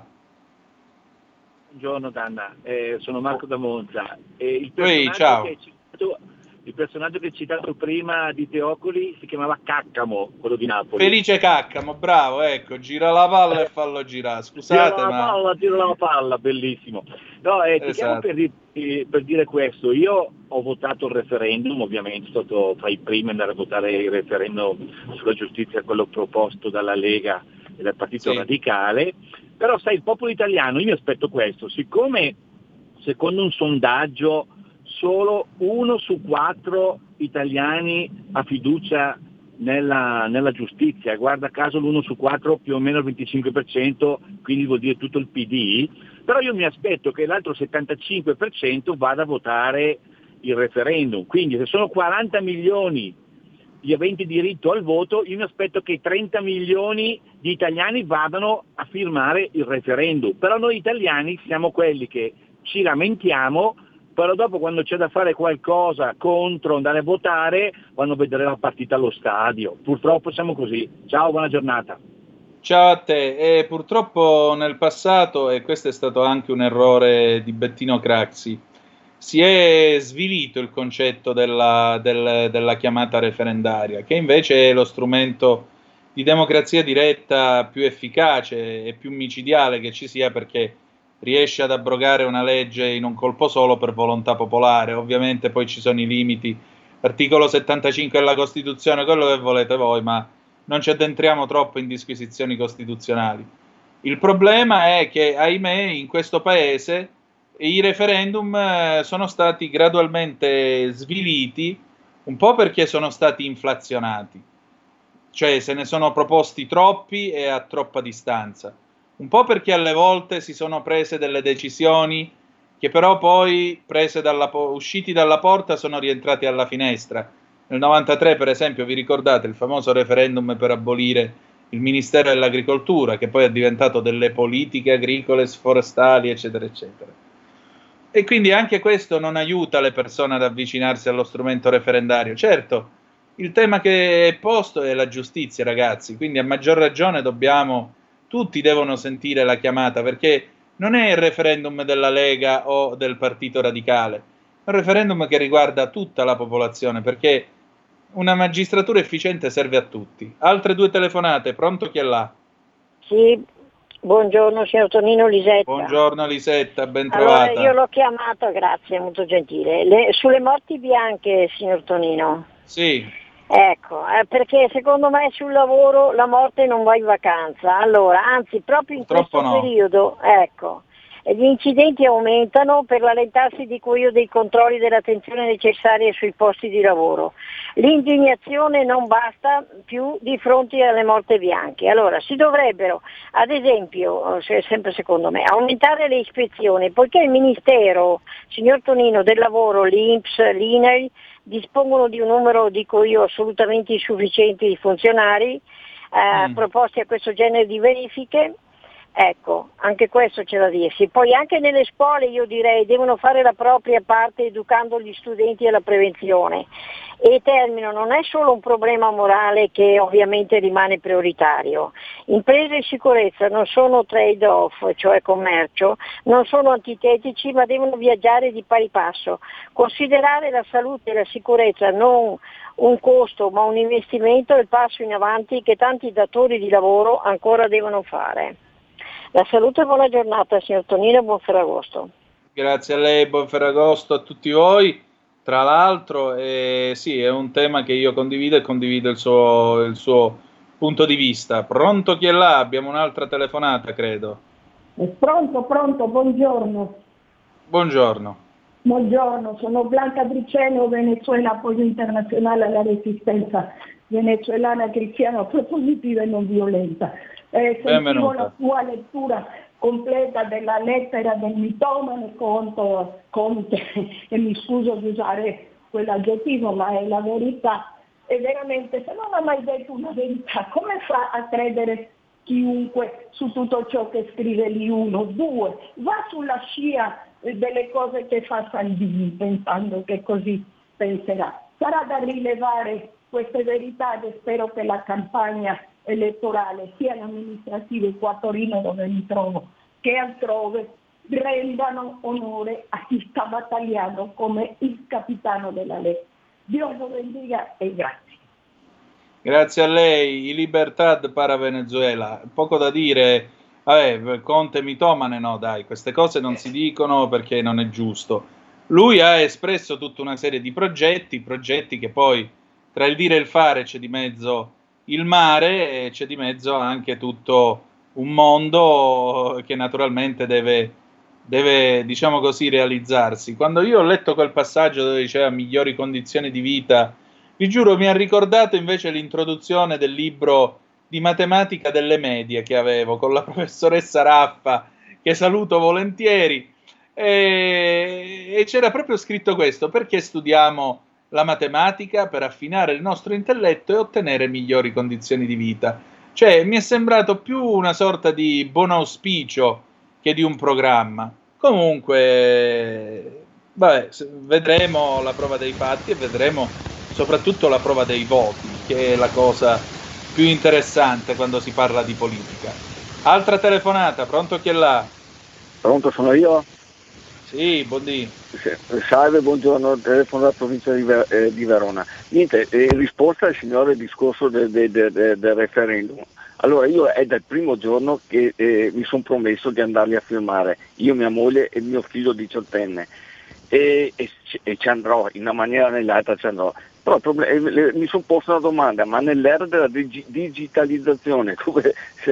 Buongiorno Danna, sono Marco da Monza. Ciao. Il personaggio che hai citato prima di Teocoli si chiamava Caccamo, quello di Napoli. Felice Caccamo, bravo, ecco, gira la palla e fallo girare. Scusate, gira la palla, bellissimo. No, ti chiamo per dire questo. Io ho votato il referendum, ovviamente sono stato tra i primi ad andare a votare il referendum sulla giustizia, quello proposto dalla Lega e dal Partito Radicale, però sai, il popolo italiano, io mi aspetto questo, siccome secondo un sondaggio solo 1 su 4 italiani ha fiducia nella giustizia, guarda caso l'1 su 4 più o meno il 25%, quindi vuol dire tutto il PD, però io mi aspetto che l'altro 75% vada a votare il referendum, quindi se sono 40 milioni gli aventi diritto al voto, io mi aspetto che 30 milioni di italiani vadano a firmare il referendum, però noi italiani siamo quelli che ci lamentiamo però dopo quando c'è da fare qualcosa contro, andare a votare, vanno a vedere la partita allo stadio. Purtroppo siamo così. Ciao, buona giornata. Ciao a te. Purtroppo nel passato, e questo è stato anche un errore di Bettino Craxi, si è svilito il concetto della chiamata referendaria, che invece è lo strumento di democrazia diretta più efficace e più micidiale che ci sia, perché riesce ad abrogare una legge in un colpo solo per volontà popolare. Ovviamente poi ci sono i limiti, articolo 75 della Costituzione, quello che volete voi, ma non ci addentriamo troppo in disquisizioni costituzionali. Il problema è che, ahimè, in questo paese i referendum sono stati gradualmente sviliti, un po' perché sono stati inflazionati, cioè se ne sono proposti troppi e a troppa distanza, un po' perché alle volte si sono prese delle decisioni che però poi, usciti dalla porta, sono rientrati alla finestra. Nel 93, per esempio, vi ricordate il famoso referendum per abolire il Ministero dell'Agricoltura, che poi è diventato delle politiche agricole, forestali, eccetera, eccetera. E quindi anche questo non aiuta le persone ad avvicinarsi allo strumento referendario. Certo, il tema che è posto è la giustizia, ragazzi, quindi a maggior ragione tutti devono sentire la chiamata, perché non è il referendum della Lega o del Partito Radicale, è un referendum che riguarda tutta la popolazione, perché una magistratura efficiente serve a tutti. Altre 2 telefonate, pronto, chi è là? Sì, buongiorno signor Tonino, Lisetta. Buongiorno Lisetta, ben trovata. Allora, io l'ho chiamato, grazie, molto gentile. Sulle morti bianche, signor Tonino. Sì. Ecco, perché secondo me sul lavoro la morte non va in vacanza, allora, anzi proprio in questo periodo, ecco, gli incidenti aumentano per l'allentarsi, dico io, dei controlli dell'attenzione necessaria sui posti di lavoro. L'indignazione non basta più di fronte alle morte bianche. Allora, si dovrebbero, ad esempio, sempre secondo me, aumentare le ispezioni, poiché il Ministero, signor Tonino, del Lavoro, l'INPS, l'INAIL, dispongono di un numero, dico io, assolutamente insufficiente di funzionari proposti a questo genere di verifiche. Ecco, anche questo c'è da dirsi. Poi anche nelle scuole, io direi, devono fare la propria parte educando gli studenti alla prevenzione. E termino, non è solo un problema morale che ovviamente rimane prioritario. Imprese e sicurezza non sono trade-off, cioè commercio, non sono antitetici, ma devono viaggiare di pari passo. Considerare la salute e la sicurezza non un costo ma un investimento è il passo in avanti che tanti datori di lavoro ancora devono fare. La salute e buona giornata, signor Tonino, e buon Ferragosto. Grazie a lei, buon Ferragosto a tutti voi. Tra l'altro, sì, è un tema che io condivido e condivido il suo punto di vista. Pronto, chi è là? Abbiamo un'altra telefonata, credo. Pronto, buongiorno. Buongiorno. Buongiorno, sono Blanca Briceno, Venezuela, appoggio internazionale alla resistenza venezuelana cristiana propositiva e non violenta. Sentivo la sua lettura completa della lettera del mitomane Conte, e mi scuso di usare quell'aggettivo, ma è la verità. E veramente, se non ha mai detto una verità, come fa a credere chiunque su tutto ciò che scrive lì? 1, 2, va sulla scia delle cose che fa Salvini, pensando che così penserà. Sarà da rilevare queste verità e spero che la campagna elettorale, sia l'amministrativa qua a Torino dove mi trovo, che altrove, rendano onore a chi sta battagliando come il capitano della Lega. Dio lo bendiga e grazie. Grazie a lei. I Libertad para Venezuela. Poco da dire. Conte mitomane, no dai, queste cose non si dicono perché non è giusto. Lui ha espresso tutta una serie di progetti che poi tra il dire e il fare c'è di mezzo il mare e c'è di mezzo anche tutto un mondo che naturalmente deve, diciamo così, realizzarsi. Quando io ho letto quel passaggio dove diceva migliori condizioni di vita, vi giuro mi ha ricordato invece l'introduzione del libro di matematica delle medie che avevo con la professoressa Raffa, che saluto volentieri, e c'era proprio scritto questo: perché studiamo la matematica? Per affinare il nostro intelletto e ottenere migliori condizioni di vita. Cioè, mi è sembrato più una sorta di buon auspicio che di un programma. Comunque, Vedremo la prova dei fatti e vedremo soprattutto la prova dei voti, che è la cosa più interessante quando si parla di politica. Altra telefonata, pronto chi è là? Pronto, sono io? Sì, buondì. Salve, buongiorno, telefono dalla provincia di Verona. Niente, risposta al signore discorso del referendum. Allora, io è dal primo giorno che mi sono promesso di andarli a firmare, io, mia moglie e mio figlio 18enne, e ci andrò, in una maniera o nell'altra ci andrò. Però mi sono posto una domanda, ma nell'era della digitalizzazione, dove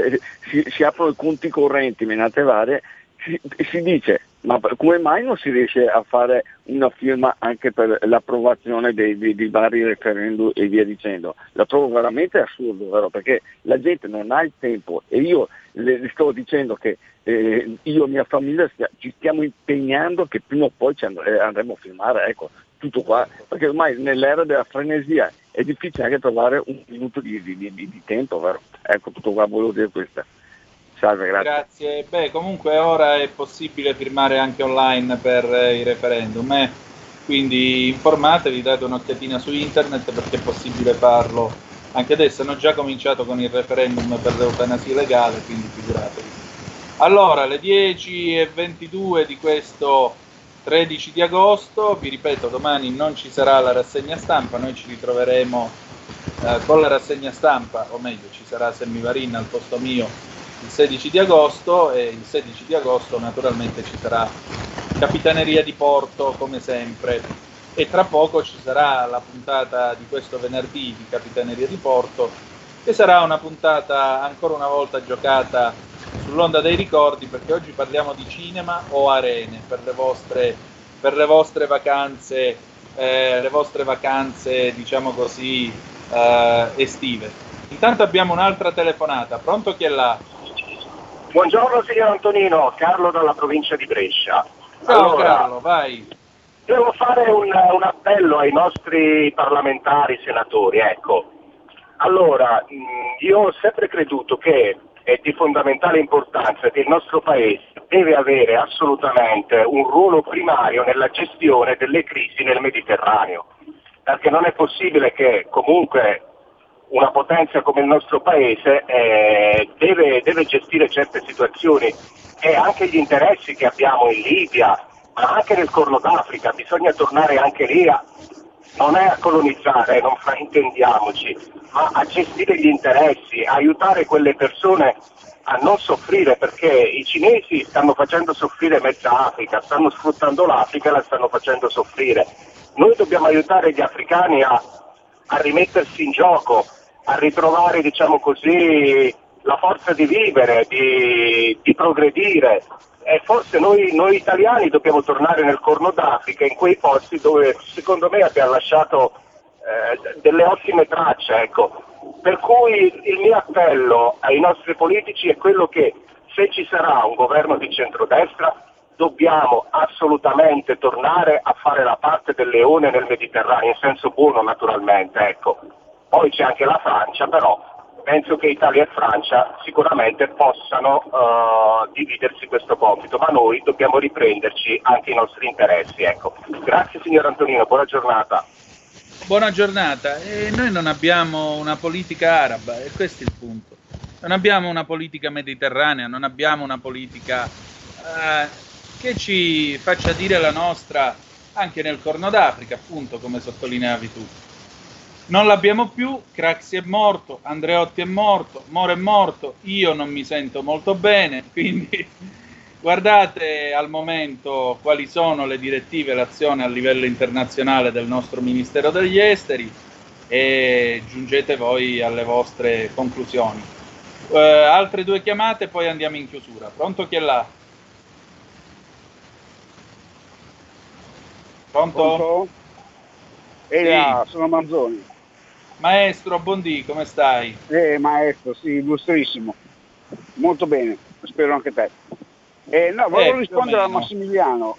si aprono i conti correnti, menate varie, si dice, ma come mai non si riesce a fare una firma anche per l'approvazione dei vari referendum e via dicendo? La trovo veramente assurdo, vero? Perché la gente non ha il tempo, e io le sto dicendo che io e mia famiglia ci stiamo impegnando che prima o poi andremo a firmare, ecco, tutto qua, perché ormai nell'era della frenesia è difficile anche trovare un minuto di tempo, vero? Ecco, tutto qua, volevo dire questo. Salve, grazie. Beh, comunque ora è possibile firmare anche online per i referendum, quindi informatevi, date un'occhiatina su internet perché è possibile farlo anche adesso. Hanno già cominciato con il referendum per l'eutanasia legale, quindi figuratevi. Allora, le 10:22 di questo 13 di agosto, vi ripeto, domani non ci sarà la rassegna stampa, noi ci ritroveremo con la rassegna stampa, o meglio, ci sarà Sammy Varin al posto mio il 16 di agosto, e il 16 di agosto naturalmente ci sarà Capitaneria di Porto come sempre, e tra poco ci sarà la puntata di questo venerdì di Capitaneria di Porto, che sarà una puntata ancora una volta giocata sull'onda dei ricordi, perché oggi parliamo di cinema o arene per le vostre vacanze, diciamo così, estive. Intanto abbiamo un'altra telefonata, pronto chi è là? Buongiorno signor Antonino, Carlo dalla provincia di Brescia. Ciao Carlo, vai. Devo fare un appello ai nostri parlamentari, senatori, ecco. Allora, io ho sempre creduto che è di fondamentale importanza che il nostro Paese deve avere assolutamente un ruolo primario nella gestione delle crisi nel Mediterraneo, perché non è possibile che comunque una potenza come il nostro Paese deve gestire certe situazioni, e anche gli interessi che abbiamo in Libia, ma anche nel Corno d'Africa, bisogna tornare anche lì, non è a colonizzare, non fraintendiamoci, ma a gestire gli interessi, a aiutare quelle persone a non soffrire, perché i cinesi stanno facendo soffrire mezza Africa, stanno sfruttando l'Africa e la stanno facendo soffrire. Noi dobbiamo aiutare gli africani a rimettersi in gioco, a ritrovare, diciamo così, la forza di vivere, di progredire, e forse noi italiani dobbiamo tornare nel Corno d'Africa, in quei posti dove secondo me abbiamo lasciato delle ottime tracce, ecco. Per cui il mio appello ai nostri politici è quello che, se ci sarà un governo di centrodestra, dobbiamo assolutamente tornare a fare la parte del leone nel Mediterraneo, in senso buono naturalmente, ecco. Poi c'è anche la Francia, però penso che Italia e Francia sicuramente possano dividersi questo compito, ma noi dobbiamo riprenderci anche i nostri interessi, ecco. Grazie signor Antonino, buona giornata. Buona giornata. Noi non abbiamo una politica araba, e questo è il punto. Non abbiamo una politica mediterranea, non abbiamo una politica che ci faccia dire la nostra anche nel Corno d'Africa, appunto, come sottolineavi tu. Non l'abbiamo più, Craxi è morto, Andreotti è morto, Moro è morto, io non mi sento molto bene, quindi guardate al momento quali sono le direttive e l'azione a livello internazionale del nostro Ministero degli Esteri e giungete voi alle vostre conclusioni. Altre due chiamate, poi andiamo in chiusura. Pronto chi è là? Pronto? Sì. Sono Manzoni. Maestro, buondì, come stai? Maestro, sì, illustrissimo. Molto bene, spero anche te. Volevo rispondere a Massimiliano.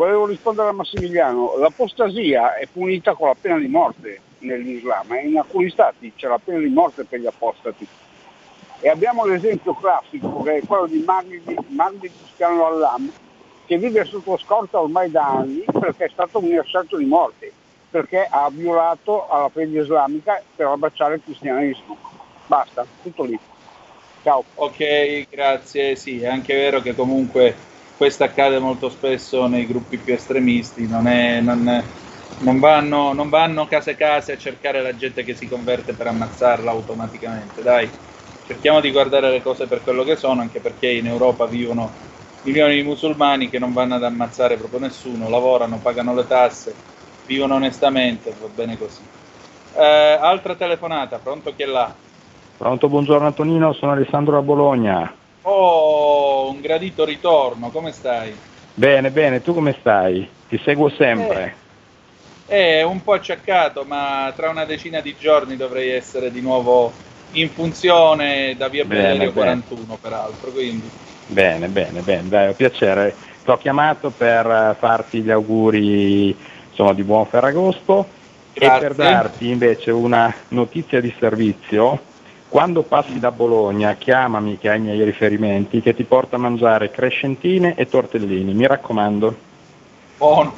L'apostasia è punita con la pena di morte nell'Islam, e in alcuni stati c'è la pena di morte per gli apostati. E abbiamo l'esempio classico, che è quello di Mahdi Cristiano Allam, che vive sotto scorta ormai da anni perché è stato minacciato di morte, perché ha violato alla fede islamica per abbracciare il cristianesimo. Basta, tutto lì. Ciao. Ok, grazie. Sì, è anche vero che comunque questo accade molto spesso nei gruppi più estremisti, non vanno case a cercare la gente che si converte per ammazzarla automaticamente. Dai, cerchiamo di guardare le cose per quello che sono, anche perché in Europa vivono milioni di musulmani che non vanno ad ammazzare proprio nessuno, lavorano, pagano le tasse, vivono onestamente, va bene così. Altra telefonata, pronto, chi è là? Pronto, buongiorno Antonino, sono Alessandro da Bologna. Oh, un gradito ritorno, come stai? Bene, bene, tu come stai? Ti seguo sempre. Un po' acciaccato, ma tra una decina di giorni dovrei essere di nuovo in funzione da via Bellerio 41, peraltro, quindi... Bene, dai, è un piacere. Ti ho chiamato per farti gli auguri, insomma, di buon Ferragosto. Grazie. E per darti invece una notizia di servizio. Quando passi da Bologna, chiamami che hai i miei riferimenti, che ti porto a mangiare crescentine e tortellini, mi raccomando. Buono.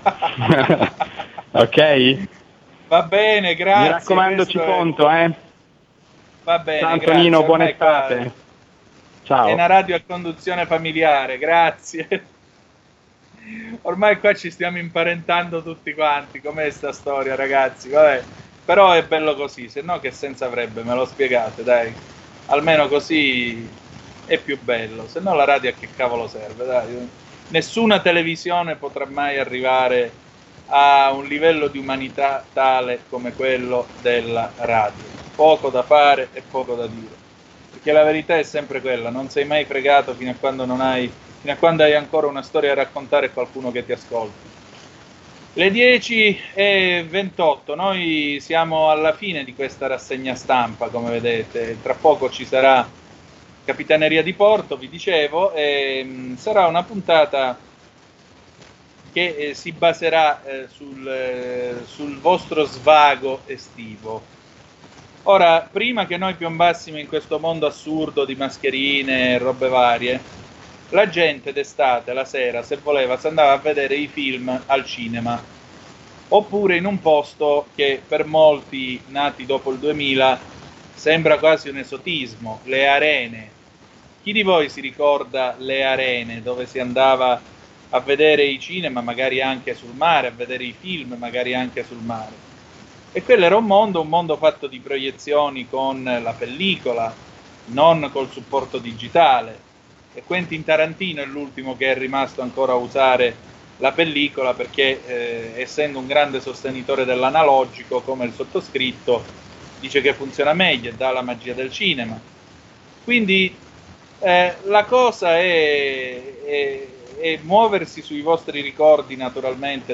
Ok? Va bene, grazie. Mi raccomando, ci conto, Va bene, ciao Antonino, grazie. buona estate. Ciao. È una radio a conduzione familiare, grazie. Ormai qua ci stiamo imparentando tutti quanti, com'è sta storia, ragazzi? Vabbè, però è bello così, se no che senso avrebbe? Me lo spiegate, dai. Almeno così è più bello, se no la radio a che cavolo serve, dai. Nessuna televisione potrà mai arrivare a un livello di umanità tale come quello della radio. Poco da fare e poco da dire. Perché la verità è sempre quella, non sei mai fregato fino a quando hai ancora una storia da raccontare e qualcuno che ti ascolti. Le 10:28, noi siamo alla fine di questa rassegna stampa, come vedete, tra poco ci sarà Capitaneria di Porto, vi dicevo, e sarà una puntata che si baserà sul vostro svago estivo. Ora, prima che noi piombassimo in questo mondo assurdo di mascherine e robe varie, la gente d'estate, la sera, se voleva, si andava a vedere i film al cinema, oppure in un posto che per molti nati dopo il 2000 sembra quasi un esotismo, le arene. Chi di voi si ricorda le arene, dove si andava a vedere i cinema, magari anche sul mare, a vedere i film, magari anche sul mare? E quello era un mondo fatto di proiezioni con la pellicola, non col supporto digitale. E Quentin Tarantino è l'ultimo che è rimasto ancora a usare la pellicola perché, essendo un grande sostenitore dell'analogico, come il sottoscritto, dice che funziona meglio e dà la magia del cinema. Quindi la cosa è muoversi sui vostri ricordi, naturalmente,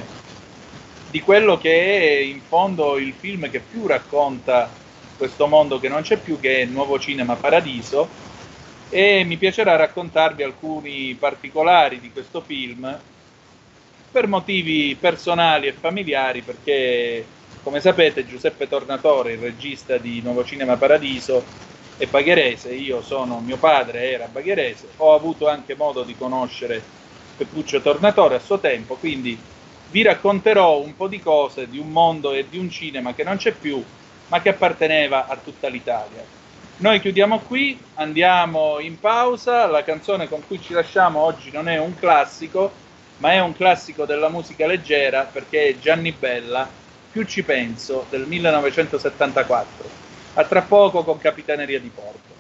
di quello che è in fondo il film che più racconta questo mondo che non c'è più, che è Nuovo Cinema Paradiso, e mi piacerà raccontarvi alcuni particolari di questo film per motivi personali e familiari, perché, come sapete, Giuseppe Tornatore, il regista di Nuovo Cinema Paradiso, è bagherese, mio padre era bagherese, ho avuto anche modo di conoscere Peppuccio Tornatore a suo tempo, quindi vi racconterò un po' di cose di un mondo e di un cinema che non c'è più, ma che apparteneva a tutta l'Italia. Noi chiudiamo qui, andiamo in pausa, la canzone con cui ci lasciamo oggi non è un classico, ma è un classico della musica leggera, perché è Gianni Bella, Più ci penso, del 1974. A tra poco con Capitaneria di Porto.